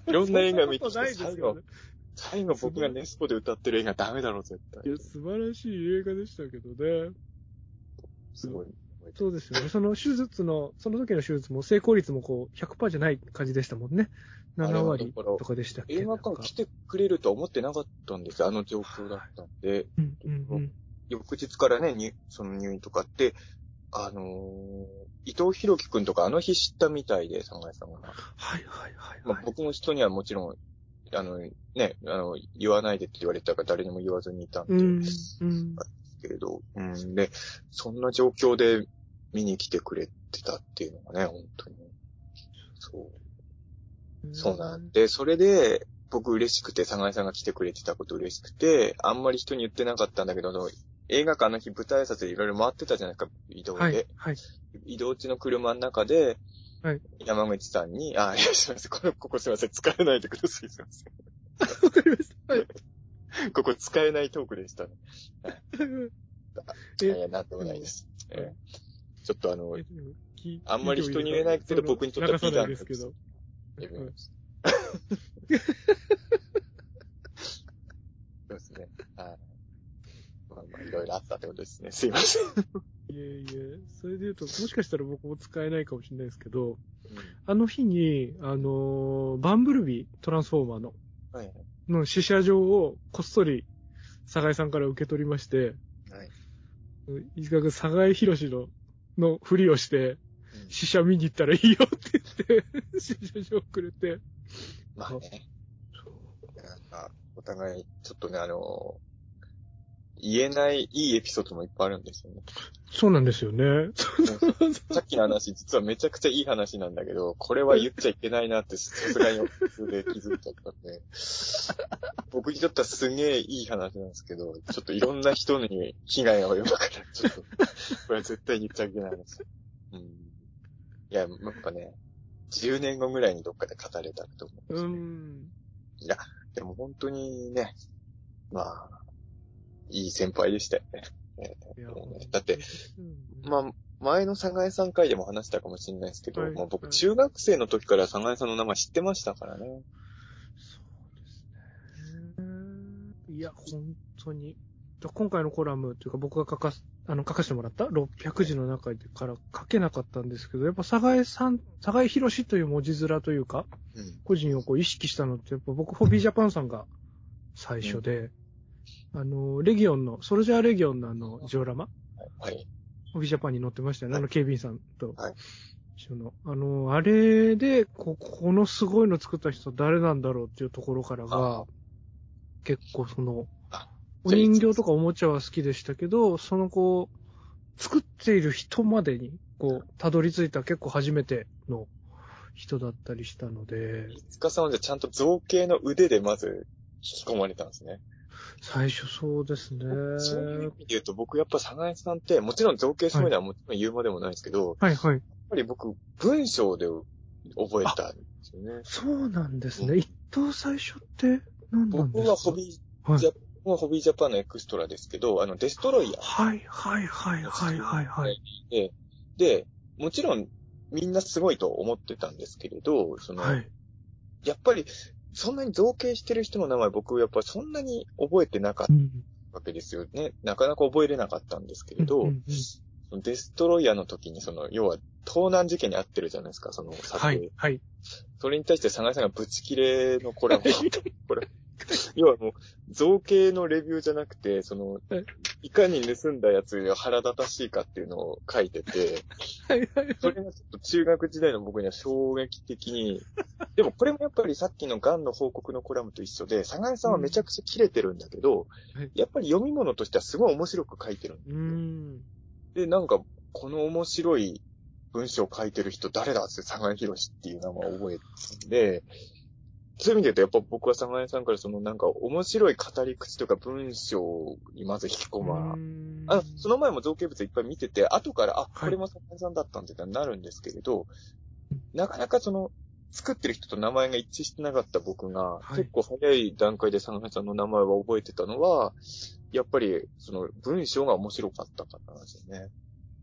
いろんな映画見てきて最後僕がネスポで歌ってる映画ダメだろ、絶対。 いや、素晴らしい映画でしたけどね。 すごい。 そうですよね。その時の手術も成功率も100% じゃない感じでしたもんね。7割とかでしたっけ。 映画館来てくれるとは思ってなかったんですよ。あの状況だったんで。翌日からね、その入院とかって、伊藤博樹くんとかあの日知ったみたいで、サガイさんが。はいはいはい。僕の人にはもちろん、言わないでって言われたから誰にも言わずにいたんで。けれど、で、そんな状況で見に来てくれてたっていうのがね、本当に。そうなんで、それで、僕嬉しくて、サガイさんが来てくれてたこと嬉しくて、あんまり人に言ってなかったんだけど、映画館の日舞台挨拶でいろいろ回ってたじゃないですか、移動で。はい。はい、移動中の車の中で、はい。山口さんに、いや、すいません、ここすいません、使えないでください、すいません。わかりました。はい。ここ使えないトークでしたね。いや、なんでもないです。ちょっとあんまり人に言えないけど、僕にとっては美談ですけど。そうですね。いろいろあったってことですね。すいません。 いえいえ、それで言うと、もしかしたら僕も使えないかもしれないですけど、あの日に、バンブルビー、トランスフォーマーの、はい、の試写場をこっそり、サガイさんから受け取りまして、はい。いつかくサガイヒロシのふりをして、試写見に行ったらいいよって言って、試写場をくれて。 まあね。なんか、お互い、ちょっとね、言えないいいエピソードもいっぱいあるんですよね。 そうなんですよね。 さっきの話、実はめちゃくちゃいい話なんだけど、これは言っちゃいけないなってさすがにで気づいちゃったんで、僕にとってはすげえいい話なんですけど、ちょっといろんな人に被害が及ぶから、ちょっと、これは絶対言っちゃいけない話。いや、やっぱね、10年後ぐらいにどっかで語れたらと思うんですね。いや、でも本当にね、いい先輩でしたよね。だって、前のサガエさん会でも話したかもしれないですけど、僕中学生の時からサガエさんの名前知ってましたからね。そうですね。いや、本当に。今回のコラムというか僕が書かせてもらった600字の中から書けなかったんですけど、やっぱサガエヒロシという文字面というか、個人を意識したのって、やっぱ僕、ホビージャパンさんが最初で、レギオンの、ソルジャーレギオンのジオラマ、はい。ホビージャパンに載ってましたよね、警備員さんと。はい。 あれで、このすごいの作った人誰なんだろうっていうところからが、結構お人形とかおもちゃは好きでしたけど、作っている人までに、たどり着いた結構初めての人だったりしたので。 飯塚さんはじゃあちゃんと造形の腕でまず引き込まれたんですね。 最初そうですね。 そういう意味で言うと僕やっぱサナエさんって、もちろん造形すごいのはもちろん言うまでもないですけど、 はいはい。 やっぱり僕文章で覚えたんですよね。 そうなんですね。一等最初って何なんですか？ 僕はホビージャパンのエクストラですけど、デストロイヤー。 はいはいはいはいはいはい。 で、もちろんみんなすごいと思ってたんですけれど、 はい、 やっぱりそんなに造形してる人の名前僕やっぱりそんなに覚えてなかったわけですよね。なかなか覚えれなかったんですけれど、デストロイヤーの時に要は盗難事件に遭ってるじゃないですか、その撮影。 はい、はい。 それに対してサナエさんがブチ切れのコラボこれ、要はもう造形のレビューじゃなくて、いかに盗んだやつが腹立たしいかっていうのを書いてて、それがちょっと中学時代の僕には衝撃的に、でもこれもやっぱりさっきのガンの報告のコラムと一緒で、サナエさんはめちゃくちゃキレてるんだけど、やっぱり読み物としてはすごい面白く書いてるんですよ。で、なんか、この面白い文章を書いてる人誰だってサナエヒロシっていう名前を覚えてんで、そういう意味で言うと、やっぱ僕はサナエさんからなんか面白い語り口とか文章にまず引き込その前も造形物いっぱい見てて、後から、これもサナエさんだったんってなるんですけれど、なかなか作ってる人と名前が一致してなかった僕が、結構早い段階でサナエさんの名前を覚えてたのは、やっぱり、文章が面白かったからなんですよね。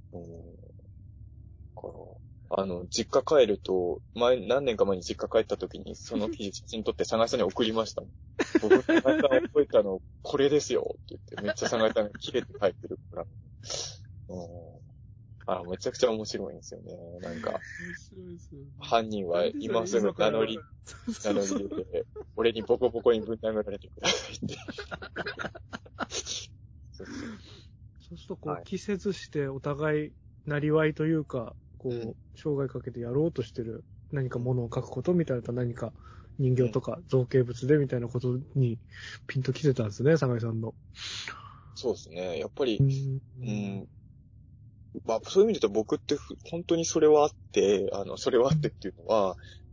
実家帰ると、何年か前に実家帰った時に、その記事写真撮ってサナエさんに送りましたもん。僕、サナエさん覚えたの、これですよって言って、めっちゃサナエさんがキレて書いてるから。めちゃくちゃ面白いんですよね。なんか、犯人は今すぐ名乗り出て、俺にボコボコにぶん殴られてくださいって。 そうすると、季節してお互い、なりわいというか、生涯かけてやろうとしてる何かものを書くことみたいな何か人形とか造形物でみたいなことにピンと来てたんですね、坂井さんの。 そうですね。やっぱり、まあ、そういう意味で言うと僕って本当にそれはあって、それはあってっていうのは、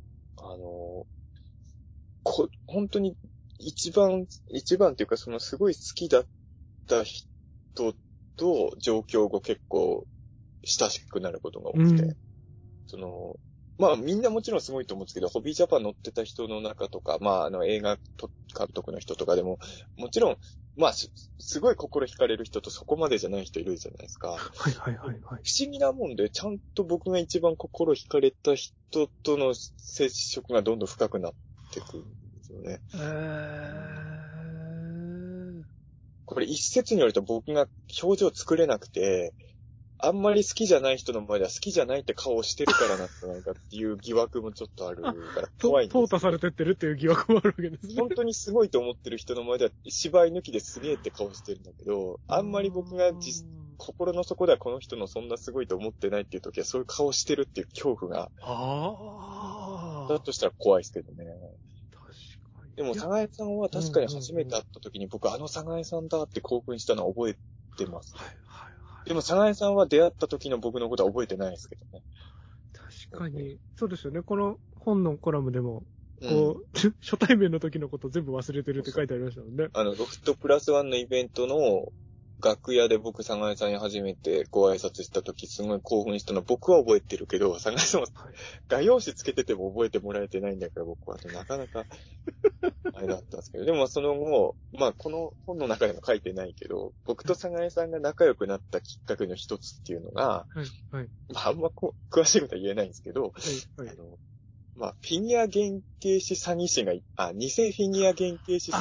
本当に一番っていうかすごい好きだった人と上京後結構親しくなることが多くて、まあみんなもちろんすごいと思うんですけど、ホビージャパン乗ってた人の中とか、まあ映画監督の人とかでも、もちろん、まあすごい心惹かれる人とそこまでじゃない人いるじゃないですか。 はいはいはいはい。 不思議なもんで、ちゃんと僕が一番心惹かれた人との接触がどんどん深くなってくるんですよね。これ一説によると僕が表情作れなくて、あんまり好きじゃない人の前では好きじゃないって顔をしてるからなんじゃないかっていう疑惑もちょっとあるから怖いんです。 淘汰されてってるっていう疑惑もあるわけですね。 本当にすごいと思ってる人の前では芝居抜きですげえって顔してるんだけど、あんまり僕が心の底ではこの人のそんなすごいと思ってないっていう時はそういう顔してるっていう恐怖が。だとしたら怖いですけどね。でも、サガエさんは確かに初めて会った時に僕サガエさんだって興奮したのは覚えてます。でも、サガエさんは出会った時の僕のことは覚えてないですけどね。 確かに。そうですよね。この本のコラムでも、初対面の時のこと全部忘れてるって書いてありましたもんね。 ロフトプラスワンのイベントの楽屋で僕、サガエさんに初めてご挨拶した時すごい興奮したの僕は覚えてるけど、サガエさんは画用紙つけてても覚えてもらえてないんだから僕はなかなかあれだったんですけど、でもその後、まあこの本の中でも書いてないけど、僕とサガエさんが仲良くなったきっかけの一つっていうのが、まああんま詳しいことは言えないんですけど、まあ、フィギュア原型師詐欺師が、偽フィギュア原型師詐欺師。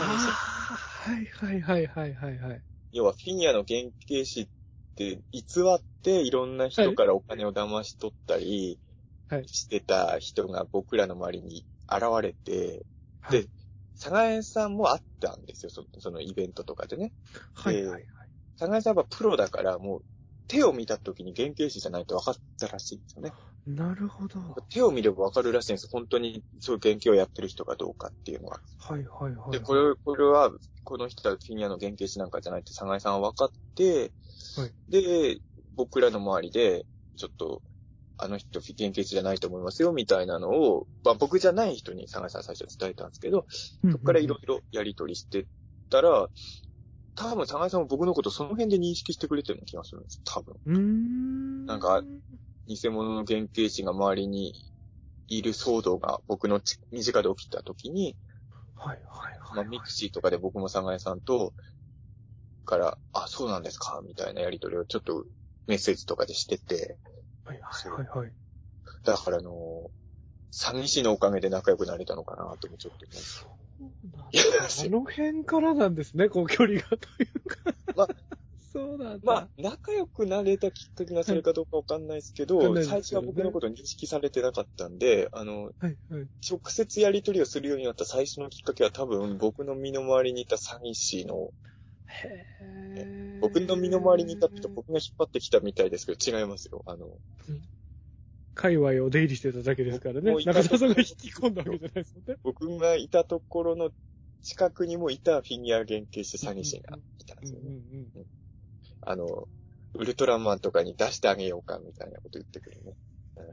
はい。 要は、フィギュアの原型師って偽っていろんな人からお金を騙し取ったりしてた人が僕らの周りに現れて、で、サガエさんもあったんですよ、そのイベントとかでね。サガエさんはプロだからもう手を見た時に原型師じゃないと分かったらしいんですよね。 なるほど。 手を見れば分かるらしいんです。本当にそういう原型をやってる人かどうかっていうのは。 はいはいはい。 で、これは、この人はフィギュアの原型師なんかじゃないって佐賀井さんは分かって、 はい。 で、僕らの周りで、ちょっと、あの人原型師じゃないと思いますよ、みたいなのを、まあ僕じゃない人に佐賀井さん最初伝えたんですけど、そこからいろいろやり取りしてたら、多分佐賀井さんも僕のことその辺で認識してくれてるような気がするんです、多分。なんか、偽物の原型師が周りにいる騒動が僕の身近で起きた時に、 はいはいはい。 まあミクシーとかで僕も佐賀井さんと、から、あ、そうなんですか、みたいなやり取りをちょっとメッセージとかでしてて、 はいはいはいはい。 だから詐欺師のおかげで仲良くなれたのかなともちょっとね。 そうなんだ。あの辺からなんですね、こう距離がというか。 まあ、 そうなんだ。 まあ、仲良くなれたきっかけがそれかどうかわかんないですけど、 はい最初は僕のこと認識されてなかったんで、 はいはい。 直接やり取りをするようになった最初のきっかけは多分僕の身の回りにいた詐欺師の、僕の身の回りにいたって僕が引っ張ってきたみたいですけど違いますよ。 界隈を出入りしてただけですからね。 もう中澤さんが引き込んだわけじゃないですもんね。 僕がいたところの近くにもいたフィギュア原型師詐欺師がいたんですよね。ウルトラマンとかに出してあげようかみたいなこと言ってくるね。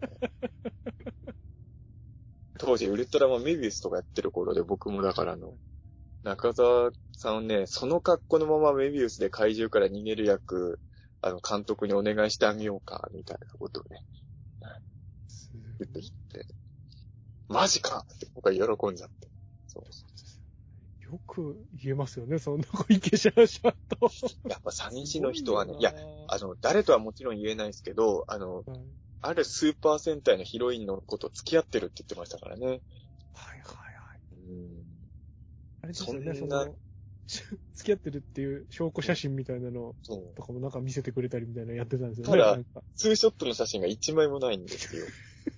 当時ウルトラマンメビウスとかやってる頃で僕もだから中澤さんね、その格好のままメビウスで怪獣から逃げる役、監督にお願いしてあげようか、みたいなことをね、言ってきて、マジかって僕は喜んじゃって。そうよく言えますよね、そんな小池シャーシャーと。 やっぱ詐欺師の人はね、いや、誰とはもちろん言えないですけど、あるスーパー戦隊のヒロインのこと付き合ってるって言ってましたからね。はいはいはい。あれですよね、付き合ってるっていう証拠写真みたいなのとかもなんか見せてくれたりみたいなのやってたんですよね。 ただ、ツーショットの写真が1枚もないんですよ。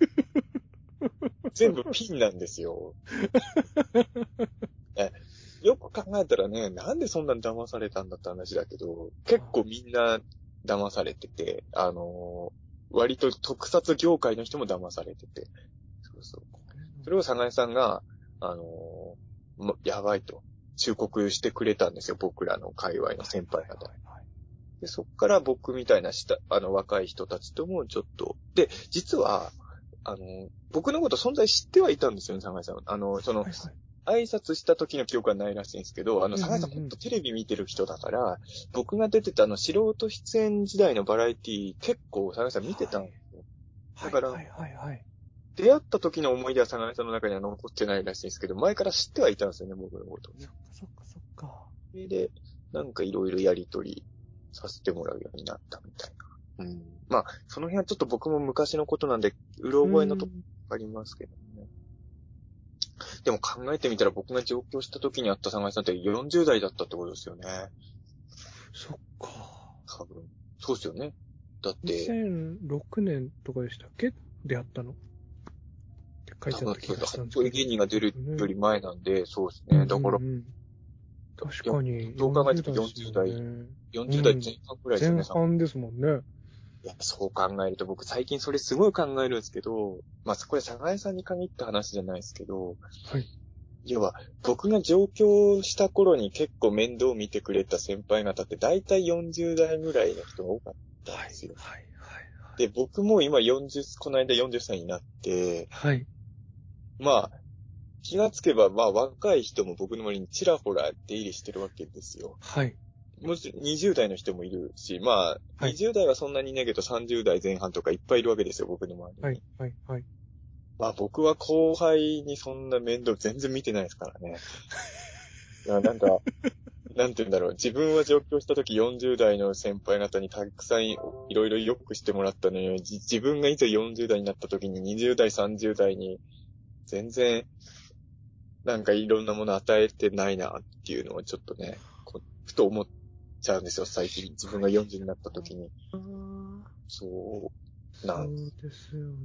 全部ピンなんですよ。よく考えたらね、なんでそんなに騙されたんだって話だけど、結構みんな騙されてて、割と特撮業界の人も騙されてて、そう。それを佐賀井さんが、やばいと忠告してくれたんですよ、僕らの界隈の先輩方。で、そっから僕みたいな若い人たちともちょっと、で、実は、僕のこと存在知ってはいたんですよね、佐賀井さん。挨拶した時の記憶はないらしいんですけど、佐賀井さんほんとテレビ見てる人だから、僕が出てた素人出演時代のバラエティ結構佐賀井さん見てたんですよ。だから、出会った時の思い出は佐賀井さんの中には残ってないらしいんですけど、前から知ってはいたんですよね、僕のことね。 そっか。 それで、なんかいろいろやりとりさせてもらうようになったみたいな。まあ、その辺はちょっと僕も昔のことなんで、うろ覚えのとこありますけどね。でも考えてみたら僕が上京した時に会った佐賀井さんって40代だったってことですよね。 そっか。 多分。そうですよね。だって。 2006年とかでしたっけ出会ったのって書いてあった気がしたんですけど。 そういう芸人が出るより前なんで、そうですね。だから。 確かに。 どう考えても40代前半くらいですよね。 前半ですもんね。 いや、そう考えると僕最近それすごい考えるんですけど、まあ、これ佐賀井さんに限った話じゃないですけど、 はい。 要は、僕が上京した頃に結構面倒を見てくれた先輩方って大体40代ぐらいの人が多かったんですよ。はい。で、僕も今この間40歳になって、 はい。 まあ、気がつけば、まあ、若い人も僕の周りにちらほら出入りしてるわけですよ。 はい。 もちろん20代の人もいるし、まあ、20代はそんなにいないけど30代前半とかいっぱいいるわけですよ、僕の周りに。 はい。 まあ僕は後輩にそんな面倒全然見てないですからね。いや、なんか、なんて言うんだろう。自分は上京した時40代の先輩方にたくさんいろいろ良くしてもらったのに、自分がいざ40代になった時に20代、30代に全然、なんかいろんなもの与えてないなっていうのをちょっとね、ふと思っちゃうんですよ、最近。自分が40になった時に。そうですよね。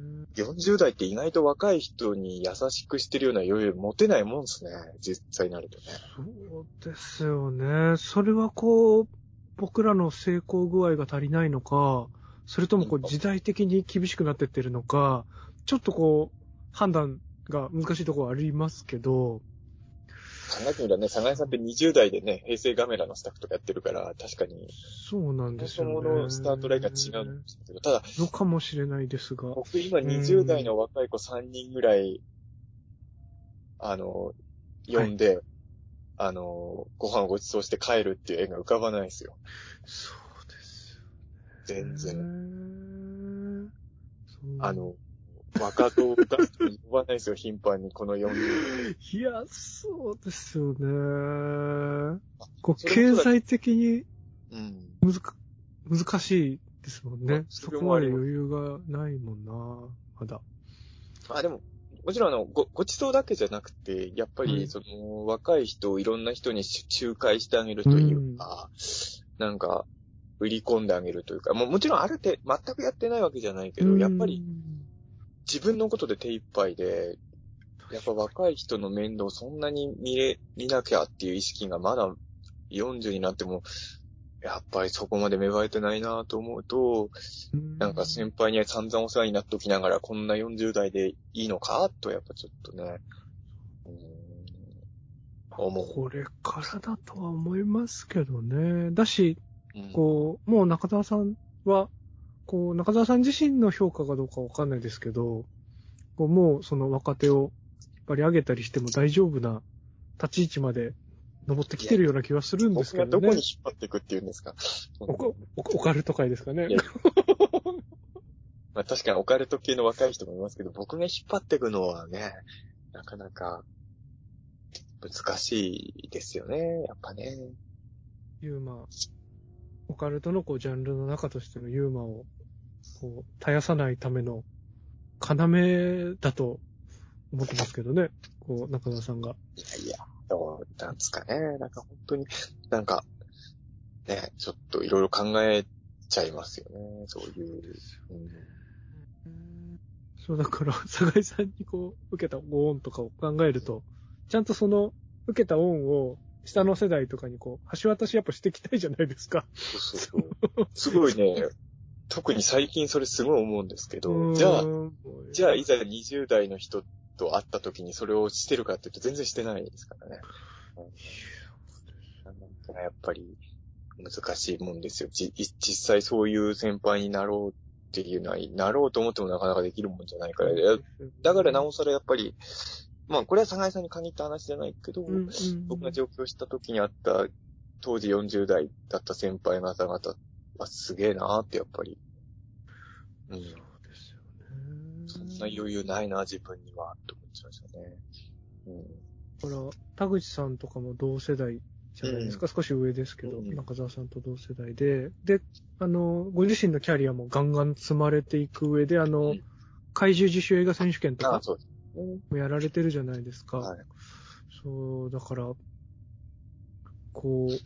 40代って意外と若い人に優しくしてるような余裕持てないもんですね。実際になるとね。 そうですよね。それはこう、 僕らの成功具合が足りないのか、それともこう時代的に厳しくなってってるのか、ちょっとこう、判断が難しいところはありますけど。 考えてみたらね、サさんって20代でね、平成ガメラのスタッフとかやってるから、確かに。 そうなんですよね。 そもそものスタートラインが違うんですけど、ただ、 のかもしれないですが。 僕今20代の若い子3人ぐらい、呼んで、はい、ご飯をご馳走して帰るっていう絵が浮かばないですよ。 そうですよね。 全然。 そう若造が呼ばないですよ、頻繁に、この4人。 いや、そうですよね。こう、経済的に、難しいですもんね。そこまで余裕がないもんな、まだ。 でも、もちろんご馳走だけじゃなくて、やっぱり、若い人をいろんな人に仲介してあげるというか、なんか、売り込んであげるというか、もちろん全くやってないわけじゃないけど、やっぱり、自分のことで手一杯で、やっぱ若い人の面倒をそんなに見なきゃっていう意識がまだ40になっても、やっぱりそこまで芽生えてないなと思うと、なんか先輩には散々お世話になっておきながらこんな40代でいいのかとやっぱちょっとね、思う。 これからだとは思いますけどね。だし、こう、もう中澤さんは、こう、中澤さん自身の評価かどうかわかんないですけど、こうもうその若手を引っ張り上げたりしても大丈夫な立ち位置まで登ってきてるような気はするんですけどね。 僕がどこに引っ張っていくっていうんですか。 オカルト界ですかね。 まあ確かにオカルト系の若い人もいますけど、僕が引っ張っていくのはね、なかなか難しいですよね、やっぱね。 ユーマ、オカルトのこうジャンルの中としてのユーマをこう絶やさないための要だと思ってますけどね。こう、中澤さんが。 いや、どうなんですかね。なんか本当に、なんか、ね、ちょっといろいろ考えちゃいますよね。そういう。 そう、だから、酒井さんにこう、受けたご恩とかを考えると、ちゃんとその、受けた恩を、下の世代とかにこう、橋渡しやっぱしていきたいじゃないですか。 そう。すごいね、特に最近それすごい思うんですけど、じゃあいざ20代の人と会った時にそれをしてるかっていうと全然してないですからね。やっぱり難しいもんですよ。実際そういう先輩になろうっていうのは、なろうと思ってもなかなかできるもんじゃないから。だからなおさらやっぱり、まあこれは酒井さんに限った話じゃないけど、僕が上京した時にあった当時40代だった先輩方々はすげえなーってやっぱり。 そうですよね。 そんな余裕ないな、自分には、と思っちゃうんですよね。 だから、田口さんとかも同世代じゃないですか。少し上ですけど、中澤さんと同世代で、ご自身のキャリアもガンガン積まれていく上で、怪獣自主映画選手権とかもやられてるじゃないですか。はい、そう、だから、こう、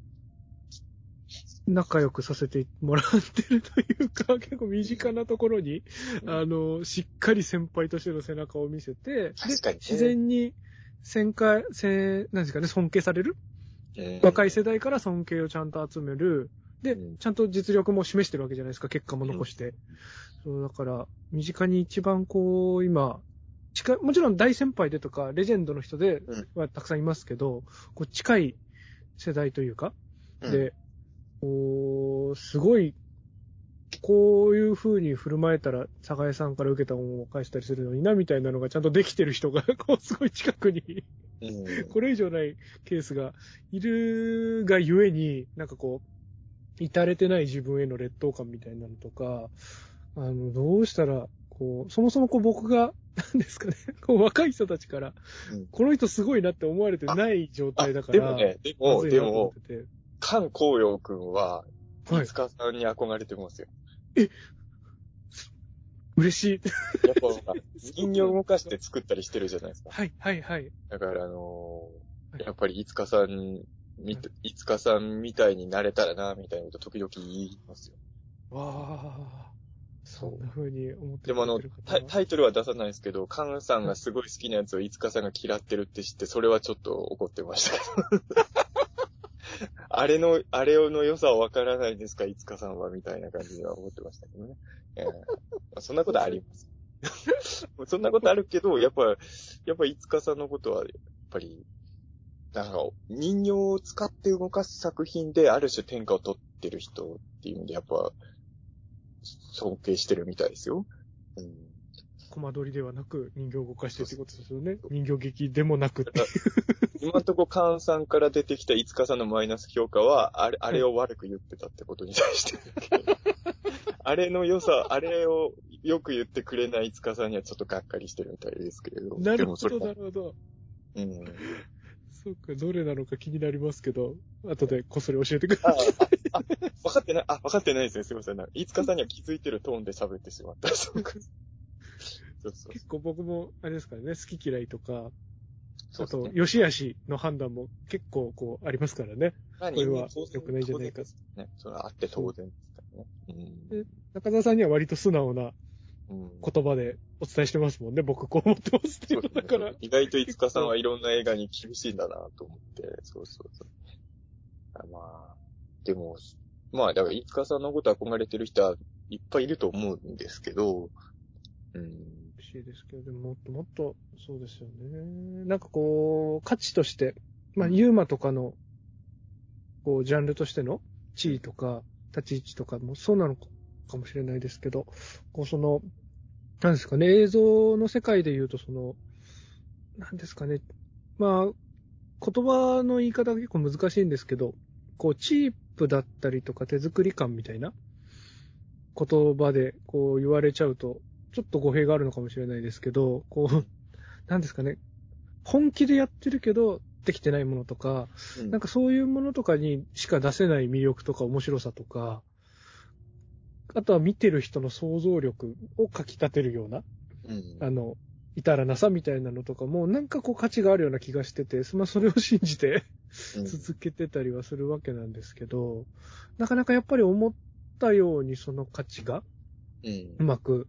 仲良くさせてもらってるというか、結構身近なところに、しっかり先輩としての背中を見せて、で、自然になんですかね、尊敬される、若い世代から尊敬をちゃんと集める。で、ちゃんと実力も示してるわけじゃないですか、結果も残して。そう、だから、身近に一番こう、今、もちろん大先輩でとか、レジェンドの人ではたくさんいますけど、こう近い世代というか、で、すごい、こういう風に振る舞えたら、酒井さんから受けた恩を返したりするのにな、みたいなのがちゃんとできてる人が、こう、すごい近くにこれ以上ないケースがいるがゆえに、なんかこう、至れてない自分への劣等感みたいなのとか、どうしたら、こう、そもそもこう僕が、なんですかね、こう若い人たちから、この人すごいなって思われてない状態だから、 でも、菅光陽くんは、飯塚さんに憧れてますよ。 嬉しい。 やっぱ、人形を動かして作ったりしてるじゃないですか。 はい。 だからやっぱり飯塚さんみたいになれたらな、みたいなこと時々言いますよ。 わー。そんな風に思ってでもタイトルは出さないですけど、菅さんがすごい好きなやつを飯塚さんが嫌ってるって知って、それはちょっと怒ってましたけど。 あれの良さはわからないですか、いつかさんは、みたいな感じには思ってましたけどね。そんなことあります。そんなことあるけど、やっぱいつかさんのことは、やっぱり、なんか、人形を使って動かす作品で、ある種天下を取ってる人っていうので、やっぱ、尊敬してるみたいですよ。うん。 コマ撮りではなく人形を動かしてってことですよね。人形劇でもなくっていう。 今んとこ、カンさんから出てきたいつかさんのマイナス評価は、あれを悪く言ってたってことに対して。あれの良さ、あれをよく言ってくれないいつかさんにはちょっとがっかりしてるみたいですけれど。 なるほど、なるほど。 うん。 そうか、どれなのか気になりますけど、後でこっそり教えてください。 分かってないですね。すいません。いつかさんには気づいてるトーンで喋ってしまった。そうか。そう結構僕も、あれですからね、好き嫌いとか、 そうですね。 あと、良し悪しの判断も結構ありますからね。 まあ、 これは良くないんじゃないか。 ね。それはあって当然ですからね。 で中澤さんには割と素直な言葉でお伝えしてますもんね。僕こう思ってますっていうのだから。 意外といつかさんはいろんな映画に厳しいんだなと思って、そう。まあ、でも、まあ、だからいつかさんのこと憧れてる人はいっぱいいると思うんですけど、 嬉しいですけど、でももっともっと、そうですよね。なんか価値として、まあ、ユーマとかの、ジャンルとしての地位とか、立ち位置とかもそうなのかもしれないですけど、なんですかね、映像の世界で言うと、なんですかね、まあ、言葉の言い方が結構難しいんですけど、チープだったりとか手作り感みたいな言葉で言われちゃうと、ちょっと語弊があるのかもしれないですけど、なんですかね、本気でやってるけど、できてないものとか、なんかそういうものとかにしか出せない魅力とか面白さとか、あとは見てる人の想像力をかき立てるような、至らなさみたいなのとかも、なんか価値があるような気がしてて、まあそれを信じて続けてたりはするわけなんですけど、なかなかやっぱり思ったようにその価値が、うまく、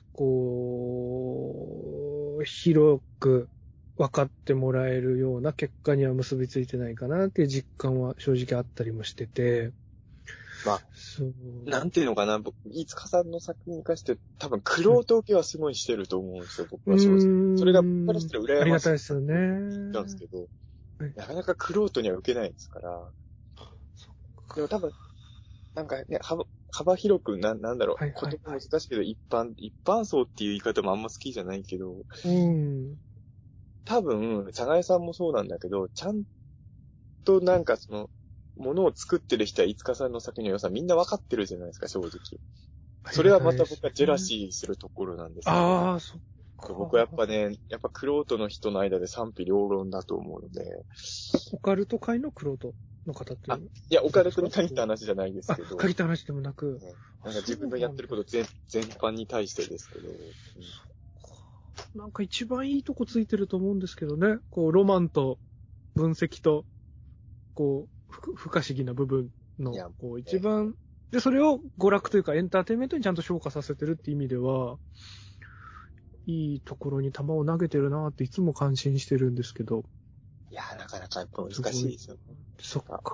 広く分かってもらえるような結果には結びついてないかなっていう実感は正直あったりもしてて、 まあ、なんていうのかな、いつかさんの作品に関して多分、苦労と受けはすごいしてると思うんですよ、僕は正直。それが、僕からしたら羨ましい。 ありがたいですよね。 なんですけど、なかなか苦労とには受けないですから。でも多分、なんかね、幅広く、なんだろう、言葉難しいけど、一般層っていう言い方もあんま好きじゃないけど、多分、佐賀江さんもそうなんだけど、ちゃんとなんかものを作ってる人はいつかさんの作品の良さみんな分かってるじゃないですか、正直。それはまた僕はジェラシーするところなんですけど。 ああ、そっか。 僕はやっぱ玄人の人の間で賛否両論だと思うので。 オカルト界の玄人の方っていう。 いや、オカルトに限った話じゃないですけど。 限った話でもなく。 なんか自分のやってること全般に対してですけど。 なんか一番いいとこついてると思うんですけどね。ロマンと分析と、不可思議な部分の、一番、で、それを娯楽というかエンターテインメントにちゃんと昇華させてるって意味では、いいところに球を投げてるなっていつも感心してるんですけど。 いや、なかなかやっぱ難しいですよね。 そっか。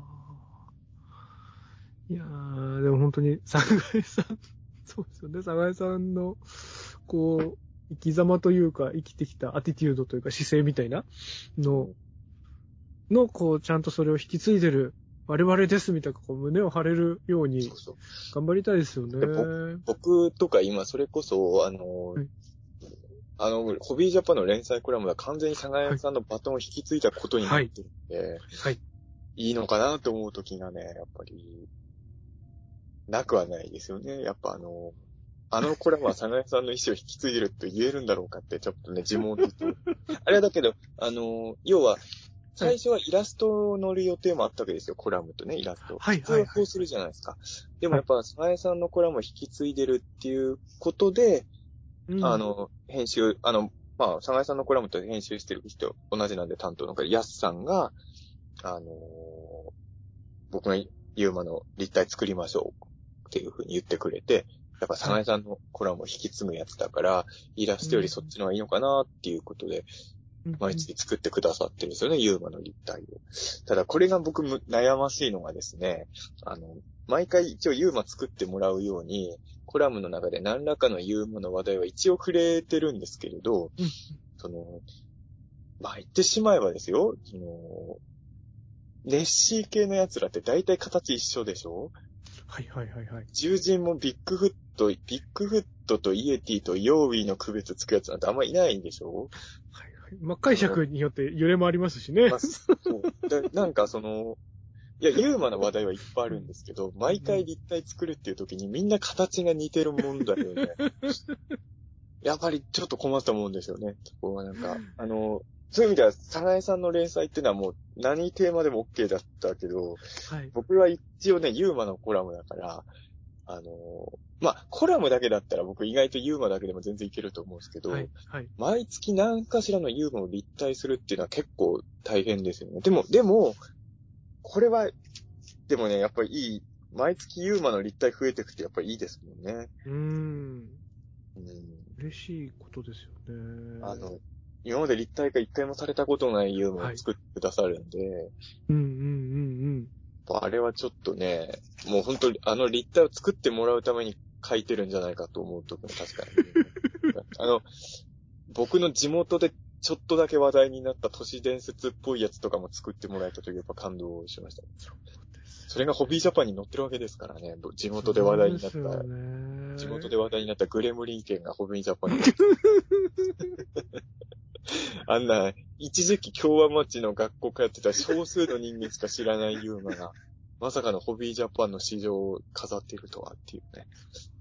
いやー、でも本当に、佐賀江さん、そうですよね、佐賀江さんの、生き様というか、生きてきたアティテュードというか姿勢みたいなの、ちゃんとそれを引き継いでる、我々ですみたいな、胸を張れるように、頑張りたいですよね。 僕とか今、それこそ、ホビージャパンの連載コラムは完全に佐賀江さんのバトンを引き継いだことになってるんで、いいのかなと思うときがね、やっぱり、なくはないですよね。やっぱコラムは佐賀江さんの意思を引き継いでると言えるんだろうかって、ちょっとね、自問ですと。あれはだけど、要は、最初はイラストを載る予定もあったわけですよ、コラムとね、イラスト。普通はこうするじゃないですか。でもやっぱ、佐賀江さんのコラムを引き継いでるっていうことで、編集、佐賀江さんのコラムと編集してる人、同じなんで担当の方、ヤスさんが、僕がユーマの立体作りましょうっていう風に言ってくれて、やっぱ佐賀江さんのコラムを引き継ぐやつだから、イラストよりそっちの方がいいのかなっていうことで、 毎月作ってくださってるんですよね、ユーマの立体を。ただこれが僕悩ましいのがですね、毎回一応ユーマ作ってもらうように、コラムの中で何らかのユーマの話題は一応触れてるんですけれど、言ってしまえばですよ、ネッシー系のやつらって大体形一緒でしょ？ はいはいはいはい。 獣人もビッグフットとイエティとヨーウィーの区別つくやつなんてあんまいないんでしょ？ はいはい。解釈によって揺れもありますしね。 そうなんかいや、ユーマの話題はいっぱいあるんですけど、毎回立体作るっていう時にみんな形が似てるもんだよね。やっぱりちょっと困ったもんですよね。ここはなんか、そういう意味では、サナエさんの連載っていうのはもう何テーマでも OK だったけど、 はい。 僕は一応ね、ユーマのコラムだから、コラムだけだったら僕意外とユーマだけでも全然いけると思うんですけど、 はい。はい。 毎月何かしらのユーマを立体するっていうのは結構大変ですよね。でも、これは、でもね、やっぱり毎月ユーマの立体増えていくってやっぱりいいですもんね。 嬉しいことですよね。 今まで立体化一回もされたことないユーマを作ってくださるんで、あれはちょっとね、もう本当に立体を作ってもらうために書いてるんじゃないかと思うところ確かに。僕の地元でちょっとだけ話題になった都市伝説っぽいやつとかも作ってもらえたときやっぱ感動しました。それがホビージャパンに載ってるわけですからね。地元で話題になった、グレムリン県がホビージャパンに。あんな、一時期共和町の学校通ってた少数の人間しか知らないユーマが、まさかのホビージャパンの市場を飾っているとはっていうね。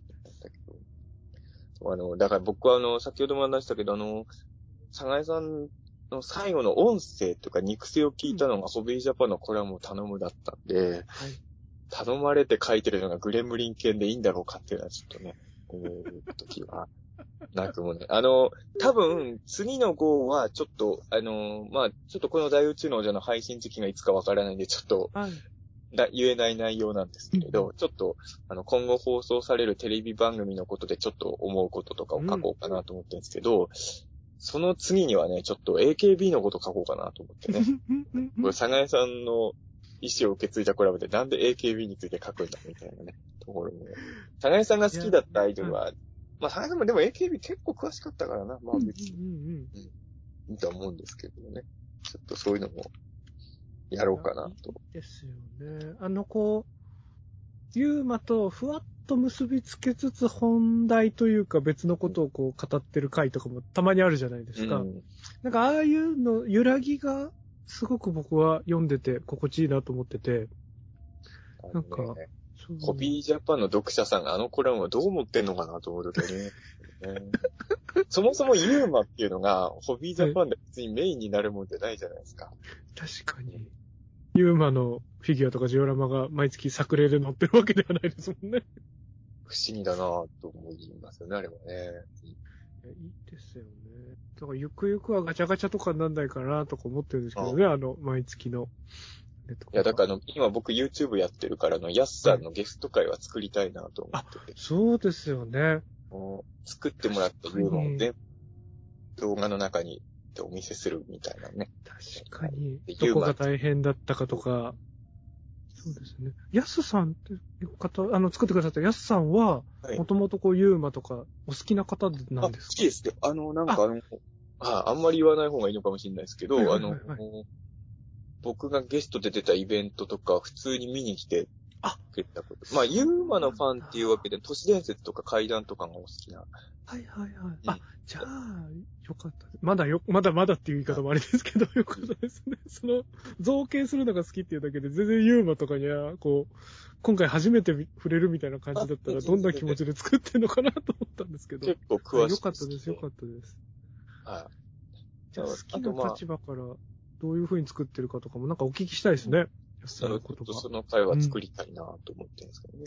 だから僕は先ほども話したけどサナエさんの最後の音声とか肉声を聞いたのがホビージャパンのコラムを頼むだったんで、はい、頼まれて書いてるのがグレムリン犬でいいんだろうかっていうのはちょっとね、思う時はなくもね。多分、次の号はちょっと、ちょっとこの大宇宙の王者の配信時期がいつかわからないんで、ちょっと、言えない内容なんですけれど、ちょっと、今後放送されるテレビ番組のことでちょっと思うこととかを書こうかなと思ってるんですけど、その次にはね、ちょっと AKB のこと書こうかなと思ってね。これ、サナエさんの意思を受け継いだコラムでなんで AKB について書くんだみたいなね、ところも。サナエさんが好きだったアイドルは、サナエさんもでも AKB 結構詳しかったからな。別に。いいと思うんですけどね。ちょっとそういうのも、やろうかなと。 いいですよね。ユーマとふわっと結びつけつつ本題というか別のことを語ってる回とかもたまにあるじゃないですか。なんかああいうの、揺らぎがすごく僕は読んでて心地いいなと思ってて。なんか、 ホビージャパンの読者さんがコラムはどう思ってんのかなと思うときね。そもそもユーマっていうのがホビージャパンで別にメインになるもんじゃないじゃないですか。 確かに。ユーマのフィギュアとかジオラマが毎月作例で載ってるわけではないですもんね。 不思議だなぁと思いますよね、あれはね。 いいですよね。だからゆくゆくはガチャガチャとかになんないかなとか思ってるんですけどね、毎月の。 いや、だから今僕 YouTube やってるからヤスさんのゲスト会は作りたいなと思ってて。 そうですよね。 作ってもらったユーマを動画の中にお見せするみたいなね。 確かに。どこが大変だったかとか。そうですね。ヤスさんっていう方、作ってくださったヤスさんは、もともとユーマとかお好きな方なんですか？ 好きですよ。あんまり言わない方がいいのかもしれないですけど、僕がゲストで出たイベントとか普通に見に来てくれたこと。ユーマのファンっていうわけで、都市伝説とか怪談とかがお好きな。 はいはいはい。じゃあ、よかったです。まだっていう言い方もあれですけど、よかったですね。造形するのが好きっていうだけで、全然ユーマとかには、今回初めて触れるみたいな感じだったら、どんな気持ちで作ってんのかなと思ったんですけど。 結構詳しい。 よかったです、よかったです。 はい。 じゃあ、好きな立場から、どういう風に作ってるかとかもなんかお聞きしたいですね。 ちょっとその回は作りたいなと思ってるんですけどね。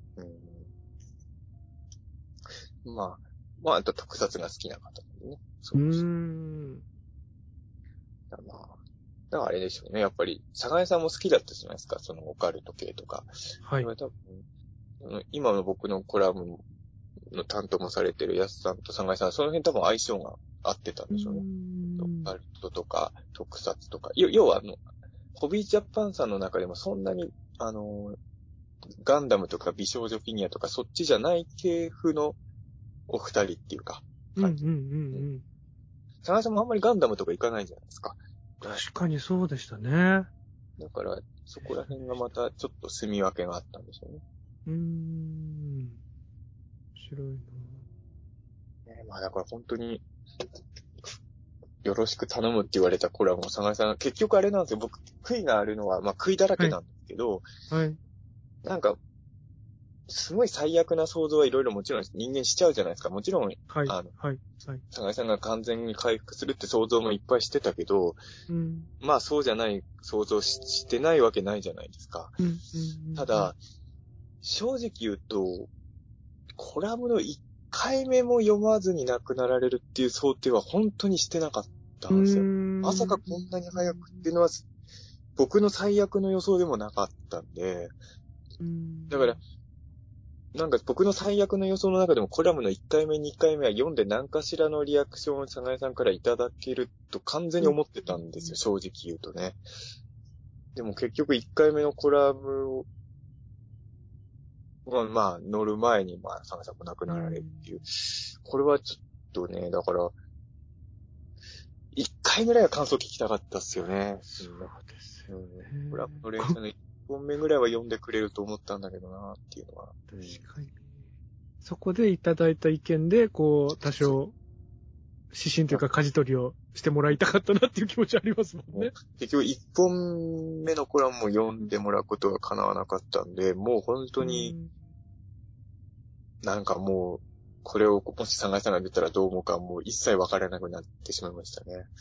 あと特撮が好きな方でね。だからあれでしょうね。やっぱり、坂井さんも好きだったじゃないですか。オカルト系とか。はい。多分今の僕のコラムの担当もされてる安さんと坂井さん、その辺多分相性が合ってたんでしょうね。オカルトトとか、特撮とか、要はホビージャパンさんの中でもそんなに、ガンダムとか美少女フィギュアとかそっちじゃない系譜のお二人っていうか、感じ。佐賀さんもあんまりガンダムとか行かないじゃないですか。 確かにそうでしたね。 だから、そこら辺がまたちょっと住み分けがあったんでしょうね。 面白いな。 まあだから本当に、よろしく頼むって言われたコラボも佐賀さん、結局あれなんですよ。僕、悔いがあるのは、まあ悔いだらけなんですけど、 はい。 なんか、すごい最悪な想像はいろいろもちろん人間しちゃうじゃないですか。もちろん、 はい。はい。はい。 佐賀さんが完全に回復するって想像もいっぱいしてたけど、まあそうじゃない想像してないわけないじゃないですか。ただ、正直言うと、コラムの1回目も読まずに亡くなられるっていう想定は本当にしてなかったんですよ。まさかこんなに早くっていうのは、僕の最悪の予想でもなかったんで、だから、なんか僕の最悪の予想の中でもコラムの1回目、2回目は読んで何かしらのリアクションを佐賀さんからいただけると完全に思ってたんですよ、正直言うとね。でも結局1回目のコラムを、まあ、乗る前に、まあ、佐賀さんも亡くなられるっていう。これはちょっとね、だから、1回ぐらいは感想聞きたかったっすよね。 そうですよね。 コラムの連載の1本目ぐらいは読んでくれると思ったんだけどな、っていうのは。 確かに。そこでいただいた意見で、こう、多少、指針というか舵取りをしてもらいたかったなっていう気持ちありますもんね。 結局1本目のコラムも読んでもらうことが叶わなかったんで、もう本当に、なんかもう、これをもし佐賀さんが出たらどう思うかもう一切わからなくなってしまいましたね。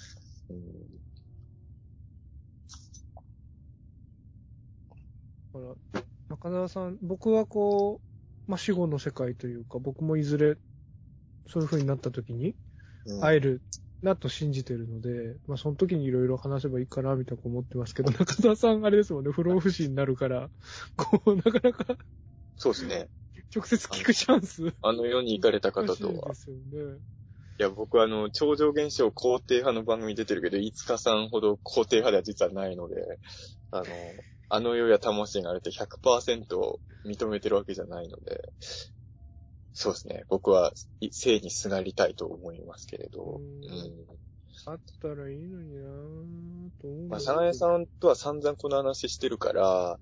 だから、中澤さん、僕はこう、まあ、死後の世界というか、僕もいずれ、そういう風になった時に、会えるなと信じてるので、まあ、その時にいろいろ話せばいいかな、みたいな思ってますけど、中澤さん、あれですもんね、不老不死になるから、こう、なかなか、 そうですね。 直接聞くチャンス。 あの世に行かれた方とは。 難しいですよね。 いや、僕は超常現象肯定派の番組出てるけど、いつかさんほど肯定派では実はないので、あの世や魂があるって 100% 認めてるわけじゃないので、そうですね。僕は生にすがりたいと思いますけれど。 あったらいいのになぁと思う。 まあ、佐賀屋さんとは散々この話してるから、はい。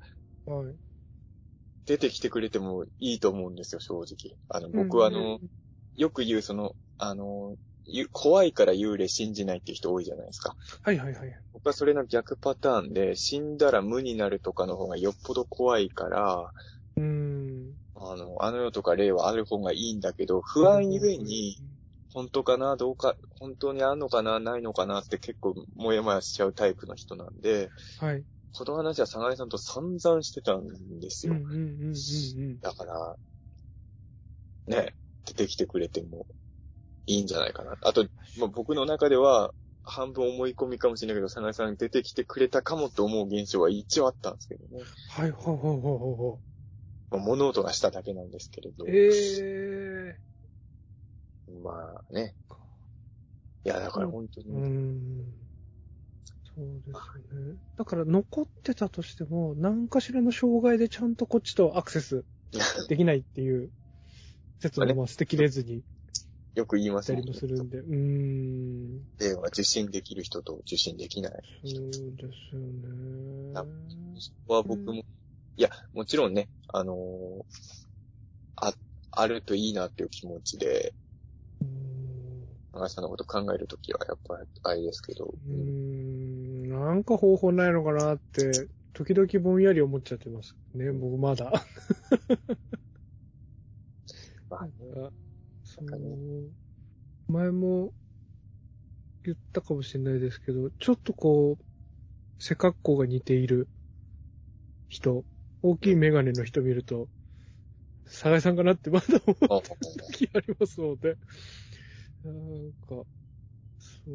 出てきてくれてもいいと思うんですよ、正直。僕はよく言う怖いから幽霊信じないっていう人多いじゃないですか。 はいはいはい。 僕はそれの逆パターンで、死んだら無になるとかの方がよっぽど怖いから、あの世とか霊はある方がいいんだけど、不安ゆえに、本当かなどうか、本当にあんのかなないのかなって結構もやもやしちゃうタイプの人なんで、はい。この話は佐賀井さんと散々してたんですよ。だから、ね、出てきてくれてもいいんじゃないかな。あと、まあ、僕の中では、半分思い込みかもしれないけど、佐賀井さん出てきてくれたかもと思う現象は一応あったんですけどね。 はい、ほうほうほうほうほう。まあ、物音がしただけなんですけれど。まあね。いや、だから本当に。 そうですよね。だから残ってたとしても、何かしらの障害でちゃんとこっちとアクセスできないっていう説はまあ捨てきれずに。 よく言いますね。たりもするんで。 霊は受信できる人と受信できない人。 そうですよね。 そこは僕も、いや、もちろんね、あるといいなっていう気持ちで、長さんのこと考えるときはやっぱりあれですけど。 なんか方法ないのかなって、時々ぼんやり思っちゃってますね、僕まだ。 まあね。 前も言ったかもしれないですけど、ちょっとこう、背格好が似ている人、大きいメガネの人見ると、佐賀井さんかなってまだ思った時ありますので、なんか、そう、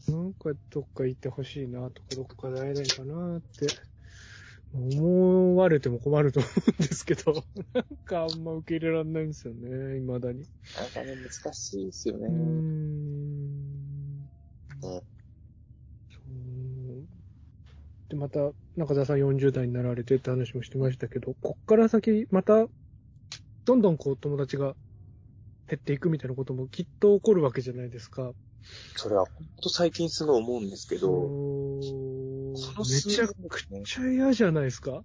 なんかどっか行ってほしいなとか、どっかで会えないかなって思われても困ると思うんですけど、なんかあんま受け入れられないんですよね、未だに。 なんかね、難しいですよね。 また中澤さん40代になられてって話もしてましたけど、こっから先またどんどんこう友達が減っていくみたいなこともきっと起こるわけじゃないですか。 それは本当最近すごい思うんですけど、 めちゃくちゃ嫌じゃないですか。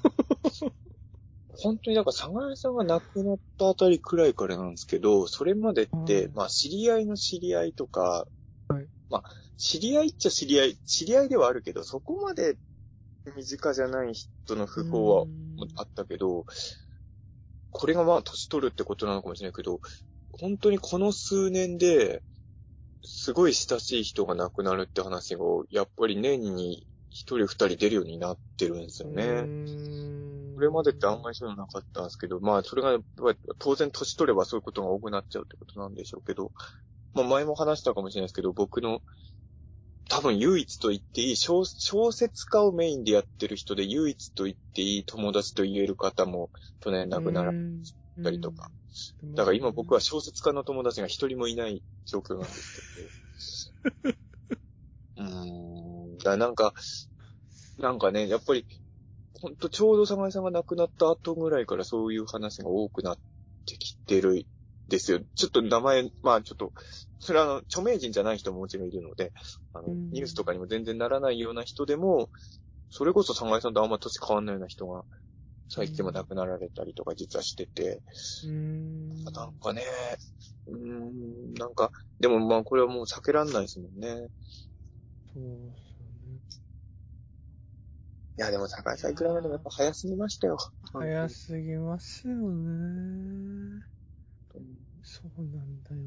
本当になんか、相良さんが亡くなったあたりくらいからなんですけど、それまでって、まあ、知り合いの知り合いとか、 はい、 まあ、知り合いっちゃ知り合いではあるけど、そこまで身近じゃない人の不幸はあったけど、これがまあ、年取るってことなのかもしれないけど、本当にこの数年で、すごい親しい人が亡くなるって話が、やっぱり年に一人二人出るようになってるんですよね。これまでってあんまりそういうのなかったんですけど、まあそれが当然年取ればそういうことが多くなっちゃうってことなんでしょうけど、まあ前も話したかもしれないですけど、僕の多分唯一と言っていい小説家をメインでやってる人で唯一と言っていい友達と言える方も去年亡くなられたりとか。だから今僕は小説家の友達が一人もいない状況なんですけど。だからなんかね、やっぱりほんとちょうど相良さんが亡くなった後ぐらいからそういう話が多くなってきてるんですよ。ちょっと名前、まあちょっと、それは著名人じゃない人ももちろんいるので、ニュースとかにも全然ならないような人でも、それこそ相良さんとあんま年変わんないような人が、最近も亡くなられたりとか実はしてて、なんかね、なんか、でもまあこれはもう避けらんないですもんね。 そうですよね。 いやでも相良さんいくらなんでもやっぱ早すぎましたよ。 早すぎますよね。そうなんだよ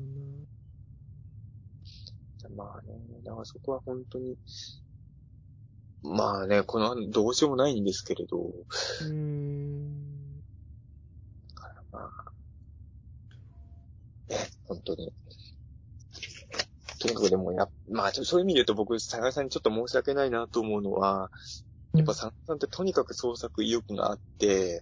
な。 まあね、だからそこは本当に、まあね、どうしようもないんですけれど、まあ、本当に。とにかくでもまあそういう意味で言うと僕、相良さんにちょっと申し訳ないなと思うのは、やっぱ相良さんってとにかく創作意欲があって、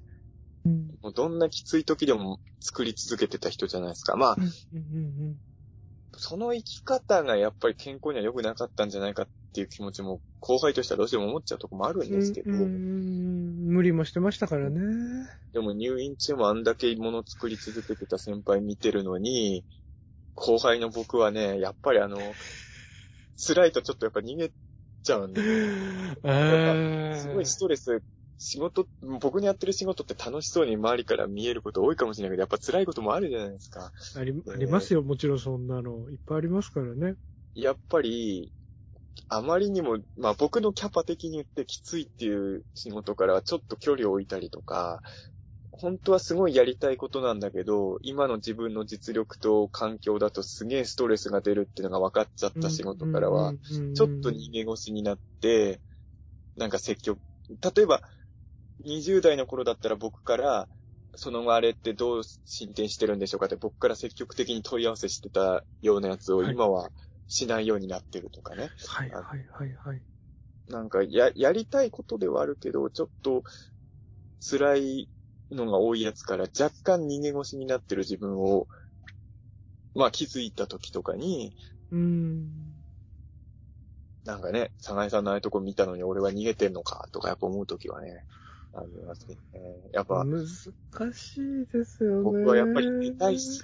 もうどんなきつい時でも作り続けてた人じゃないですか。まあ、その生き方がやっぱり健康には良くなかったんじゃないかっていう気持ちも後輩としてはどうしても思っちゃうとこもあるんですけど。 無理もしてましたからね。 でも入院中もあんだけもの作り続けてた先輩見てるのに、後輩の僕はね、やっぱり辛いとちょっとやっぱ逃げちゃうんで、やっぱすごいストレス、僕にやってる仕事って楽しそうに周りから見えること多いかもしれないけど、やっぱ辛いこともあるじゃないですか。 ありますよ、もちろんそんなの。いっぱいありますからね。 やっぱり、あまりにも、まあ僕のキャパ的に言ってきついっていう仕事からはちょっと距離を置いたりとか、本当はすごいやりたいことなんだけど、今の自分の実力と環境だとすげえストレスが出るっていうのが分かっちゃった仕事からは、ちょっと逃げ腰になって、なんか例えば20代の頃だったら僕から、そのあれってどう進展してるんでしょうかって僕から積極的に問い合わせしてたようなやつを今はしないようになってるとかね。 はい。 なんかやりたいことではあるけど、ちょっと辛いのが多いやつから若干逃げ腰になってる自分を、まあ気づいた時とかに、なんかね、相良さんのああいうとこ見たのに俺は逃げてんのかとかやっぱ思う時はね、ありますけどね。やっぱ、 難しいですよね。 僕はやっぱり寝たいっす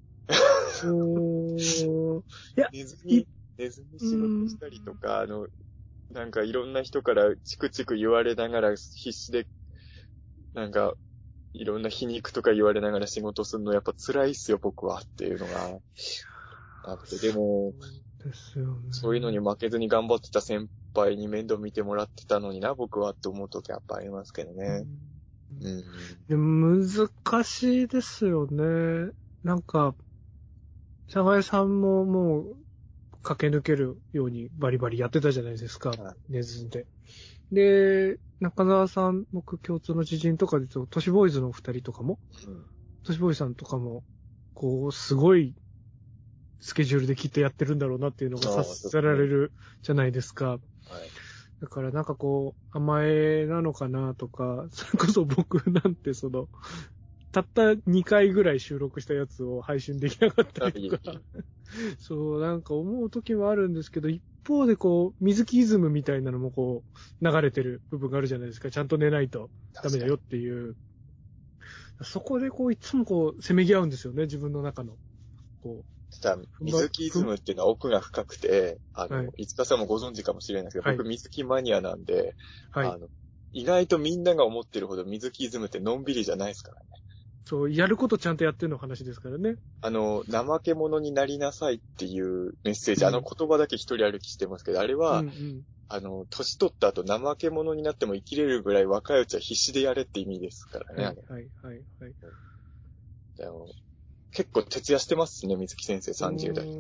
よ。 いや、 寝ずに仕事したりとか、なんかいろんな人からチクチク言われながら必死で、なんか、いろんな皮肉とか言われながら仕事するのやっぱ辛いっすよ、僕はっていうのがあって。でも、 ですよね、 そういうのに負けずに頑張ってた先輩に面倒見てもらってたのにな、僕はって思うときやっぱありますけどね。 でも難しいですよね。なんか、相良さんももう駆け抜けるようにバリバリやってたじゃないですか。寝ずで。で、中澤さん、僕共通の知人とかで言うと、都市ボーイズのお二人とかも、都市ボーイズさんとかも、こう、すごいスケジュールできっとやってるんだろうなっていうのが察せられるじゃないですか。だからなんかこう、甘えなのかなとか、それこそ僕なんてたった2回ぐらい収録したやつを配信できなかったりとか、そう、なんか思う時もあるんですけど、一方でこう、水木イズムみたいなのもこう、流れてる部分があるじゃないですか。ちゃんと寝ないとダメだよっていう。そこでこう、いつもこう、せめぎ合うんですよね、自分の中の。こう。 ただ、水木イズムっていうのは奥が深くて、 はい、 いつかさんもご存知かもしれないですけど、 はい、 僕水木マニアなんで、 はい。 意外とみんなが思ってるほど水木イズムってのんびりじゃないですからね。 そう、やることちゃんとやってるの話ですからね。 怠け者になりなさいっていうメッセージ、 うん言葉だけ一人歩きしてますけど、あれは、 うんうん。 年取った後怠け者になっても生きれるぐらい若いうちは必死でやれって意味ですからね。 はい、はい、はい、はい。 あの結構徹夜してますしね、水木先生30代。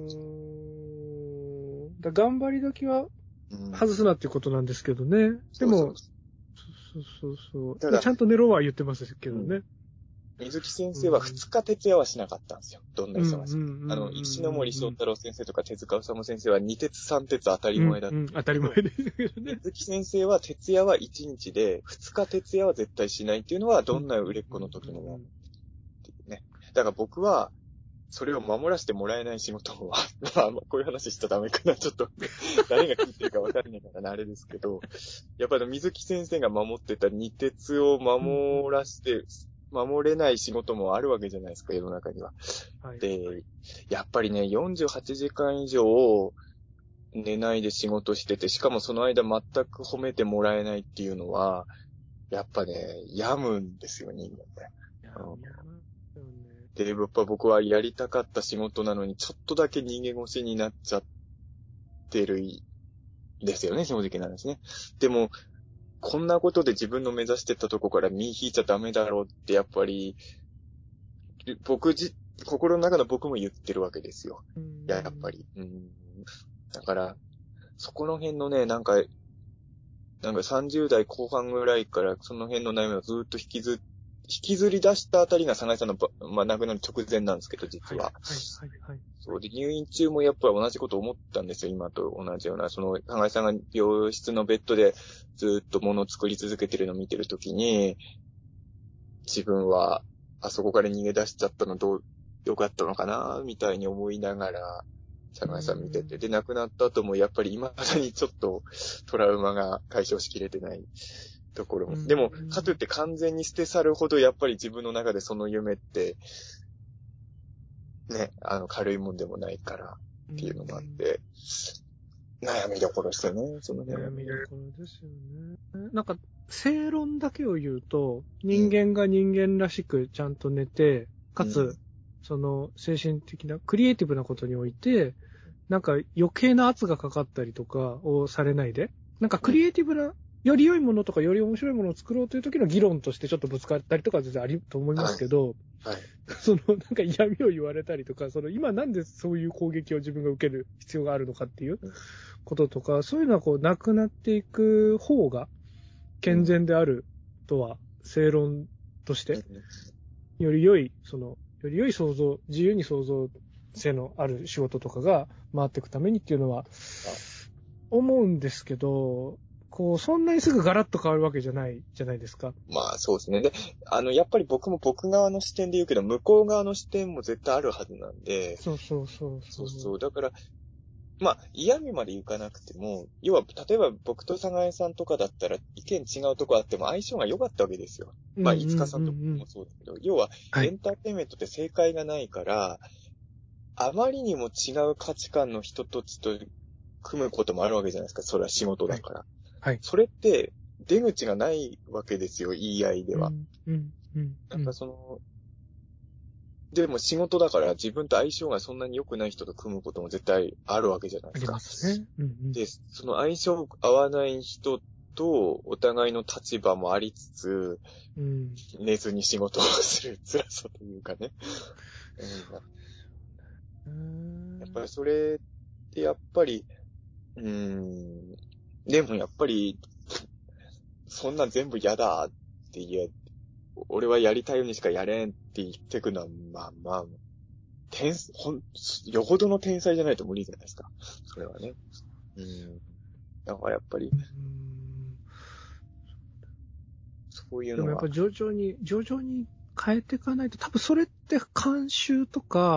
頑張り時はうん、 外すなっていうことなんですけどね。でそうそう。 も、そう。 ただ、 ちゃんと寝ろは言ってますけどね。 水木先生はうん 2日徹夜はしなかったんですよ。どんな忙しい。 うん石ノ森章太郎先生とか手塚治虫先生は2鉄3鉄当たり前だった。 当たり前ですけどね。 水木先生は徹夜は1日で、2日徹夜は絶対しないっていうのは、どんな売れっ子の時もっていうね。だから僕は、それを守らせてもらえない仕事は、こういう話しちゃダメかな。ちょっと、誰が聞いてるか分からないからあれですけど、やっぱり水木先生が守ってた二鉄を守らせて、守れない仕事もあるわけじゃないですか、世の中には。 はい、 で、やっぱりね、48時間以上寝ないで仕事してて、しかもその間全く褒めてもらえないっていうのは、やっぱね、病むんですよ、人間ね。で、やっぱ僕はやりたかった仕事なのに、ちょっとだけ逃げ腰になっちゃってるんですよね、正直な話ね。でも、こんなことで自分の目指してたとこから身引いちゃダメだろうって、やっぱり、心の中の僕も言ってるわけですよ。やっぱり。だから、そこの辺のね、なんか30代後半ぐらいからその辺の悩みをずっと引きずり出したあたりが佐賀井さんの、亡くなる直前なんですけど、実は。そうで、入院中もやっぱり同じこと思ったんですよ、今と同じような。佐賀井さんが病室のベッドでずっと物を作り続けてるのを見てるときに、自分はあそこから逃げ出しちゃったの良かったのかな、みたいに思いながら、佐賀井さん見てて。で、亡くなった後もやっぱり未だにちょっとトラウマが解消しきれてないところも。でも、かといって完全に捨て去るほどやっぱり自分の中でその夢って、ね、軽いもんでもないからっていうのもあって、悩みどころですよね、その辺は。 悩みどころですよね。なんか、正論だけを言うと、人間が人間らしくちゃんと寝て、かつ、その精神的な、クリエイティブなことにおいて、なんか余計な圧がかかったりとかをされないで、なんかクリエイティブな、より良いものとかより面白いものを作ろうという時の議論としてちょっとぶつかったりとかは全然ありと思いますけど、 はい。 なんか嫌味を言われたりとか、今なんでそういう攻撃を自分が受ける必要があるのかっていうこととか、そういうのはこう、なくなっていく方が健全であるとは、正論として、より良い想像、自由に創造性のある仕事とかが回っていくためにっていうのは、思うんですけど、そんなにすぐガラッと変わるわけじゃないじゃないですか。 まあ、そうですね。で、やっぱり僕も僕側の視点で言うけど、向こう側の視点も絶対あるはずなんで。 そう。 だから、まあ、嫌味までいかなくても、要は、例えば僕と佐賀江さんとかだったら、意見違うとこあっても相性が良かったわけですよ。まあ、いつかさんとかもそうだけど、要は、エンターテインメントって正解がないから、あまりにも違う価値観の人たちと組むこともあるわけじゃないですか。それは仕事だから。 はい。 それって、出口がないわけですよ、言い合いでは。なんかでも仕事だから自分と相性がそんなに良くない人と組むことも絶対あるわけじゃないですか。 ありますね。 で、その相性合わない人とお互いの立場もありつつ、寝ずに仕事をする辛さというかね。やっぱりそれってやっぱり、でもやっぱり、そんなん全部嫌だって俺はやりたいようにしかやれんって言ってくのは、まあ、よほどの天才じゃないと無理じゃないですか。それはね。だからやっぱり、そういうのは。 でもやっぱ徐々に変えていかないと、多分それって慣習とか、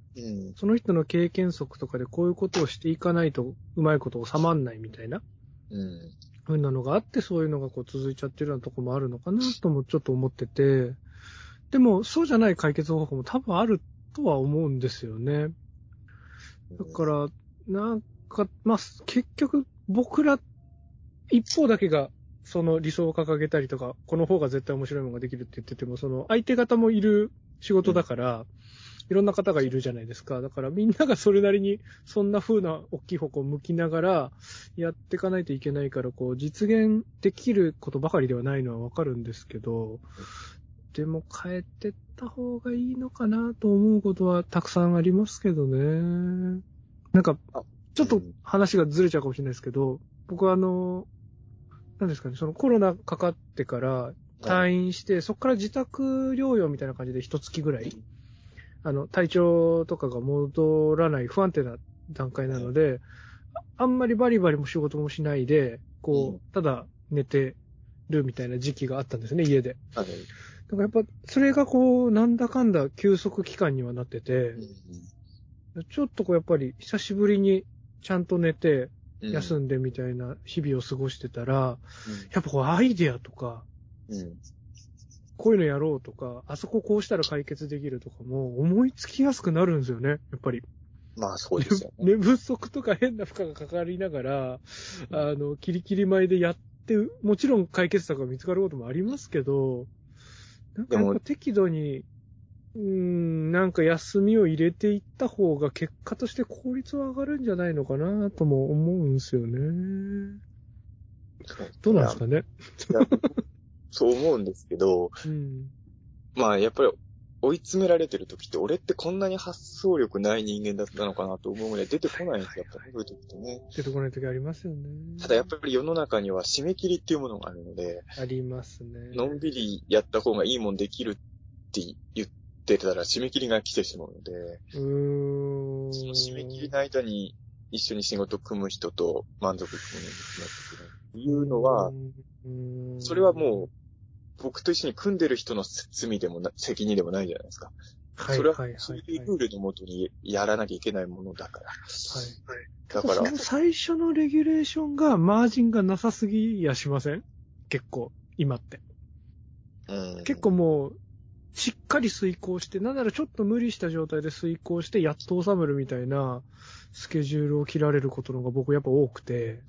うん。 その人の経験則とかでこういうことをしていかないとうまいこと収まんないみたいな、 うん。 ふうなのがあって、そういうのがこう続いちゃってるようなとこもあるのかなともちょっと思ってて、でもそうじゃない解決方法も多分あるとは思うんですよね。だから、なんか、まあ、結局僕ら一方だけがその理想を掲げたりとか、この方が絶対面白いものができるって言ってても、その相手方もいる仕事だから、いろんな方がいるじゃないですか。だからみんながそれなりにそんな風な大きい方向を向きながらやっていかないといけないから、こう実現できることばかりではないのはわかるんですけど、でも変えてった方がいいのかなと思うことはたくさんありますけどね。なんか、ちょっと話がずれちゃうかもしれないですけど、僕は何ですかね、そのコロナかかってから退院して、そこから自宅療養みたいな感じで一月ぐらい、体調とかが戻らない不安定な段階なので、あんまりバリバリも仕事もしないで、こう、ただ寝てるみたいな時期があったんですね、家で。だからやっぱ、それがこう、なんだかんだ休息期間にはなってて、ちょっとこうやっぱり久しぶりにちゃんと寝て、休んでみたいな日々を過ごしてたら、やっぱこうアイデアとか、こういうのやろうとか、あそここうしたら解決できるとかも思いつきやすくなるんですよね、やっぱり。 まあそうですよね。 寝不足とか変な負荷がかかりながら、キリキリ前でやって、もちろん解決策が見つかることもありますけど、なんかやっぱ適度に、なんか休みを入れていった方が結果として効率は上がるんじゃないのかなとも思うんですよね。どうなんですかね。 そう思うんですけど、まあやっぱり追い詰められてる時って、俺ってこんなに発想力ない人間だったのかなと思うぐらい出てこないんですよ、やっぱりそういう時ってね。 出てこない時ありますよね。 ただやっぱり世の中には締め切りっていうものがあるので、 ありますね。 のんびりやった方がいいもんできるって言ってたら締め切りが来てしまうので、その締め切りの間に一緒に仕事組む人と満足いくものにしなきゃいけないっていうのは、それはもう僕と一緒に組んでる人の罪でも責任でもないじゃないですか。それはそういうルールのもとにやらなきゃいけないものだから。 だから。その最初のレギュレーションがマージンがなさすぎやしません？結構、今って。結構もう、しっかり遂行して、なんならちょっと無理した状態で遂行して、やっと収めるみたいなスケジュールを切られることのが僕やっぱ多くて。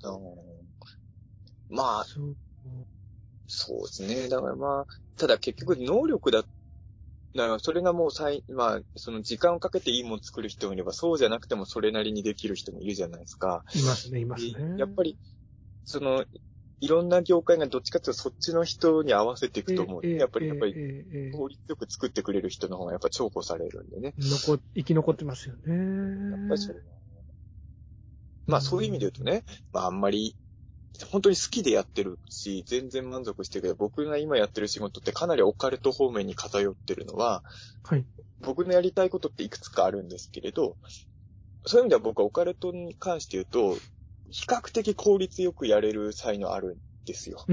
まあ、そうですね。だからまあ、ただ結局能力だからそれがもうまあ、その時間をかけていいもの作る人もいれば、そうじゃなくてもそれなりにできる人もいるじゃないですか。 いますね、いますね。 やっぱり、いろんな業界がどっちかというとそっちの人に合わせていくと思う。やっぱり、効率よく作ってくれる人の方がやっぱ重宝されるんでね。 生き残ってますよね。 やっぱりそれは。まあそういう意味で言うとね、まああんまり、本当に好きでやってるし、全然満足してるけど、僕が今やってる仕事ってかなりオカルト方面に偏ってるのは、僕のやりたいことっていくつかあるんですけれど、そういう意味では僕はオカルトに関して言うと、比較的効率よくやれる才能あるんですよ。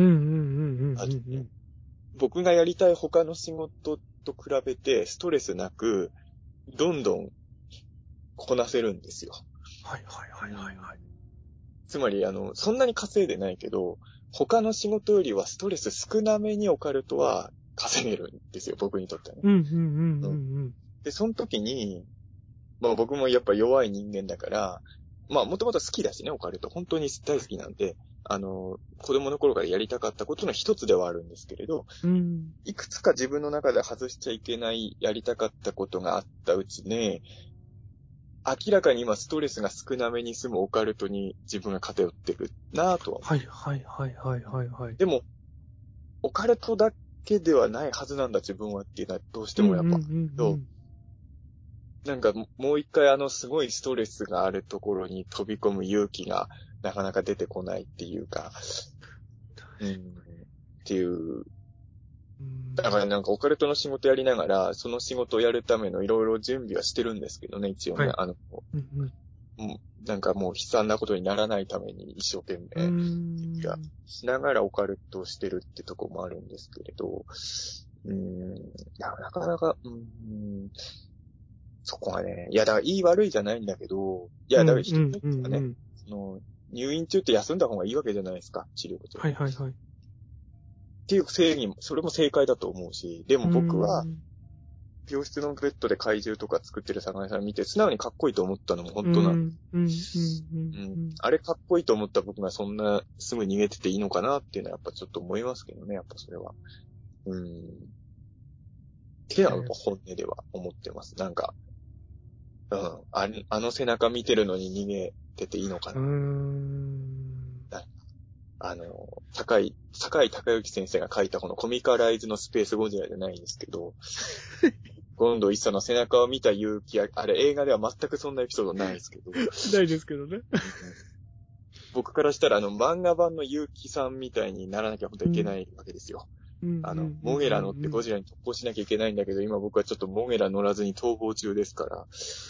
僕がやりたい他の仕事と比べてストレスなく、どんどんこなせるんですよ。つまり、そんなに稼いでないけど、他の仕事よりはストレス少なめにオカルトは稼げるんですよ、僕にとってはね。で、その時に、まあ僕もやっぱ弱い人間だから、まあもともと好きだしね、オカルト。本当に大好きなんで、子供の頃からやりたかったことの一つではあるんですけれど、いくつか自分の中で外しちゃいけないやりたかったことがあったうちね、明らかに今ストレスが少なめに済むオカルトに自分が偏ってるなぁとは。でも、オカルトだけではないはずなんだ自分はっていうのはどうしてもやっぱ、なんかもう一回すごいストレスがあるところに飛び込む勇気がなかなか出てこないっていうか、っていう。だからなんかオカルトの仕事やりながら、その仕事をやるためのいろいろ準備はしてるんですけどね、一応ね。なんかもう悲惨なことにならないために一生懸命しながらオカルトをしてるってとこもあるんですけれど、なかなか、 そこがね、いや、だから、いい悪いじゃないんだけど、いや、だから人によってはね、入院中って休んだ方がいいわけじゃないですか、治療中。 はいはいはい。 っていう正義も、それも正解だと思うし、でも僕は、病室のベッドで怪獣とか作ってる坂井さん見て、素直にかっこいいと思ったのも本当なんで。あれかっこいいと思った僕がそんなすぐ逃げてていいのかなっていうのはやっぱちょっと思いますけどね、やっぱそれは。っていうのはやっぱ本音では思ってます。なんか、あの背中見てるのに逃げてていいのかな。高井孝之先生が書いたこのコミカライズのスペースゴジラじゃないんですけど、権藤一茶の背中を見た勇気、あれ映画では全くそんなエピソードないですけど。 ないですけどね。 僕からしたら漫画版の結城さんみたいにならなきゃ本当はいけないわけですよ。モゲラ乗ってゴジラに突破しなきゃいけないんだけど、今僕はちょっとモゲラ乗らずに逃亡中ですから。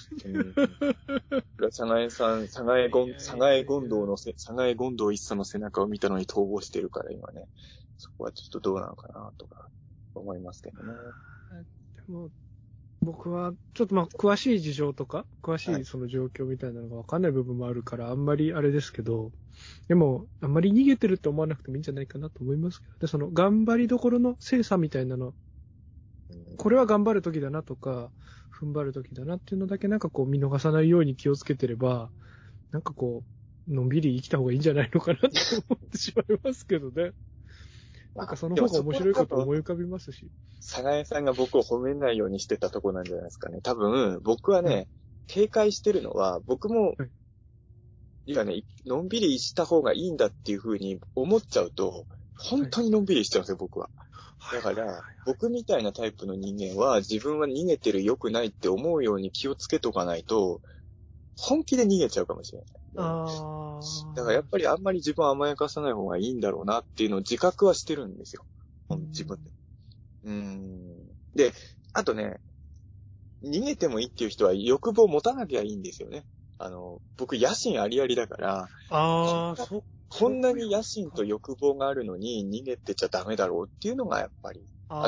サガエ権藤一茶の背中を見たのに逃亡してるから今ね。そこはちょっとどうなのかなとか思いますけどね。 でも僕は、ちょっと詳しい事情とか、詳しいその状況みたいなのがわかんない部分もあるから、あんまりあれですけど、でも、あんまり逃げてるって思わなくてもいいんじゃないかなと思いますけど、で、その、頑張りどころの精査みたいなの、これは頑張る時だなとか、踏ん張る時だなっていうのだけなんかこう見逃さないように気をつけてれば、なんかこう、のんびり生きた方がいいんじゃないのかなって思ってしまいますけどね。なんかその方が面白いこと思い浮かびますし。 サガエさんが僕を褒めないようにしてたとこなんじゃないですかね。多分、僕はね、警戒してるのは、僕も、いやね、のんびりした方がいいんだっていう風に思っちゃうと、本当にのんびりしちゃうんですよ、僕は。だから、僕みたいなタイプの人間は、自分は逃げてる良くないって思うように気をつけとかないと、本気で逃げちゃうかもしれない。だからやっぱりあんまり自分を甘やかさない方がいいんだろうなっていうのを自覚はしてるんですよ。自分で。で、あとね、逃げてもいいっていう人は欲望を持たなきゃいいんですよね。僕野心ありありだから、こんなに野心と欲望があるのに逃げてちゃダメだろうっていうのがやっぱり、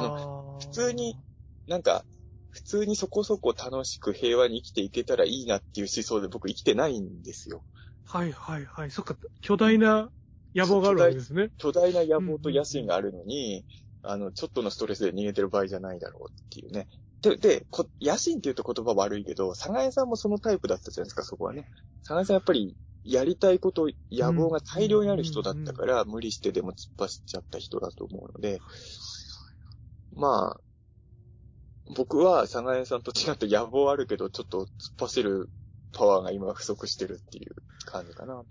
普通にそこそこ楽しく平和に生きていけたらいいなっていう思想で僕生きてないんですよ。 はいはいはい。そっか、巨大な野望があるわけですね。 巨大な野望と野心があるのに、ちょっとのストレスで逃げてる場合じゃないだろうっていうね。で、野心って言うと言葉悪いけど、サガエさんもそのタイプだったじゃないですか、そこはね。サガエさんやっぱり、やりたいこと、野望が大量にある人だったから、無理してでも突っ走っちゃった人だと思うので、まあ、僕はサガエさんと違って野望あるけど、ちょっと突っ走るパワーが今不足してるっていう感じかなと。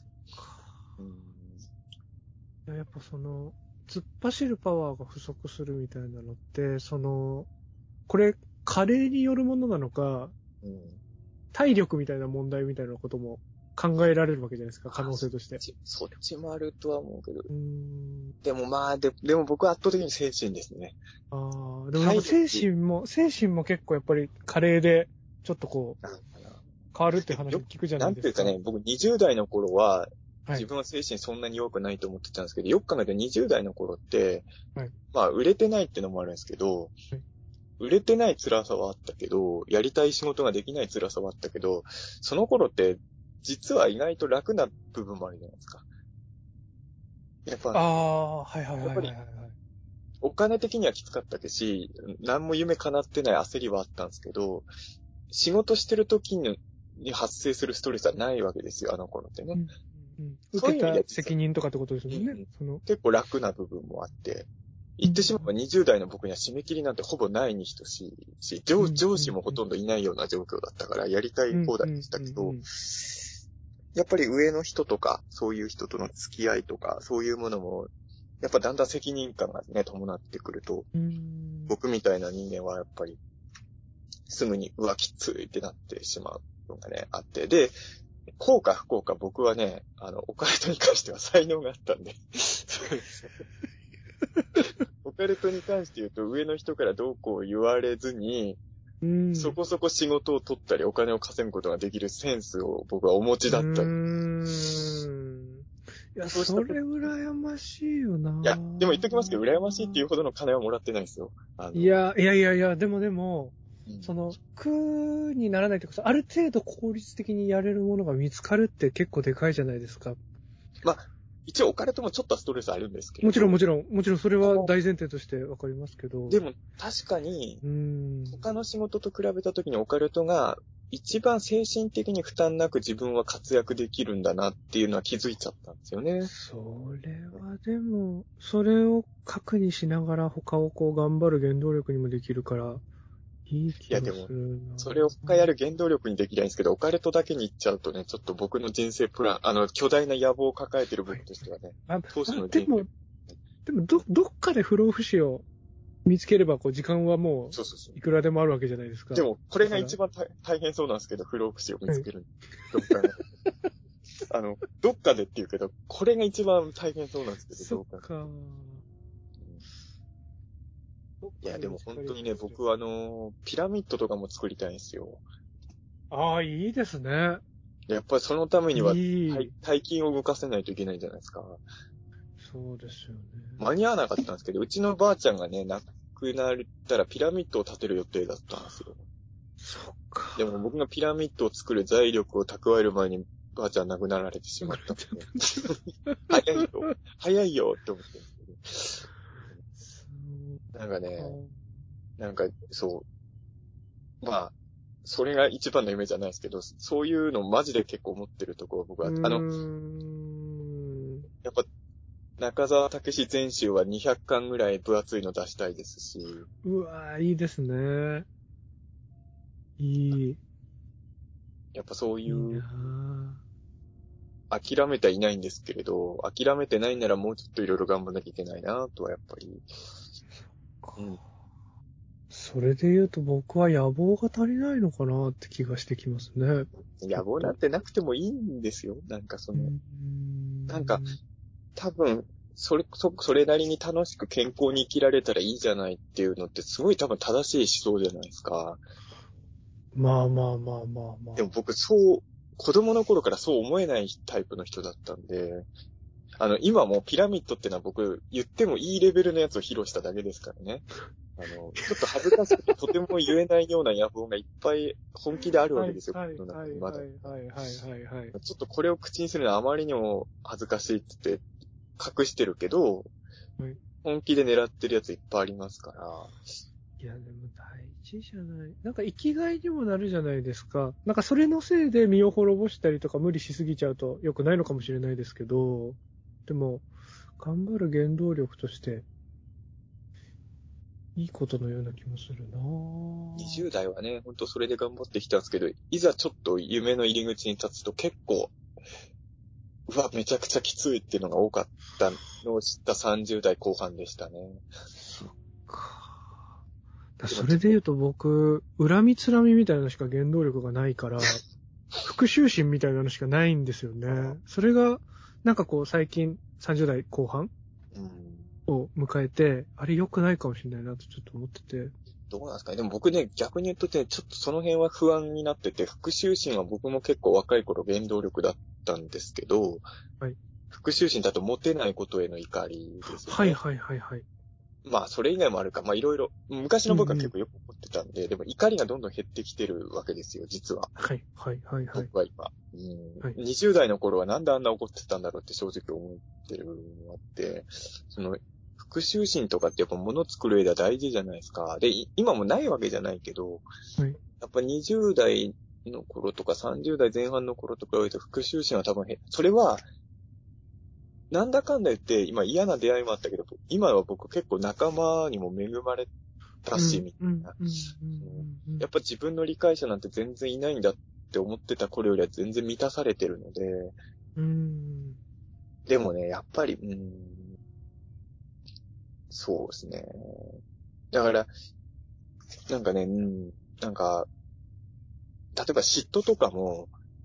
やっぱその、突っ走るパワーが不足するみたいなのって、これ、加齢によるものなのか、体力みたいな問題みたいなことも考えられるわけじゃないですか、可能性として。 そっちもあるとは思うけど。でもまあ、でも僕は圧倒的に精神ですね。 でもなんか精神も結構やっぱり加齢で、ちょっとこう、変わるって話を聞くじゃないですか。 なんていうかね、僕20代の頃は、自分は精神そんなに弱くないと思ってたんですけど、よく考えて20代の頃って、まあ、売れてないってのもあるんですけど、売れてない辛さはあったけど、やりたい仕事ができない辛さはあったけど、その頃って、実は意外と楽な部分もあるじゃないですか。やっぱ、やっぱり、お金的にはきつかったし、何も夢叶ってない焦りはあったんですけど、仕事してる時に発生するストレスはないわけですよ、あの頃ってね。 受けた責任とかってことですもんね。 結構楽な部分もあって、言ってしまえば20代の僕には締め切りなんてほぼないに等しいし、上司もほとんどいないような状況だったからやりたい放題でしたけど、やっぱり上の人とか、そういう人との付き合いとか、そういうものも、やっぱだんだん責任感がね、伴ってくると、僕みたいな人間はやっぱり、すぐにきついってなってしまうのがね、あって、で、幸か不幸か僕はね、オカルトに関しては才能があったんで。オカルトに関して言うと、上の人からどうこう言われずに、そこそこ仕事を取ったりお金を稼ぐことができるセンスを僕はお持ちだった。いや、それ羨ましいよな。 いや、でも言っときますけど、羨ましいっていうほどの金はもらってないですよ。 いや、でも、 その、苦にならないというか、ある程度効率的にやれるものが見つかるって結構でかいじゃないですか。 まあ、一応オカルトもちょっとストレスあるんですけど。 もちろんそれは大前提としてわかりますけど。 でも確かに、他の仕事と比べたときにオカルトが一番精神的に負担なく自分は活躍できるんだなっていうのは気づいちゃったんですよね。 それはでも、それを核にしながら他をこう頑張る原動力にもできるから、いい気がするな。いやでも、 それを他やる原動力にできないんですけど、オカルトだけに行っちゃうとね、ちょっと僕の人生プラン、巨大な野望を抱えてる僕としてはね、当初の人生。 でも、どっかで不老不死を見つければ、こう、時間はもう、いくらでもあるわけじゃないですか。 でも、これが一番大変そうなんですけど、不老不死を見つける。どっかで。どっかでって言うけど、これが一番大変そうなんですけど、 どっか。 いや、でも本当にね、僕はピラミッドとかも作りたいんですよ。 ああ、いいですね。 やっぱりそのためには、大金を動かせないといけないじゃないですか。 そうですよね。 間に合わなかったんですけど、うちのばあちゃんがね、亡くなったらピラミッドを建てる予定だったんですよ。 そっか。 でも僕がピラミッドを作る財力を蓄える前に、ばあちゃん亡くなられてしまったので。早いよって思ってるんですけど。なんかね、そう。まあ、それが一番の夢じゃないですけど、そういうのマジで結構思ってるところ僕は、やっぱ、中沢武史全集は200巻ぐらい分厚いの出したいですし。 うわぁ、いいですね。いい。 やっぱそういう、 いいな諦めてはいないんですけれど、諦めてないならもうちょっといろいろ頑張んなきゃいけないなとはやっぱり。 それで言うと僕は野望が足りないのかなって気がしてきますね。 野望なんてなくてもいいんですよ。なんか、多分、それなりに楽しく健康に生きられたらいいじゃないっていうのってすごい多分正しい思想じゃないですか。 まあ。 でも僕子供の頃からそう思えないタイプの人だったんで、今もピラミッドってのは僕言ってもいいレベルのやつを披露しただけですからね。ちょっと恥ずかしくてとても言えないような野望がいっぱい本気であるわけですよ。 はい。 ちょっとこれを口にするのはあまりにも恥ずかしいって言って隠してるけど、本気で狙ってるやついっぱいありますから。 いや、でも大事じゃない。なんか生きがいにもなるじゃないですか。なんかそれのせいで身を滅ぼしたりとか無理しすぎちゃうと良くないのかもしれないですけど、でも、頑張る原動力として、いいことのような気もするなぁ。 20代はね、ほんとそれで頑張ってきたんですけど、いざちょっと夢の入り口に立つと結構、めちゃくちゃきついっていうのが多かったのを知った30代後半でしたね。 そっか。それで言うと僕、恨みつらみみたいなのしか原動力がないから、復讐心みたいなのしかないんですよね。それが、なんかこう最近30代後半を迎えて、あれ良くないかもしれないなとちょっと思ってて。 どうなんですかね。でも僕ね、逆に言うとね、ちょっとその辺は不安になってて、復讐心は僕も結構若い頃原動力だったんですけど、 はい。 復讐心だとモテないことへの怒りですよね。 はい。 まあ、それ以外もあるか。まあ、いろいろ。昔の僕は結構よく思ってたんで、でも怒りがどんどん減ってきてるわけですよ、実は。 はい。 僕は今。20代の頃はなんであんな怒ってたんだろうって正直思ってるのがあって、復讐心とかってやっぱ物作る上では大事じゃないですか。で、今もないわけじゃないけど、やっぱ20代の頃とか30代前半の頃と比べると復讐心は多分それは、なんだかんだ言って、今嫌な出会いもあったけど、今は僕結構仲間にも恵まれたし、みたいな。やっぱ自分の理解者なんて全然いないんだって思ってた頃よりは全然満たされてるので、でもね、やっぱり、そうですね。だから、なんかね、なんか、例えば嫉妬とかも、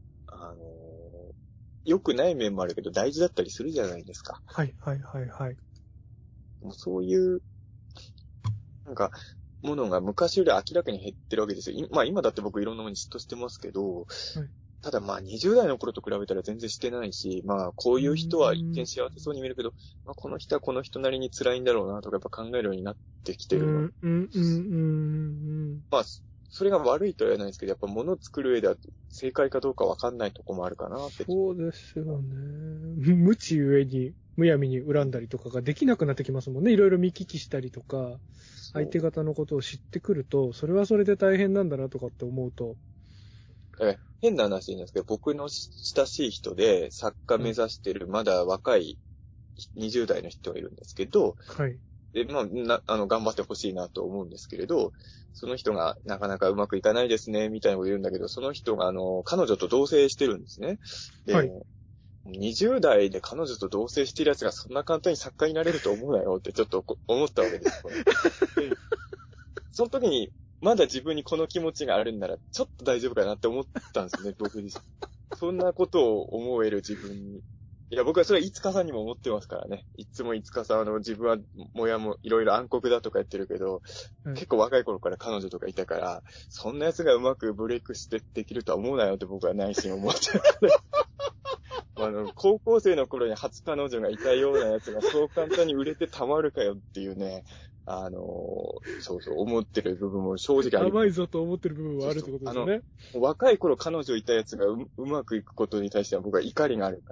良くない面もあるけど大事だったりするじゃないですか。 はい。 もうそういう、なんか、ものが昔より明らかに減ってるわけですよ。まあ今だって僕いろんなものに嫉妬してますけど、ただまあ20代の頃と比べたら全然してないし、まあこういう人は一見幸せそうに見えるけど、まあこの人はこの人なりに辛いんだろうなとかやっぱ考えるようになってきてるの。まあそれが悪いとは言わないんですけど、やっぱ物を作る上では正解かどうかわかんないとこもあるかなって。 そうですよね。無知ゆえに、むやみに恨んだりとかができなくなってきますもんね。いろいろ見聞きしたりとか、相手方のことを知ってくると、それはそれで大変なんだなとかって思うと。 変な話なんですけど、僕の親しい人で作家目指してるまだ若い20代の人がいるんですけど、 はい。 で、まあ、頑張ってほしいなと思うんですけれど、その人がなかなかうまくいかないですね、みたいなこと言うんだけど、その人が彼女と同棲してるんですね。で、 はい 20代で彼女と同棲してる奴がそんな簡単に作家になれると思うなよってちょっと思ったわけですよ。でその時に、まだ自分にこの気持ちがあるんなら、ちょっと大丈夫かなって思ったんですよね、僕自身。そんなことを思える自分に。いや、僕はそれは五日さんにも思ってますからね。いつも五日さん自分はもいろいろ暗黒だとか言ってるけど、結構若い頃から彼女とかいたから、そんな奴がうまくブレイクしてできるとは思うなよって僕は内心思っちゃう。高校生の頃に初彼女がいたような奴がそう簡単に売れてたまるかよっていうね、そうそう、思ってる部分も正直あります。 甘いぞと思ってる部分はあるってことですよね。 若い頃彼女いた奴がうまくいくことに対しては僕は怒りがあるから、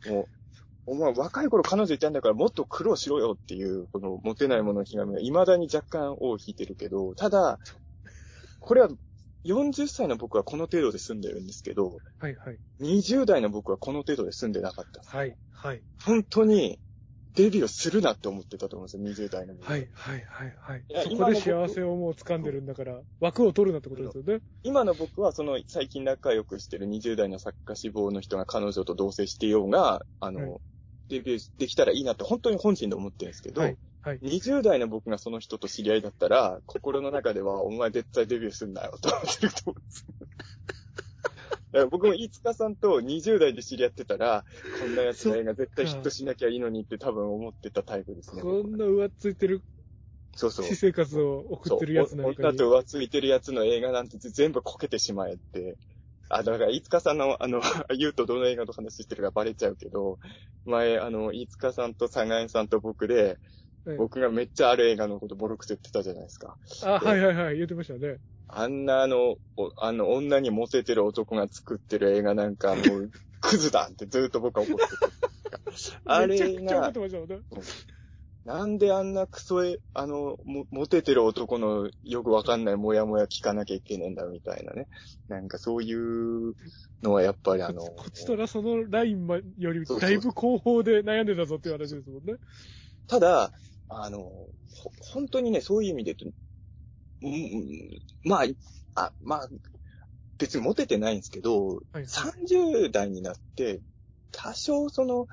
もう、お前若い頃彼女いたんだからもっと苦労しろよっていう、このモテないもののひがみが未だに若干尾を引いてるけど、ただ、これは40歳の僕はこの程度で済んでるんですけど、 はいはい。 20代の僕はこの程度で済んでなかった。 はいはい。 本当にデビューするなって思ってたと思うんですよ、20代の僕。 はいはいはいはい。 いやそこで幸せをもう掴んでるんだから、枠を取るなってことですよね。 今の僕は最近仲良くしてる20代の作家志望の人が彼女と同棲していようが、デビューできたらいいなって本当に本心で思ってるんですけど、 はいはい。 20代の僕がその人と知り合いだったら、心の中ではお前絶対デビューすんなよと思ってると思うんです。だから僕も飯塚さんと20代で知り合ってたら、こんなやつの映画絶対ヒットしなきゃいいのにって多分思ってたタイプですね。 こんな浮ついてるそうそう。 私生活を送ってるやつなんかに。 女と浮ついてるやつの映画なんて全部こけてしまえって。だから、飯塚さんの、言うとどの映画の話してるかバレちゃうけど、前、飯塚さんと佐賀江さんと僕で、僕がめっちゃある映画のことボロクソ言ってたじゃないですか。 はいはいはい、言ってましたね。 あんな女にモテてる男が作ってる映画なんかもう、クズだってずっと僕は怒ってた。あれが、 めちゃくちゃ怒ってましたもんね。 なんであんなクソモテてる男のよくわかんないモヤモヤ聞かなきゃいけねえんだみたいなね。なんかそういうのはやっぱりこちとらそのラインよりだいぶ後方で悩んでたぞっていう話ですもんね。 ただ、本当にね、そういう意味で言うと、まあ、別にモテてないんですけど、はい、30代になって、多少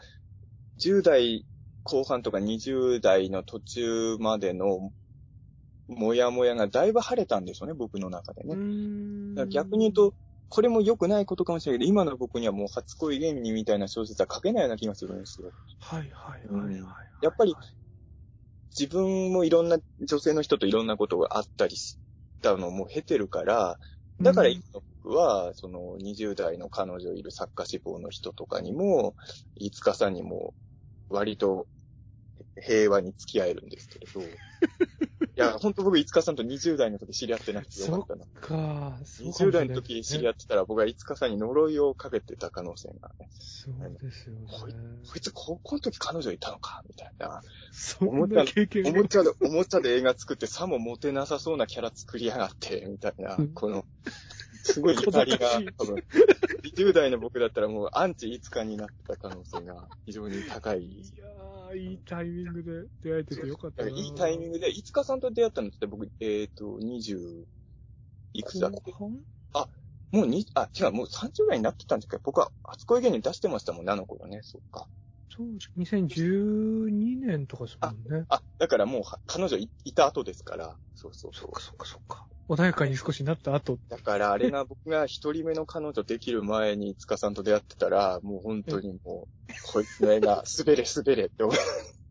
10代後半とか20代の途中までのモヤモヤがだいぶ晴れたんですよね、僕の中でね。だから逆に言うと、これも良くないことかもしれないけど、今の僕にはもう初恋芸人みたいな小説は書けないような気がするんですよ。 はいはいはいはい、 やっぱり、自分もいろんな女性の人といろんなことがあったりしたのも経てるから、だから今の僕は、20代の彼女いる作家志望の人とかにも、飯塚さんにも、割と平和に付き合えるんですけれど。いや、ほんと僕、飯塚さんと20代の時知り合ってなくてよかったな。 そっか、 20代の時知り合ってたら僕は飯塚さんに呪いをかけてた可能性がね。 そうですよね。 こいつ高校の時彼女いたのかみたいな。 そんな経験おもちゃで映画作ってさもモテなさそうなキャラ作りやがって、みたいな。この、すごい怒りが、多分、20代の僕だったらもうアンチ飯塚になってた可能性が非常に高い。 いやー、いいタイミングで出会えててよかったな。 いいタイミングで、飯塚さんと出会ったのって僕、20、いくつだっけ？もう違う、もう30代になってたんですけど、僕は初恋芸人出してましたもんね、あの頃ね、そっか。 そう、2012年とかですもんね。 だからもう彼女いた後ですから、そうそうそう。 そっか。穏やかに少しなった後。 だからあれが僕が一人目の彼女できる前に塚さんと出会ってたら、もう本当にもう、こいつの映画、滑れって思う。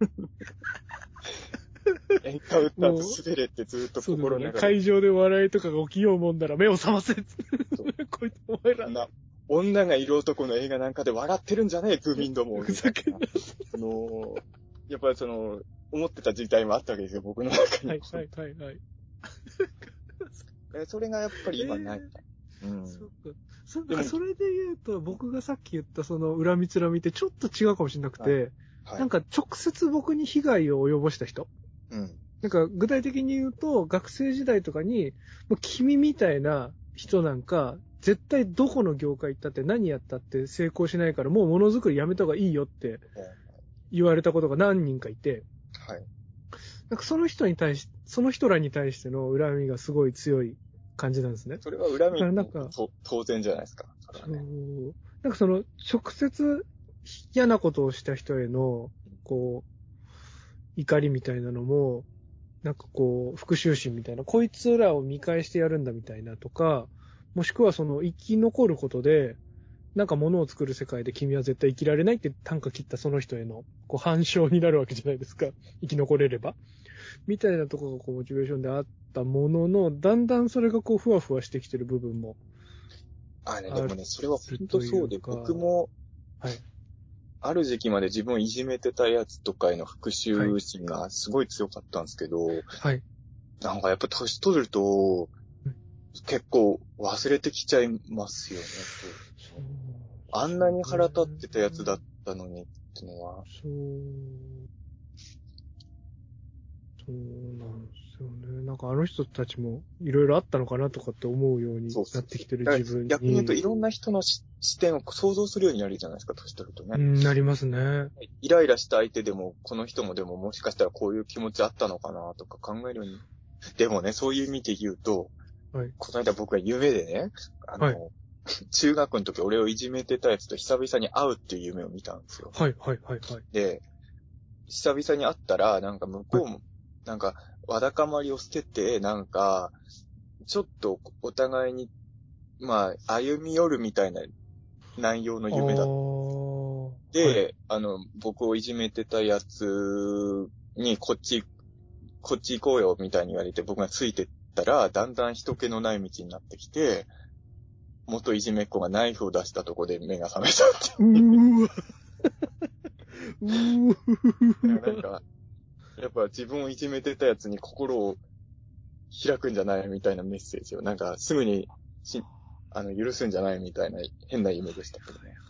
エンカウンターと滑れってずっと心の中で。 会場で笑いとかが起きようもんなら目を覚ませこいつお前ら。 女がいる男の映画なんかで笑ってるんじゃねえ、ブーミンども。 ふざけんな。 やっぱり思ってた時代もあったわけですよ、僕の中に。 はい。 それがやっぱり今ない。うん。 そうか。それで言うと、僕がさっき言ったその恨みつらみってちょっと違うかもしれなくて、 はい。 なんか直接僕に被害を及ぼした人。 うん。 なんか具体的に言うと、学生時代とかに、もう君みたいな人なんか、絶対どこの業界行ったって何やったって成功しないから、もうものづくりやめた方がいいよって言われたことが何人かいて、 はい。 なんかその人らに対しての恨みがすごい強い感じなんですね。 それは恨みなんか当然じゃないですか。 そう。なんかその、直接嫌なことをした人への、こう、怒りみたいなのも、なんかこう、復讐心みたいな、こいつらを見返してやるんだみたいなとか、もしくはその生き残ることで、なんか物を作る世界で君は絶対生きられないって短歌切ったその人への、こう、反証になるわけじゃないですか。生き残れれば。みたいなところがこう、モチベーションであったものの、だんだんそれがこう、ふわふわしてきてる部分も。 でもね、それは本当そうで、僕も、 はい。 ある時期まで自分をいじめてたやつとかへの復讐心がすごい強かったんですけど、 はい。 なんかやっぱ年取ると、結構忘れてきちゃいますよね。 そうあんなに腹立ってたやつだったのにってのは。 そうなんですよね。なんかあの人たちもいろいろあったのかなとかって思うようになってきてる自分に。 逆に言うといろんな人の視点を想像するようになるじゃないですか、年取るとね。 なりますね。 イライラした相手でも、この人もでももしかしたらこういう気持ちあったのかなとか考えるように。でもね、そういう意味で言うと、 はい、 この間僕が夢でね、 はい、 中学の時俺をいじめてたやつと久々に会うっていう夢を見たんですよ。 はい、はい、はい。 で、久々に会ったら、なんか向こうも、なんか、わだかまりを捨てて、なんか、ちょっとお互いに、まあ、歩み寄るみたいな内容の夢だった。で、僕をいじめてたやつに、こっち行こうよ、みたいに言われて、僕がついてったら、だんだん人気のない道になってきて、元いじめっ子がナイフを出したとこで目が覚めちゃって。なんか、やっぱ自分をいじめてたやつに心を開くんじゃないみたいなメッセージを、なんかすぐに許すんじゃないみたいな変な夢でしたけどね。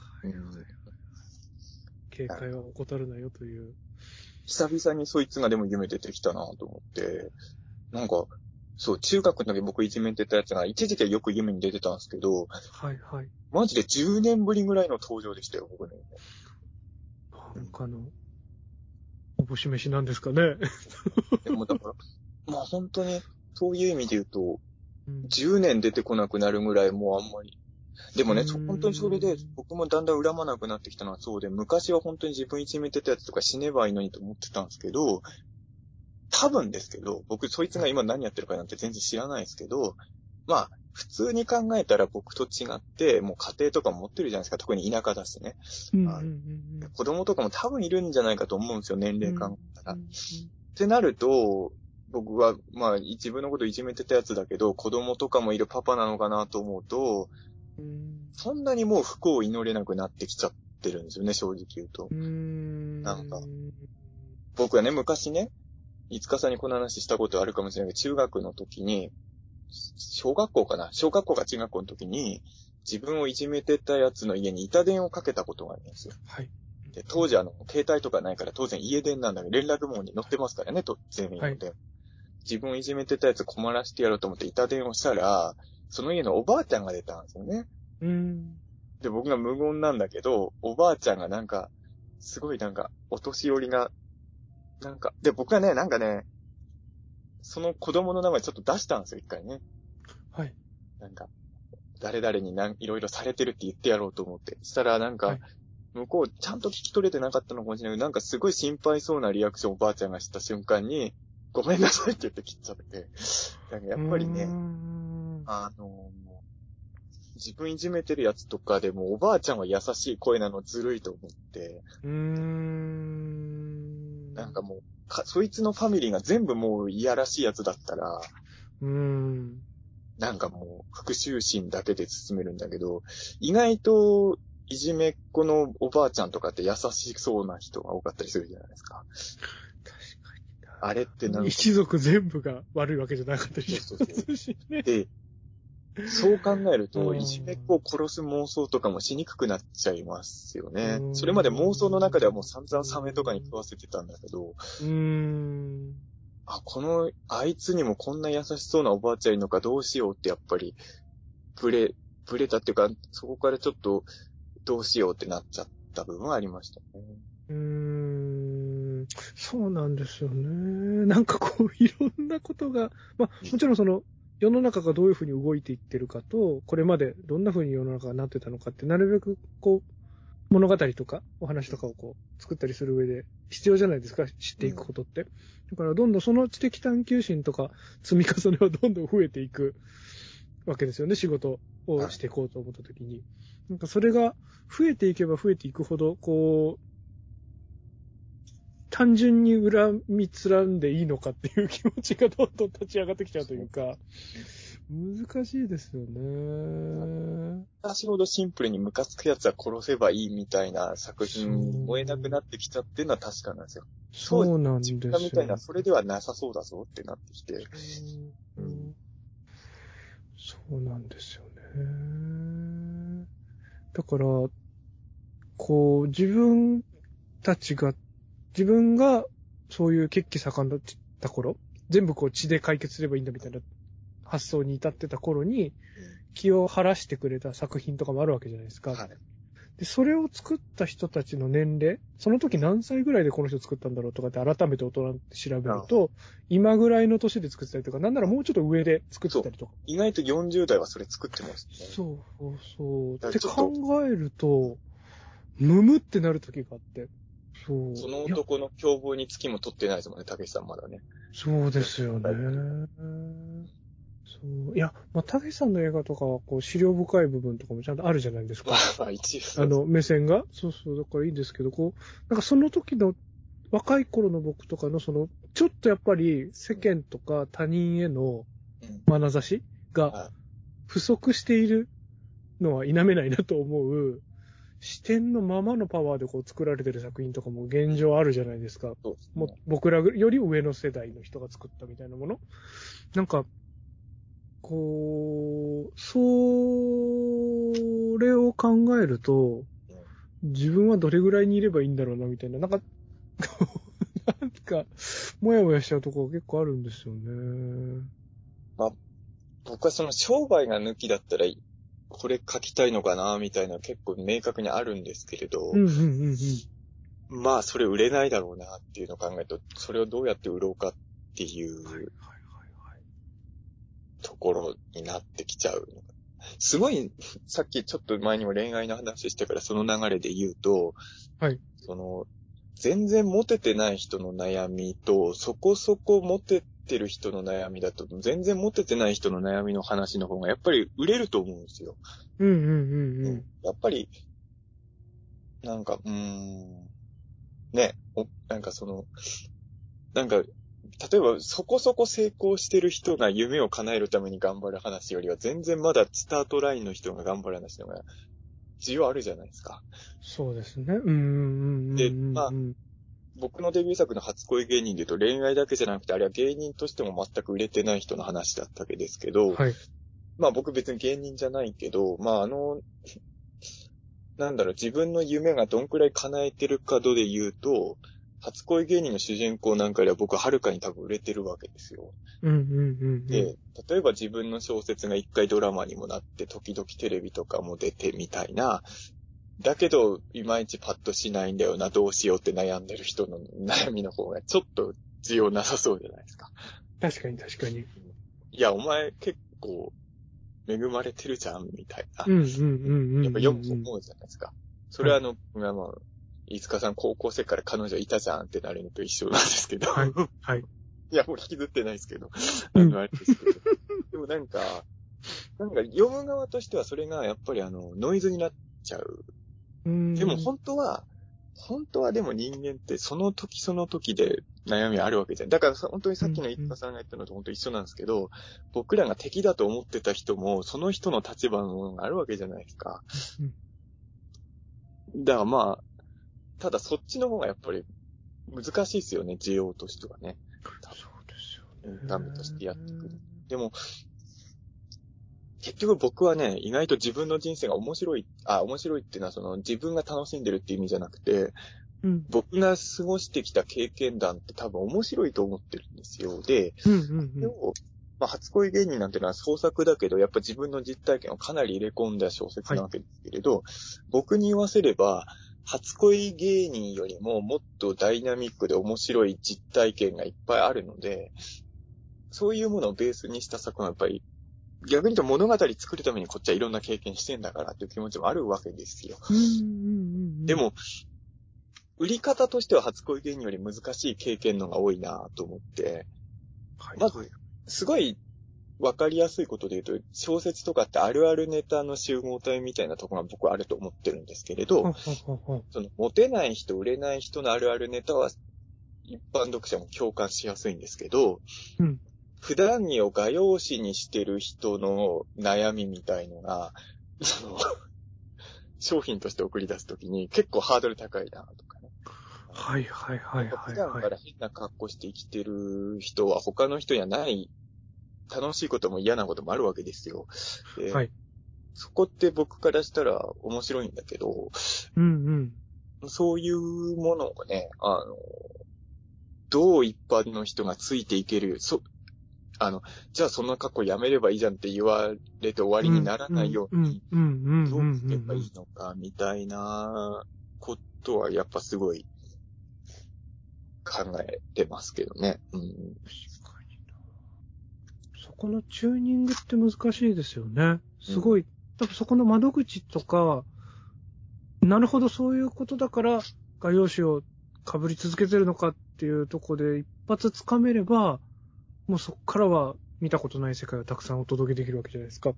警戒は怠るなよという。 久々にそいつがでも夢出てきたなと思って、なんか、そう、中学の時僕いじめてたやつが一時期はよく夢に出てたんですけど、 はいはい。 マジで10年ぶりぐらいの登場でしたよ、僕ね。 なんかおぼし飯なんですかね。 でもだから、まあ本当に、そういう意味で言うと、10年出てこなくなるぐらいもうあんまり。でもね、本当にそれで、僕もだんだん恨まなくなってきたのはそうで、昔は本当に自分いじめてたやつとか死ねばいいのにと思ってたんですけど、多分ですけど、僕そいつが今何やってるかなんて全然知らないですけど、まあ、普通に考えたら僕と違って、もう家庭とか持ってるじゃないですか、特に田舎だしね。子供とかも多分いるんじゃないかと思うんですよ、年齢考えたら。ってなると、僕は、まあ、自分のこといじめてたやつだけど、子供とかもいるパパなのかなと思うと、そんなにもう不幸を祈れなくなってきちゃってるんですよね、正直言うと。なんか、僕はね、昔ね、いつかさんにこの話したことあるかもしれないけど、中学の時に、小学校か中学校の時に、自分をいじめてたやつの家に板電をかけたことがあるんですよ。 はい。 で、当時携帯とかないから当然家電なんだけど、連絡網に載ってますからね、全員で。自分をいじめてたやつ困らせてやろうと思って板電をしたら、その家のおばあちゃんが出たんですよね。で、僕が無言なんだけど、おばあちゃんがなんか、すごいなんか、お年寄りが、なんか、で、僕はね、なんかね、その子供の名前ちょっと出したんですよ、一回ね。 はい。 なんか、誰々にいろいろされてるって言ってやろうと思って。したらなんか、向こうちゃんと聞き取れてなかったのかもしれないけど、なんかすごい心配そうなリアクションをおばあちゃんがした瞬間に、ごめんなさいって言って切っちゃって。なんかやっぱりね、自分いじめてるやつとかでもおばあちゃんは優しい声なのずるいと思って。なんかもう、そいつのファミリーが全部もういやらしいやつだったら、なんかもう復讐心だけで進めるんだけど、意外といじめっ子のおばあちゃんとかって優しそうな人が多かったりするじゃないですか。 確かあれってなんか。 一族全部が悪いわけじゃなかったりしますしね。 で、そう考えると、いじめっ子を殺す妄想とかもしにくくなっちゃいますよね。それまで妄想の中ではもう散々サメとかに食わせてたんだけど、あいつにもこんな優しそうなおばあちゃんいるのかどうしようってやっぱり、ブレたっていうか、そこからちょっとどうしようってなっちゃった部分はありましたね。 そうなんですよね。なんかこう、いろんなことが、まあ、もちろんその、世の中がどういうふうに動いていってるかと、これまでどんなふうに世の中がなってたのかって、なるべくこう、物語とかお話とかをこう、作ったりする上で必要じゃないですか、知っていくことって。だからどんどんその知的探求心とか積み重ねはどんどん増えていくわけですよね、仕事をしていこうと思ったときに。なんかそれが増えていけば増えていくほど、こう、単純に恨みつらんでいいのかっていう気持ちがどんどん立ち上がってきちゃうというか、難しいですよね。 私ほどシンプルにムカつくやつは殺せばいいみたいな作品に燃えなくなってきちゃってるのは確かなんですよ。 そうなんですよ。 みたいな、それではなさそうだぞってなってきて。 そうなんですよね。だから、こう、自分がそういう血気盛んだった頃、全部こう血で解決すればいいんだみたいな発想に至ってた頃に、気を晴らしてくれた作品とかもあるわけじゃないですか。はい、で、それを作った人たちの年齢、その時何歳ぐらいでこの人作ったんだろうとかって改めて大人って調べると、今ぐらいの年で作ってたりとか、なんならもうちょっと上で作ってたりとか。 意外と40代はそれ作ってますね。 そう。って考えると、むむってなる時があって。 その男の凶暴に月も取ってないですもんね、たけしさんまだね。 そうですよね。そう。いや、まあ、たけしさんの映画とかは、こう、資料深い部分とかもちゃんとあるじゃないですか。 一応。 目線が。そう、だからいいんですけど、こう、なんかその時の、若い頃の僕とかの、ちょっとやっぱり世間とか他人への眼差しが不足しているのは否めないなと思う、視点のままのパワーでこう作られてる作品とかも現状あるじゃないですか。 そうですね、 もう僕らより上の世代の人が作ったみたいなもの。なんか、こう、それを考えると、自分はどれぐらいにいればいいんだろうな、みたいな。なんか、もやもやしちゃうところが結構あるんですよね。 まあ、僕はその商売が抜きだったら、これ書きたいのかな、みたいな結構明確にあるんですけれど、まあ、それ売れないだろうな、っていうのを考えると、それをどうやって売ろうかっていう、ところになってきちゃう。すごい、さっきちょっと前にも恋愛の話してからその流れで言うと、 はい。 全然モテてない人の悩みと、そこそこモテてる人の悩みだと、全然モテてない人の悩みの話の方がやっぱり売れると思うんですよ。やっぱり、なんか、ね、なんか例えばそこそこ成功してる人が夢を叶えるために頑張る話よりは全然まだスタートラインの人が頑張る話の方が需要あるじゃないですか。 そうですね。 で、まあ、僕のデビュー作の初恋芸人で言うと恋愛だけじゃなくてあれは芸人としても全く売れてない人の話だったわけですけど、 はい、 まあ僕別に芸人じゃないけど、まあ自分の夢がどんくらい叶えてるかどで言うと、初恋芸人の主人公なんかでは僕ははるかに多分売れてるわけですよ。で、例えば自分の小説が一回ドラマにもなって、時々テレビとかも出てみたいな、だけど、いまいちパッとしないんだよな、どうしようって悩んでる人の悩みの方がちょっと需要なさそうじゃないですか。 確かに。 いや、お前結構恵まれてるじゃん、みたいな。やっぱ読むと思うじゃないですか。それは飯塚さん高校生から彼女いたじゃんってなるのと一緒なんですけど。 はい。 いや、もう引きずってないですけど。あれですけど。でもなんか読む側としてはそれがやっぱりノイズになっちゃう。でも本当はでも人間ってその時その時で悩みあるわけじゃん。だから本当にさっきの飯塚さんが言ったのと本当一緒なんですけど、僕らが敵だと思ってた人もその人の立場のものがあるわけじゃないですか。だからまあ、ただそっちの方がやっぱり難しいですよね、需要としてはね。 そうですよね。 エンタメとしてやってくる。でも、結局僕はね、意外と自分の人生が面白いっていうのはその自分が楽しんでるっていう意味じゃなくて、 うん。 僕が過ごしてきた経験談って多分面白いと思ってるんですよ。で、 うんうんうん。 まあ、初恋芸人なんてのは創作だけど、やっぱ自分の実体験をかなり入れ込んだ小説なわけですけれど、僕に言わせれば、初恋芸人よりももっとダイナミックで面白い実体験がいっぱいあるので、そういうものをベースにした作品はやっぱり、逆に言うと物語作るためにこっちはいろんな経験してんだからっていう気持ちもあるわけですよ。でも、売り方としては初恋芸人より難しい経験のが多いなと思って、まず、すごいわかりやすいことで言うと、小説とかってあるあるネタの集合体みたいなところが僕はあると思ってるんですけれど、そのモテない人、売れない人のあるあるネタは一般読者も共感しやすいんですけど、普段着を画用紙にしてる人の悩みみたいのが、商品として送り出すときに結構ハードル高いなとかね。 はいはいはいはい。 普段から変な格好して生きてる人は他の人にはない楽しいことも嫌なこともあるわけですよ。 はい。 そこって僕からしたら面白いんだけど、そういうものをね、どう一般の人がついていける、じゃあそんな格好やめればいいじゃんって言われて終わりにならないように、どうすればいいのかみたいなことはやっぱすごい考えてますけどね。 確かにな。そこのチューニングって難しいですよね。すごい、多分そこの窓口とか、なるほどそういうことだから画用紙を被り続けてるのかっていうところで一発つかめれば、もうそこからは見たことない世界をたくさんお届けできるわけじゃないですか。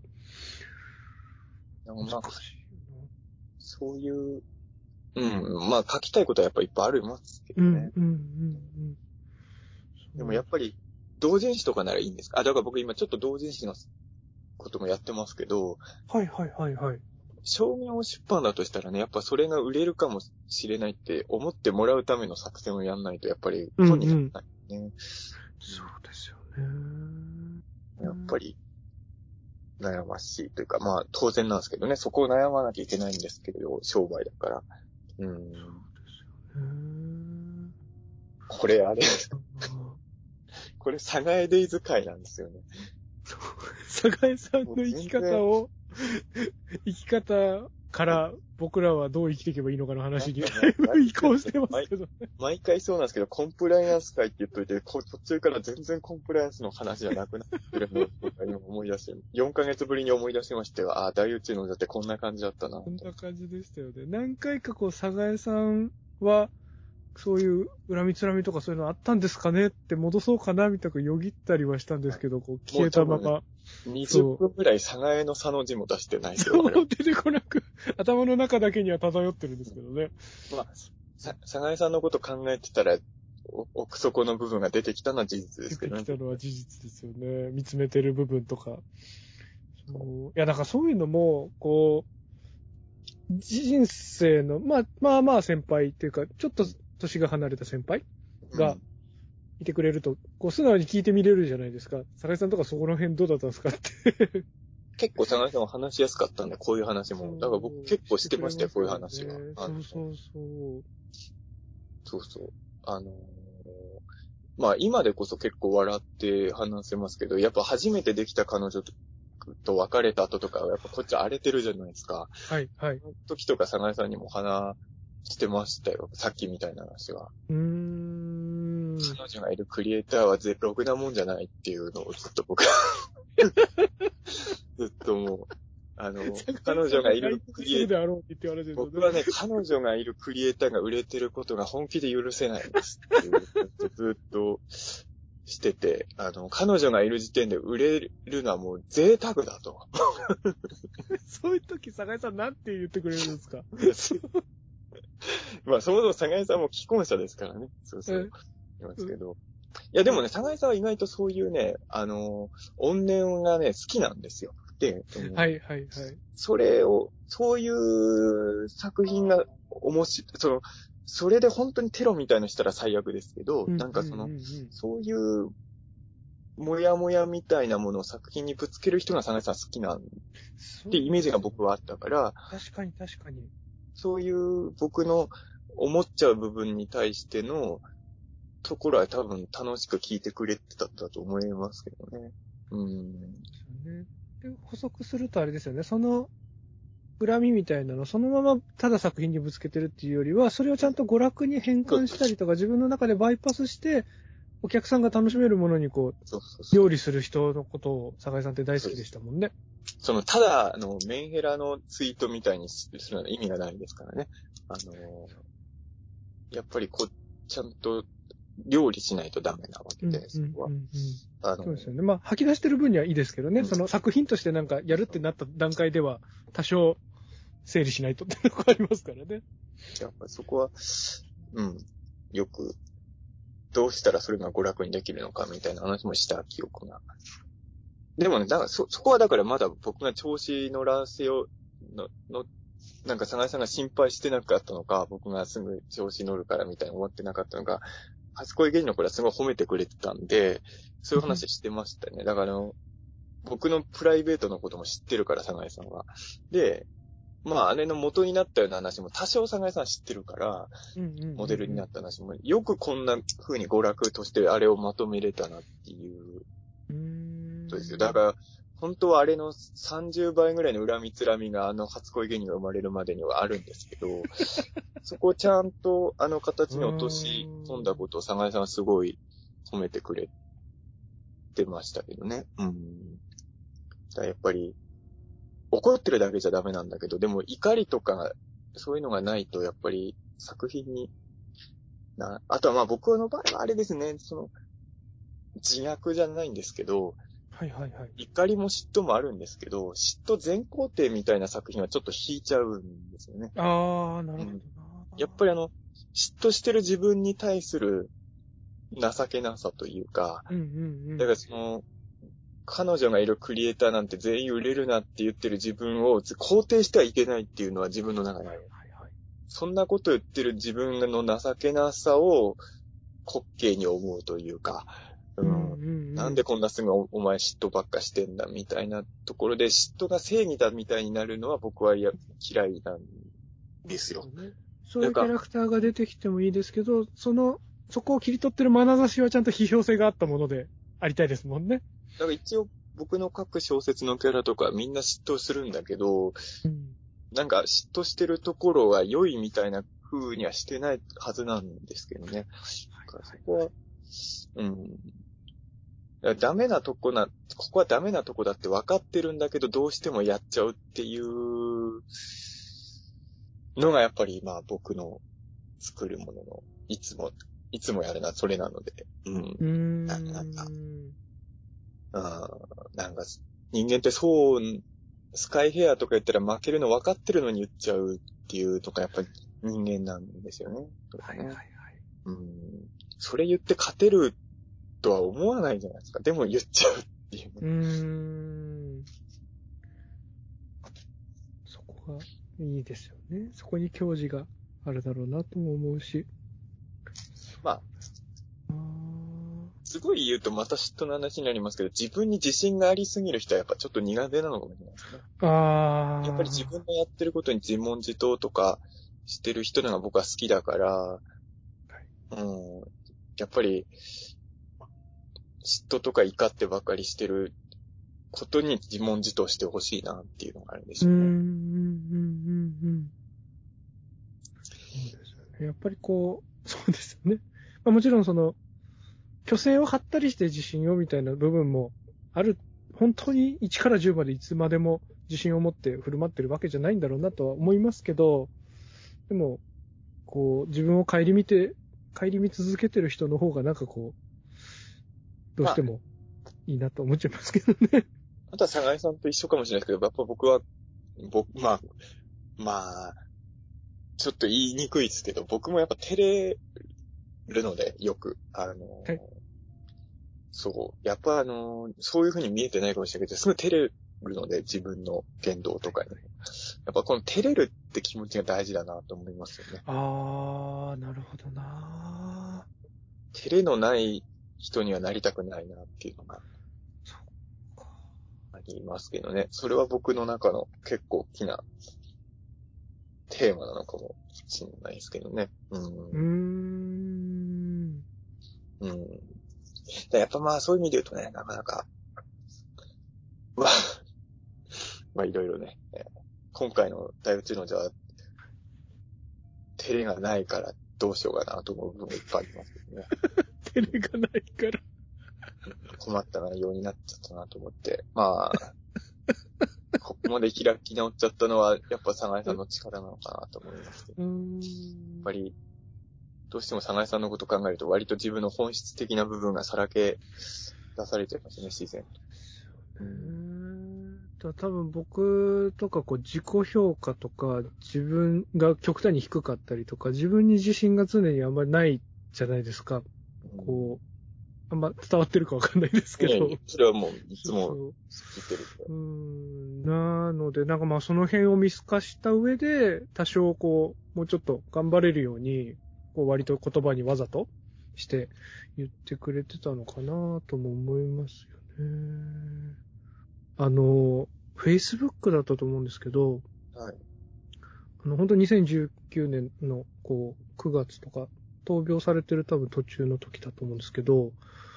まあ、そういう、まあ書きたいことはやっぱいっぱいありますけどね。でもやっぱり、同人誌とかならいいんですか？だから僕今ちょっと同人誌のこともやってますけど、 はいはいはいはい。 商業出版だとしたらね、やっぱそれが売れるかもしれないって思ってもらうための作戦をやんないと、やっぱり本にならないね。 そうですよね。 やっぱり、悩ましいというか、まあ当然なんですけどね、そこを悩まなきゃいけないんですけれど、商売だから。 そうですよね。 これあれ、これ、サガエデイズ会なんですよね。 サガエさんの生き方から僕らはどう生きていけばいいのかの話にだいぶ移行してますけどね。 毎回そうなんですけど、コンプライアンス会って言っといて、途中から全然コンプライアンスの話じゃなくなってるのを今思い出して、4ヶ月ぶりに思い出しましては、大宇宙のだってこんな感じだったな。 こんな感じでしたよね。何回かサガエさんは、そういう恨みつらみとかそういうのあったんですかねって戻そうかなみたいなよぎったりはしたんですけど、消えたまま。 20分くらいサガエの差の字も出してないですよ。 そう、出てこなく、頭の中だけには漂ってるんですけどね。 まあ、サガエさんのこと考えてたら、奥底の部分が出てきたのは事実ですけどね。 出てきたのは事実ですよね。見つめてる部分とか。いや、だからそういうのも、人生の、まあ先輩っていうか、ちょっと年が離れた先輩がいてくれると、素直に聞いてみれるじゃないですか。坂井さんとかそこら辺どうだったんですかって。 結構坂井さんは話しやすかったんで、こういう話も。だから僕結構してましたよ、こういう話は。そうそう。まあ今でこそ結構笑って話せますけど、やっぱ初めてできた彼女と別れた後とかはやっぱこっち荒れてるじゃないですか。 はいはい。 その時とか坂井さんにも話してましたよ。さっきみたいな話は。彼女がいるクリエイターはろくなもんじゃないっていうのをずっと僕ずっともう、彼女がいるクリエイター、僕はね、彼女がいるクリエイターが売れてることが本気で許せないんですっていうずっとしてて、彼女がいる時点で売れるのはもう贅沢だと。 そういう時、坂井さんなんて言ってくれるんですか？ まあ、そもそも坂井さんも既婚者ですからね。そうそう。言いますけど。いや、でもね、坂井さんは意外とそういうね、怨念がね、好きなんですよ。で、 はいはいはい。 そういう作品がそれで本当にテロみたいのしたら最悪ですけど、なんかそういう、もやもやみたいなものを作品にぶつける人がサナエさん好きなんってイメージが僕はあったから、 確かに確かに。 そういう僕の思っちゃう部分に対してのところは多分楽しく聞いてくれてたんだと思いますけどね。 で、補足するとあれですよね。その恨みみたいなのをそのままただ作品にぶつけてるっていうよりは、それをちゃんと娯楽に変換したりとか、自分の中でバイパスして、お客さんが楽しめるものに料理する人のことを、坂井さんって大好きでしたもんね。 ただ、メンヘラのツイートみたいにするのは意味がないですからね。やっぱりちゃんと料理しないとダメなわけで、そこは。 そうですよね。まあ、吐き出してる分にはいいですけどね、その作品としてなんかやるってなった段階では、多少整理しないとってとこありますからね。 やっぱりそこは、よく、どうしたらそれが娯楽にできるのかみたいな話もした記憶が。でもね、だからそこはだからまだ僕が調子乗らせようなんか、佐井さんが心配してなかったのか、僕がすぐ調子乗るからみたいに思ってなかったのか、初恋芸人の頃はすごい褒めてくれてたんで、そういう話してましたね。だから僕のプライベートのことも知ってるから、佐井さんは。で、まあ、あれの元になったような話も多少佐井さん知ってるから、モデルになった話も、よくこんな風に娯楽としてあれをまとめれたなっていう。そうですよ。だから、本当はあれの30倍ぐらいの恨みつらみが初恋芸人が生まれるまでにはあるんですけど、そこをちゃんと形に落とし込んだことを佐賀井さんはすごい褒めてくれてましたけどね。だからやっぱり、怒ってるだけじゃダメなんだけど、でも怒りとか、そういうのがないとやっぱり作品にあとはまあ僕の場合はあれですね、自虐じゃないんですけど、怒りも嫉妬もあるんですけど、嫉妬全肯定みたいな作品はちょっと引いちゃうんですよね。 ああ、なるほどな。 やっぱり嫉妬してる自分に対する情けなさというか、だから彼女がいるクリエイターなんて全員売れるなって言ってる自分を肯定してはいけないっていうのは自分の中にある。そんなこと言ってる自分の情けなさを滑稽に思うというか、なんでこんなすぐお前嫉妬ばっかしてんだみたいなところで嫉妬が正義だみたいになるのは僕は嫌いなんですよ。 そういうキャラクターが出てきてもいいですけど、そこを切り取ってる眼差しはちゃんと批評性があったものでありたいですもんね。 だから一応僕の書く小説のキャラとかみんな嫉妬するんだけど、なんか嫉妬してるところが良いみたいな風にはしてないはずなんですけどね。そこは、ダメなとこここはダメなとこだって分かってるんだけど、どうしてもやっちゃうっていうのがやっぱりまあ僕の作るもののいつもやるな、それなので。なんか人間ってスカイヘアとか言ったら負けるの分かってるのに言っちゃうっていうとかやっぱり人間なんですよね。それ言って勝てるとは思わないじゃないですか。でも言っちゃうっていう。 そこがいいですよね。そこに矜持があるだろうなとも思うし。 まあ、すごい言うとまた嫉妬の話になりますけど、自分に自信がありすぎる人はやっぱちょっと苦手なのかもしれないですね。やっぱり自分のやってることに自問自答とかしてる人のが僕は好きだから、やっぱり嫉妬とか怒ってばかりしてることに自問自答してほしいなっていうのがあるんでしょうね。 そうですよね。やっぱりそうですよね。まあ、もちろん虚勢を張ったりして自信をみたいな部分もある。本当に1から10までいつまでも自信を持って振る舞ってるわけじゃないんだろうなとは思いますけど、でも、自分を顧み続けてる人の方がなんかどうしてもいいなと思っちゃいますけどね。 あとは佐賀井さんと一緒かもしれないですけど、やっぱ僕は、ちょっと言いにくいですけど、僕もやっぱ照れるので、よく。そう。やっぱそういう風に見えてないかもしれないけど、すごい照れるので、自分の言動とかに。 やっぱこの照れるって気持ちが大事だなと思いますよね。 あー、なるほどな。 照れのない人にはなりたくないなっていうのがそっか。 ありますけどね。それは僕の中の結構大きなテーマなのかもしれないですけどね。やっぱまあそういう意味で言うとね、なかなか、まあいろいろね、今回の大宇宙のじゃあ、照れがないからどうしようかなと思う部分もいっぱいありますけどね。 照れがないから。 困った内容になっちゃったなと思って。まあ、ここまで開き直っちゃったのは、やっぱサガイさんの力なのかなと思いますけど。やっぱり、どうしてもサガイさんのこと考えると、割と自分の本質的な部分がさらけ出されちゃいますね、自然と。 多分僕とか自己評価とか自分が極端に低かったりとか自分に自信が常にあんまりないじゃないですか。あんま伝わってるかわかんないですけど。 それはもういつも言ってるんで。なのでまあその辺を見透かした上で多少もうちょっと頑張れるように割と言葉にわざとして言ってくれてたのかなとも思いますよね。Facebook だったと思うんですけど、 はい。 本当に2019年の9月とか、闘病されてる多分途中の時だと思うんですけど、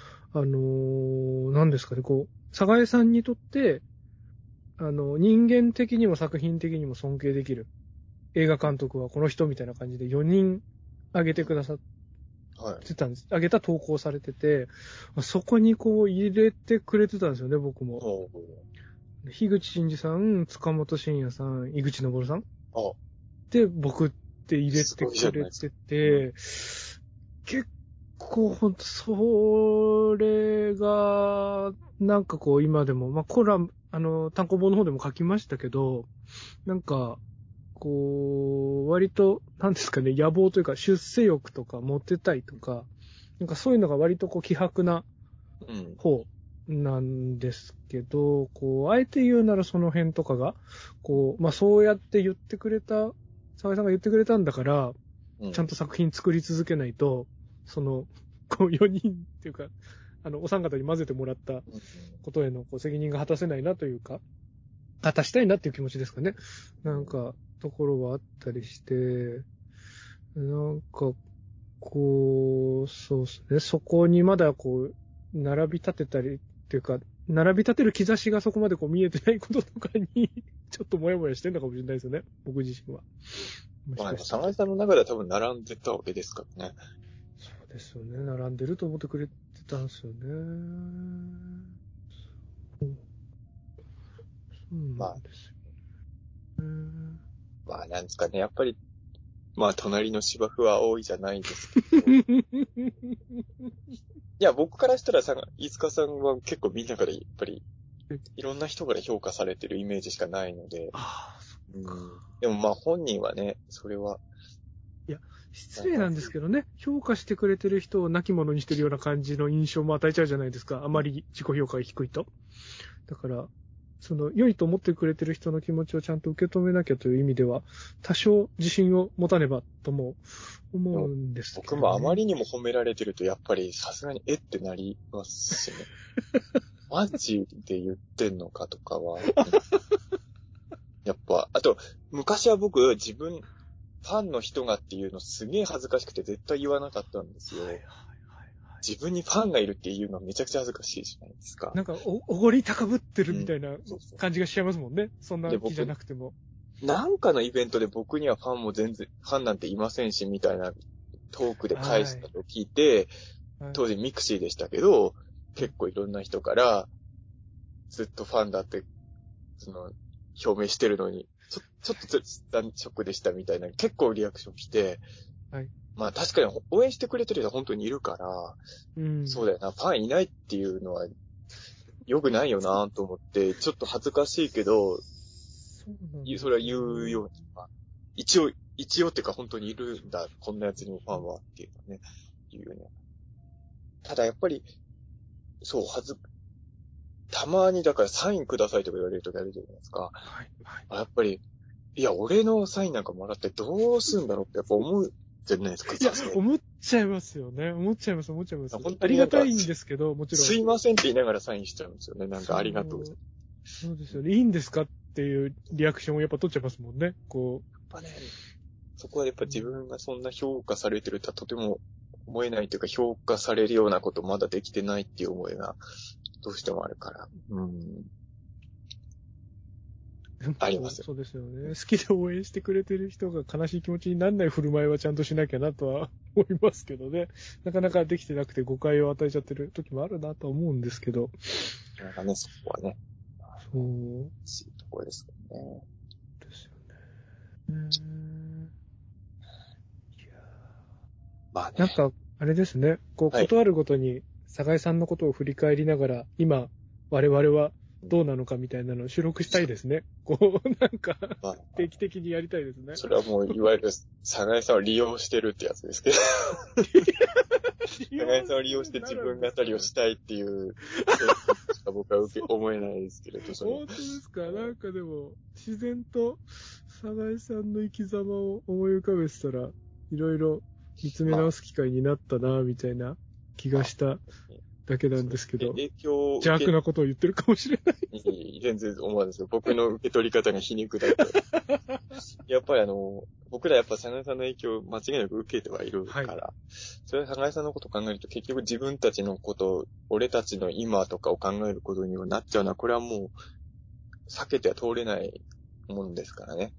何ですかね、サガエさんにとって、人間的にも作品的にも尊敬できる映画監督はこの人みたいな感じで4人挙げてくださってたんです。挙げた投稿されてて、そこに入れてくれてたんですよね、僕も。樋口真嗣さん、塚本慎也さん、井口昇さん。で、僕って入れてくれてて、結構ほんと、それが、なんか今でも、まあ、コラム、単行本の方でも書きましたけど、なんか、割と、なんですかね、野望というか、出世欲とか、モテたいとか、なんかそういうのが割と希薄な方なんですけど、あえて言うならその辺とかが、まあそうやって言ってくれた、沢井さんが言ってくれたんだから、ちゃんと作品作り続けないと、4人っていうか、お三方に混ぜてもらったことへの責任が果たせないなというか、果たしたいなっていう気持ちですかね。なんか、ところはあったりして、なんか、そうですね。そこにまだ並び立てたりっていうか、並び立てる兆しがそこまで見えてないこととかに、ちょっともやもやしてるのかもしれないですよね。僕自身は。 まあ、サガイさんの中では多分並んでたわけですからね。 そうですよね。並んでると思ってくれてたんですよね。そうなんですよね。 まあ、なんですかね。やっぱり、まあ、隣の芝生は多いじゃないですけど。いや、僕からしたら飯塚さんは結構みんなからやっぱり、いろんな人から評価されてるイメージしかないので。でもまあ本人はね、それは。 いや、失礼なんですけどね、評価してくれてる人を亡き者にしてるような感じの印象も与えちゃうじゃないですか。あまり自己評価が低いと。だから、良いと思ってくれてる人の気持ちをちゃんと受け止めなきゃという意味では、多少自信を持たねばとも思うんですけど、ね。 僕もあまりにも褒められてると、やっぱりさすがにってなりますしね。マジで言ってんのかとかは。やっぱ、あと、昔は僕、自分、ファンの人がっていうのすげえ恥ずかしくて絶対言わなかったんですよ。自分にファンがいるっていうのはめちゃくちゃ恥ずかしいじゃないですか。 なんか、おごり高ぶってるみたいな感じがしちゃいますもんね。そんな気じゃなくても。 なんかのイベントで僕にはファンも全然、ファンなんていませんし、みたいなトークで返したと聞いて、当時ミクシーでしたけど、結構いろんな人から、ずっとファンだって、表明してるのに、ちょっとショックでしたみたいな、結構リアクション来て、まあ確かに応援してくれてる人は本当にいるから、そうだよな、ファンいないっていうのは良くないよなと思って、ちょっと恥ずかしいけど、それは言うように、まあ、一応っていうか本当にいるんだ、こんなやつにもファンはっていうのね、言うね。ただやっぱり、そう、たまにだからサインくださいとか言われるときあるじゃないですか。やっぱり、 いや、俺のサインなんかもらってどうすんだろうってやっぱ思うじゃないですか。 いや、思っちゃいますよね。思っちゃいます。 本あ当にりがたいんですけど、もちろん。 すいませんって言いながらサインしちゃうんですよね。なんかありがとう。 そうですよね。いいんですかっていうリアクションをやっぱ取っちゃいますもんね。こう。 やっぱね、そこはやっぱ自分がそんな評価されてるとはとても思えないというか、評価されるようなことまだできてないっていう思いがどうしてもあるから。ありますよ。 そうですよね。好きで応援してくれてる人が悲しい気持ちにならない振る舞いはちゃんとしなきゃなとは思いますけどね。なかなかできてなくて誤解を与えちゃってる時もあるなとは思うんですけど。 なんかね、そこはね。 そう。 いいところですよね。 ですよね。いやまあね。 なんか、あれですね。こう、ことあるごとに、酒井さんのことを振り返りながら、今、我々はどうなのかみたいなのを収録したいですね。こう、なんか、定期的にやりたいですね。 それはもう、いわゆる、酒井さんを利用してるってやつですけど。酒井さんを利用して自分語りをしたいっていう、しか僕は思えないですけれど。 本当ですか？なんかでも、自然と、酒井さんの生き様を思い浮かべてたら、いろいろ見つめ直す機会になったな、みたいな気がしただけなんですけど、 影響を邪悪なことを言ってるかもしれない。 全然思わないですよ。僕の受け取り方が皮肉だと。やっぱり僕らやっぱ酒井さんの影響を間違いなく受けてはいるから、はい、それは酒井さんのことを考えると結局自分たちのこと、俺たちの今とかを考えることにはなっちゃうな。これはもう避けては通れないもんですからね。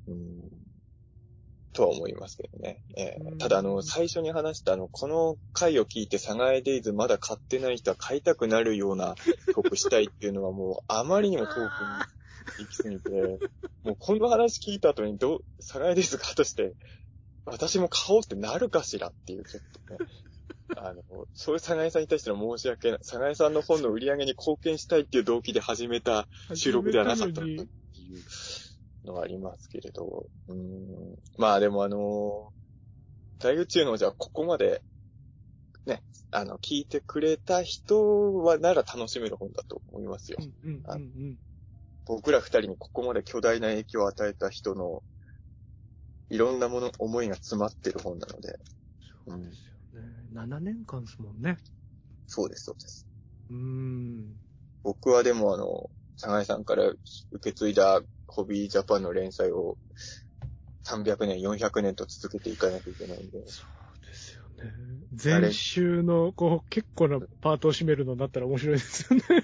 とは思いますけどね。ただ最初に話したこの回を聞いてサガエデイズまだ買ってない人は買いたくなるような曲したいっていうのはもうあまりにも遠くに行きすぎて、もうこの話聞いた後にサガエデイズ買として私も買おうってなるかしらっていうちょっとね。そういうサガエさんに対しての申し訳ない。サガエさんの本の売り上げに貢献したいっていう動機で始めた収録ではなかったっていうのがありますけれど。まあでも大宇宙のじゃあここまでね、聞いてくれた人はなら楽しめる本だと思いますよ。僕ら二人にここまで巨大な影響を与えた人のいろんな思いが詰まってる本なので。 そうですよね。7年間ですもんね。 そうです、そうです。 僕はでもサガイさんから受け継いだホビージャパンの連載を300年、400年と続けていかなきゃいけないんで。 そうですよね。前週の結構なパートを占めるのだったら面白いですよね。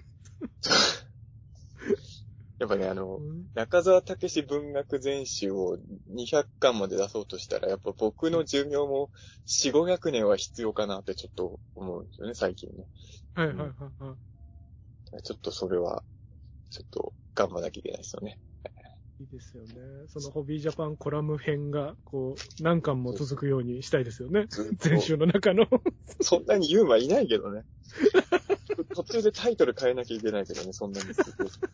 やっぱね、中沢武史文学全集を200巻まで出そうとしたら、やっぱ僕の寿命も4、500年は必要かなってちょっと思うんですよね、最近ね。 はい。 ちょっとそれは、ちょっと頑張らなきゃいけないですよね。 いいですよね。そのホビージャパンコラム編が、何巻も続くようにしたいですよね。前週の中の。 そんなにユーマいないけどね。途中でタイトル変えなきゃいけないけどね、そんなに。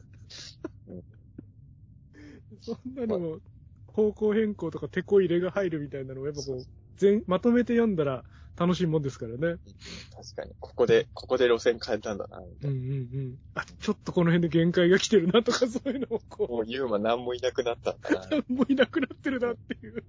そんなのも、方向変更とか手こ入れが入るみたいなのをやっぱまとめて読んだら楽しいもんですからね。 確かに。ここで路線変えたんだな。 ちょっとこの辺で限界が来てるなとかそういうのをもうユーマ何もいなくなったんだな。 何もいなくなってるなっていう。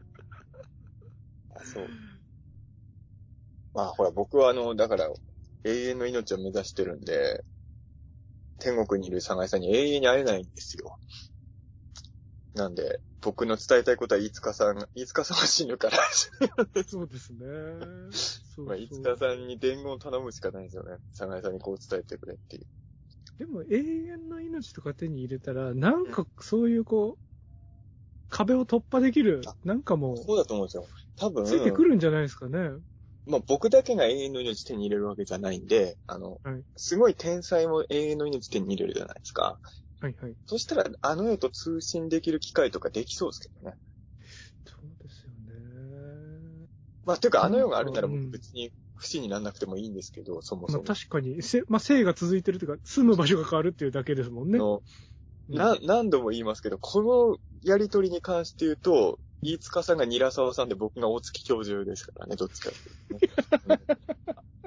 そう。まあほら、僕はだから、永遠の命を目指してるんで、天国にいるサガイさんに永遠に会えないんですよ。なんで、僕の伝えたいことは飯塚さんが死ぬから。 そうですね。 まあ、飯塚さんに伝言を頼むしかないですよね。サガイさんにこう伝えてくれっていう。 でも、永遠の命とか手に入れたら、なんかそういう壁を突破できる、なんかもう。 そうだと思うんですよ。多分。 ついてくるんじゃないですかね。 まあ僕だけが永遠の命手に入れるわけじゃないんで、すごい天才も永遠の命手に入れるじゃないですか。 はい。 そしたら、世と通信できる機会とかできそうですけどね。 そうですよね。 まあ、というか世があるなら僕別に不死にならなくてもいいんですけど、そもそも。 確かに、生が続いてるというか、住む場所が変わるっていうだけですもんね。 何度も言いますけど、このやりとりに関して言うと、飯塚さんが韮沢さんで僕が大月教授ですからね、どっちかっていうとね。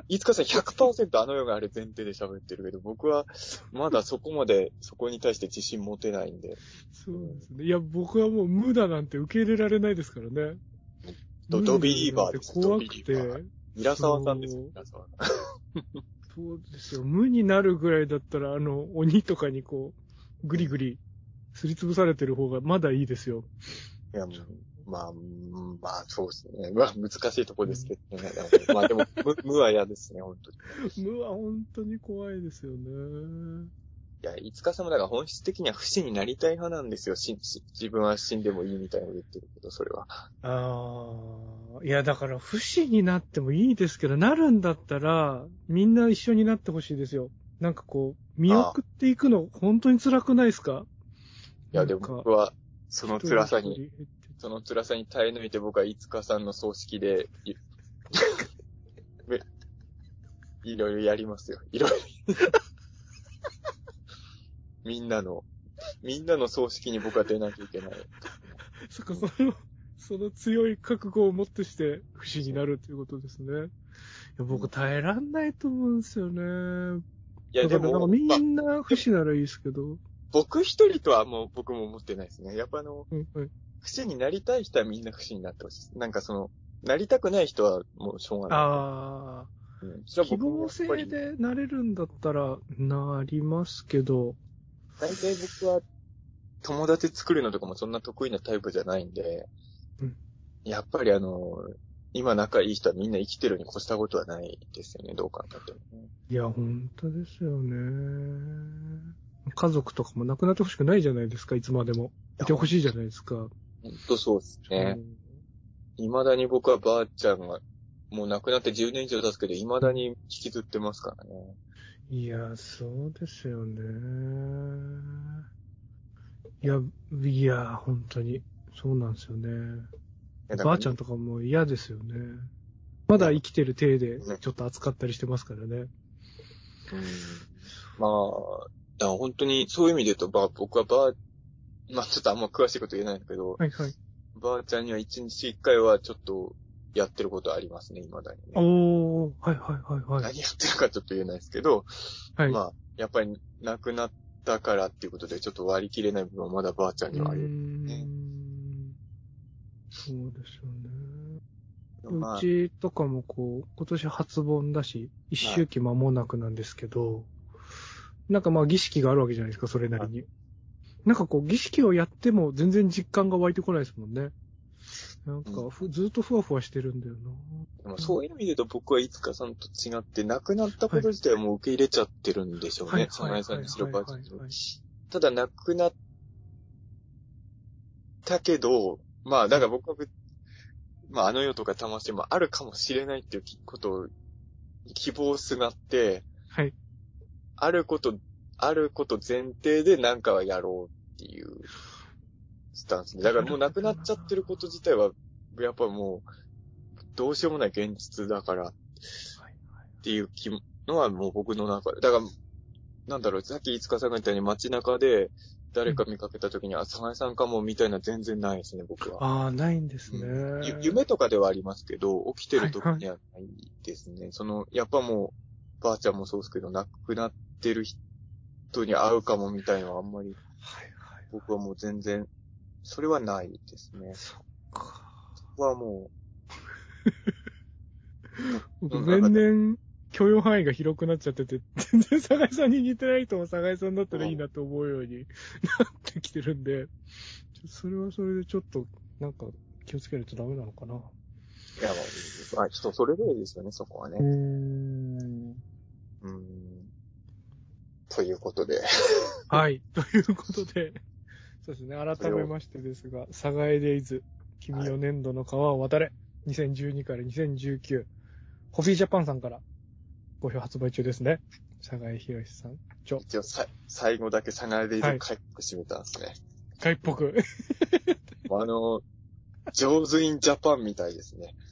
飯塚さん 100% あの世があれ前提で喋ってるけど、僕はまだそこまでそこに対して自信持てないんで。 そうですね。いや、僕はもう無だなんて受け入れられないですからね。 ドビリーバーです。 怖くて。 平沢さんですよ、平沢さん。 そうですよ。無になるぐらいだったら、鬼とかにこう、ぐりぐり、すりつぶされてる方がまだいいですよ。 いや、まあ、そうですね。まあ、難しいとこですけどね。まあでも、無は嫌ですね、本当に。 無は本当に怖いですよね。 いや、飯塚さんもだから本質的には不死になりたい派なんですよ。自分は死んでもいいみたいなこと言ってるけど、それは。 いや、だから不死になってもいいですけど、なるんだったら、みんな一緒になってほしいですよ。なんかこう、見送っていくの、本当に辛くないですか？ いや、でも僕は、その辛さに耐え抜いて僕は飯塚さんの葬式で、いろいろやりますよ。いろいろ。みんなの葬式に僕は出なきゃいけない。 そっか、その強い覚悟をもってして不死になるということですね。いや、僕耐えらんないと思うんですよね。いや、でも、なんかみんな不死ならいいですけど。 僕一人とは僕も思ってないですね。やっぱはい、 不死になりたい人はみんな不死になってほしいです。なんかなりたくない人はもうしょうがない。 希望性でなれるんだったらなりますけど。 大体僕は友達作るのとかもそんな得意なタイプじゃないんで、やっぱり今仲いい人はみんな生きてるに越したことはないですよね、どう考えてもね。 いや、本当ですよね。家族とかも亡くなってほしくないじゃないですか、いつまでも。いてほしいじゃないですか。 本当そうですね。未だに僕はばあちゃんが、もう亡くなって10年以上経つけど、未だに引きずってますからね。 いや、そうですよね。いや、本当に。そうなんですよね。ばあちゃんとかも嫌ですよね。まだ生きてる体でちょっと扱ったりしてますからね。 まあ、本当にそういう意味で言うと、僕はまあちょっとあんま詳しいこと言えないんだけど、 はいはい。 ばあちゃんには1日1回はちょっとやってることありますね、未だにね。 はい。 何やってるかちょっと言えないですけど、はい、まあ、やっぱり亡くなったからっていうことでちょっと割り切れない部分はまだばあちゃんにはある、ね。 そうですよね。うちとかも今年初盆だし、一周期間もなくなんですけど、なんか儀式があるわけじゃないですか、それなりに。なんか儀式をやっても全然実感が湧いてこないですもんね。なんかずっとふわふわしてるんだよな。 でもそういう意味で言うと僕はいつかさんと違って亡くなったこと自体はもう受け入れちゃってるんでしょうね。サナエさんにしろばあちゃんにしろ。ただ亡くなったけど、まあだから僕はまああの世とか魂もあるかもしれないっていうことを希望すがって、 はい。 あること前提で何かはやろうっていうスタンスで。だからもう亡くなっちゃってること自体は、やっぱもう、どうしようもない現実だから、っていうのはもう僕の中で。だから、なんだろう、さっき飯塚さんが言ったように街中で誰か見かけた時に、サナエさんかもみたいな全然ないですね、僕は。 ないんですね。 夢とかではありますけど、起きてる時にはないですね。やっぱもう、ばあちゃんもそうですけど、亡くなってる人に会うかもみたいなのはあんまり、僕はもう全然、それはないですね。 そっか。 そこはもう、年々許容範囲が広くなっちゃってて、全然サさんに似てない人もサさんだったらいいなと思うようになってきてるんで、それはそれでちょっと、なんか気をつけるとダメなのかな。 いや、まあ、人それぞれですよね、そこはね。ということで。 はい。ということで、そうですね。改めましてですが、サガエデイズ、君4年度の川を渡れ、2012から2019、ホビージャパンさんから好評発売中ですね。サガエヒロシさん。 一応最後だけサガエデイズ回復締めたんですね。 回っぽく。 上手インジャパンみたいですね。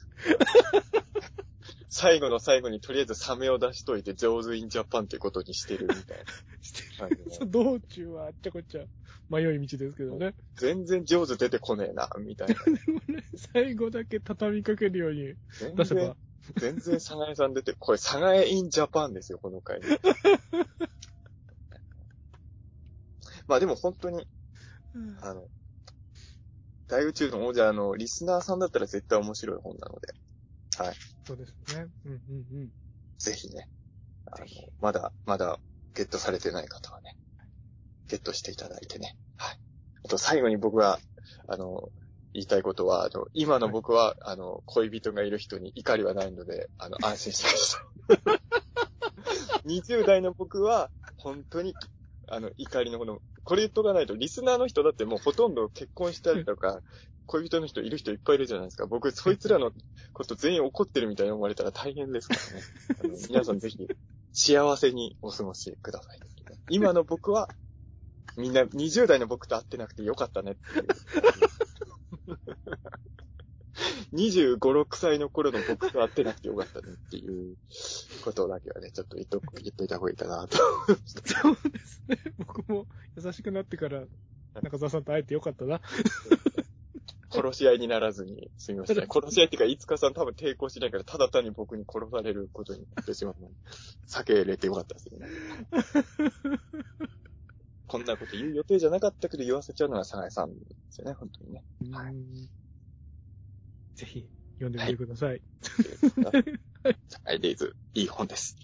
最後の最後にとりあえずサメを出しといて上手インジャパンってことにしてるみたいな。 道中はあっちゃこっちゃ迷い道ですけどね。 全然上手出てこねえな、みたいな。 最後だけ畳みかけるように出せば全然サガエさん出て、これサガエインジャパンですよ、この回。まあでも本当に、大宇宙の王者リスナーさんだったら絶対面白い本なので、はい。 そうですね。 ぜひね、まだゲットされてない方はね、ゲットしていただいてね。はい。あと最後に僕は、言いたいことは、今の僕は、恋人がいる人に怒りはないので、安心してください。20代の僕は、本当に、怒りのほど、これ言っとかないと、リスナーの人だってもうほとんど結婚したりとか、恋人の人いる人いっぱいいるじゃないですか。僕、そいつらのこと全員怒ってるみたいに思われたら大変ですからね。皆さんぜひ、幸せにお過ごしください。今の僕は、みんな20代の僕と会ってなくてよかったねっていう。25、6歳の頃の僕と会ってなくてよかったねっていうことだけはね、ちょっと言っといた方がいいかなと。 そうですね。僕も優しくなってから、中澤さんと会えてよかったな。 殺し合いにならずに済みましたね。殺し合いっていうか、いつかさん多分抵抗しないから、ただ単に僕に殺されることになってしまうので、避けれてよかったですよね。こんなこと言う予定じゃなかったけど言わせちゃうのがサガエさんですよね、本当にね。はい。 ぜひ、読んでみてください。 サガエデイズ、いい本です。